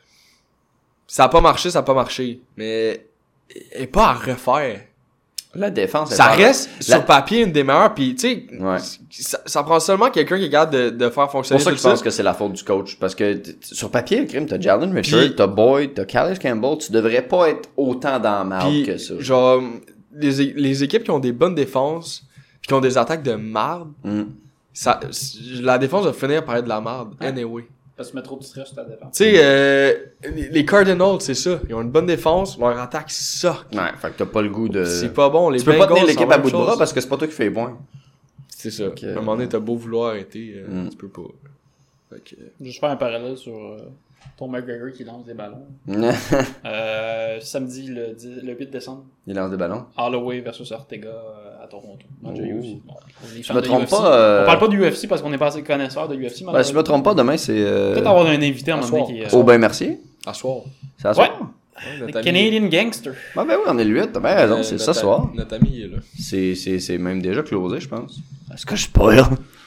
Speaker 3: Ça a pas marché, ça a pas marché. Mais, et pas à refaire.
Speaker 5: La défense,
Speaker 3: ça reste
Speaker 5: la...
Speaker 3: sur papier une des meilleures. Puis, tu sais,
Speaker 5: ouais.
Speaker 3: ça, ça prend seulement quelqu'un qui est capable de, de faire fonctionner.
Speaker 5: C'est pour ça que je pense que c'est la faute du coach. Parce que t- sur papier, le crime, t'as Jalen Richard, puis, t'as Boyd, t'as Calais Campbell. Tu devrais pas être autant dans la marde que ça.
Speaker 3: Genre, les, les équipes qui ont des bonnes défenses, puis qui ont des attaques de marde,
Speaker 5: mm.
Speaker 3: ça, la défense va finir par être de la marde. Ouais. Anyway.
Speaker 1: Parce que tu mets trop de stress sur ta défense.
Speaker 3: Tu sais, euh, les Cardinals, c'est ça. Ils ont une bonne défense, leur attaque suck.
Speaker 5: Ouais, fait que t'as pas le goût de...
Speaker 3: C'est pas bon. Les
Speaker 5: tu peux
Speaker 3: Bengals,
Speaker 5: pas tenir l'équipe à bout de
Speaker 3: chose.
Speaker 5: bras parce que c'est pas toi qui fais les points.
Speaker 3: C'est ça.
Speaker 5: Okay.
Speaker 3: À un moment donné, t'as beau vouloir arrêter, euh, mm. tu peux pas. Fait que...
Speaker 1: Juste faire un parallèle sur euh, ton McGregor qui lance des ballons. euh, samedi, le, dix, le huit décembre.
Speaker 5: Il lance des ballons.
Speaker 1: Holloway versus Ortega euh, à Toronto. Moi, j'ai
Speaker 5: Oh.
Speaker 1: aussi. Bon,
Speaker 5: Je me trompe pas. Euh...
Speaker 1: On parle pas du U F C parce qu'on n'est pas assez connaisseurs de U F C.
Speaker 5: Ben, si je me trompe pas, demain c'est. Euh...
Speaker 1: Peut-être avoir un invité à un
Speaker 3: À
Speaker 1: moment donné
Speaker 3: soir.
Speaker 1: qui est.
Speaker 5: Aubin Mercier.
Speaker 3: À soir.
Speaker 5: C'est à soir?
Speaker 1: Ouais.
Speaker 3: Ouais,
Speaker 1: The
Speaker 3: notre ami-
Speaker 1: Canadian Gangster.
Speaker 5: Ah ben oui, on est le huit, t'as bien raison,
Speaker 3: euh,
Speaker 5: c'est
Speaker 3: notre
Speaker 5: ça ce soir.
Speaker 3: ami- Notre ami il est là.
Speaker 5: C'est, c'est, c'est même déjà closé, je pense. Est-ce que je spoil?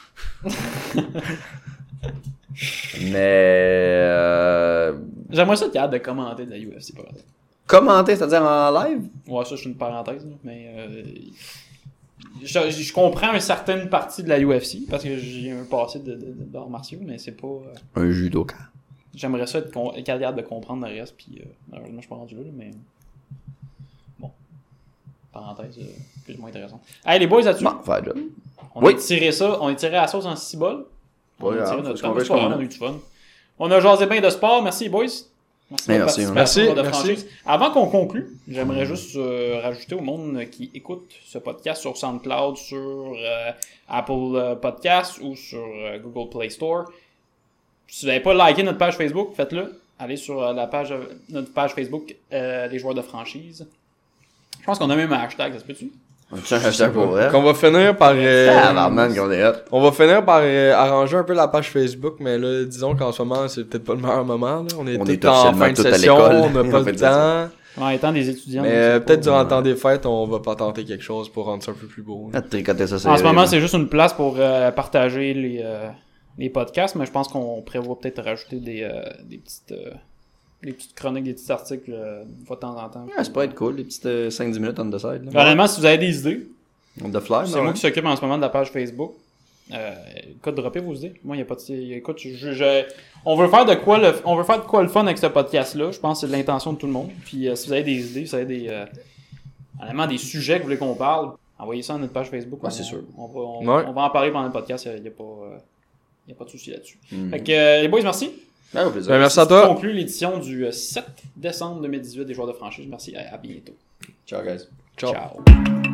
Speaker 5: Mais... Euh...
Speaker 1: J'aimerais ça qu'il y ait hâte de commenter de la U F C par exemple.
Speaker 5: Commenter, c'est-à-dire en live?
Speaker 1: Ouais, ça, c'est une parenthèse, là, mais. Euh, je, je comprends une certaine partie de la U F C parce que j'ai un passé de, de, de, d'arts martiaux, mais c'est pas. Euh,
Speaker 5: Un judoka.
Speaker 1: J'aimerais ça être con- être capable de comprendre le reste, puis euh, malheureusement, je suis pas rendu là, mais. Bon. Parenthèse euh, plus ou moins intéressante. Hey, les boys, là-dessus,
Speaker 5: Bon, faire job.
Speaker 1: on
Speaker 5: Oui.
Speaker 1: a tiré ça, on a tiré la sauce en six bols. On
Speaker 5: Ouais,
Speaker 1: a tiré
Speaker 5: hein,
Speaker 1: notre
Speaker 5: c'est ce qu'on
Speaker 1: temps,
Speaker 5: veut,
Speaker 1: c'est
Speaker 5: ce
Speaker 1: pas
Speaker 5: qu'on
Speaker 1: grave, on
Speaker 5: a.
Speaker 1: a eu du fun. On a jasé bien de sport, merci les boys. Merci,
Speaker 5: Mais
Speaker 1: de votre
Speaker 5: merci, hein.
Speaker 1: participation
Speaker 3: Merci,
Speaker 1: de
Speaker 3: merci.
Speaker 1: franchise. Avant qu'on conclue, j'aimerais juste euh, rajouter au monde qui écoute ce podcast sur SoundCloud, sur euh, Apple euh, Podcasts ou sur euh, Google Play Store. Si vous n'avez pas liké notre page Facebook, faites-le. Allez sur euh, la page, euh, notre page Facebook, euh, les joueurs de franchise. Je pense qu'on a même un hashtag, ça se peut-tu?
Speaker 5: Tu as un hashtag pour vrai?
Speaker 3: Qu'on va finir par... euh,
Speaker 5: Ah, barman, qu'on est hot.
Speaker 3: On va finir par euh, arranger un peu la page Facebook, mais là, disons qu'en ce moment, c'est peut-être pas le meilleur moment. Là. On est
Speaker 5: On
Speaker 3: tous
Speaker 5: est
Speaker 3: en
Speaker 5: officiellement
Speaker 3: fin de
Speaker 5: tous à
Speaker 3: session,
Speaker 5: l'école.
Speaker 3: on n'a
Speaker 5: En
Speaker 3: pas
Speaker 5: fin
Speaker 3: le
Speaker 5: de
Speaker 3: temps.
Speaker 1: En étant des étudiants.
Speaker 3: Mais
Speaker 1: on
Speaker 3: euh,
Speaker 1: sait
Speaker 3: peut-être
Speaker 1: pas.
Speaker 3: durant le temps des fêtes, on va pas tenter quelque chose pour rendre ça un peu plus beau. là.
Speaker 5: Ah, tricoter ça, c'est
Speaker 1: En ce moment,
Speaker 5: vrai.
Speaker 1: c'est juste une place pour euh, partager les, euh, les podcasts, mais je pense qu'on prévoit peut-être rajouter des, euh, des petites euh, des petites chroniques, des petits articles euh, une fois de temps en temps.
Speaker 5: Ouais, ça peut être cool, les petites euh, cinq dix minutes on the side. Là.
Speaker 1: Honnêtement, si vous avez des idées,
Speaker 5: On the fly,
Speaker 1: c'est
Speaker 5: non,
Speaker 1: moi
Speaker 5: hein?
Speaker 1: qui s'occupe en ce moment de la page Facebook. Euh, écoute, droppez vos idées. Moi, il n'y a pas de... Écoute, je, je- on, veut faire de quoi le... on veut faire de quoi le fun avec ce podcast-là. Je pense que c'est de l'intention de tout le monde. Puis euh, si vous avez des idées, si vous avez des... Euh, honnêtement, des sujets que vous voulez qu'on parle, envoyez ça à notre page Facebook.
Speaker 5: Ouais,
Speaker 1: on,
Speaker 5: c'est sûr.
Speaker 1: On va, on,
Speaker 3: Ouais.
Speaker 1: on va en parler pendant le podcast. Il n'y a, pas, euh, y a pas de souci là-dessus.
Speaker 5: Mhm.
Speaker 1: Fait que, euh, les boys, merci.
Speaker 5: Ouais, au plaisir.
Speaker 3: Ben, merci à
Speaker 1: Ça
Speaker 3: toi.
Speaker 1: conclut l'édition du euh, sept décembre deux mille dix-huit des joueurs de franchise. Merci. À, à bientôt.
Speaker 5: Ciao, guys.
Speaker 3: Ciao.
Speaker 1: Ciao.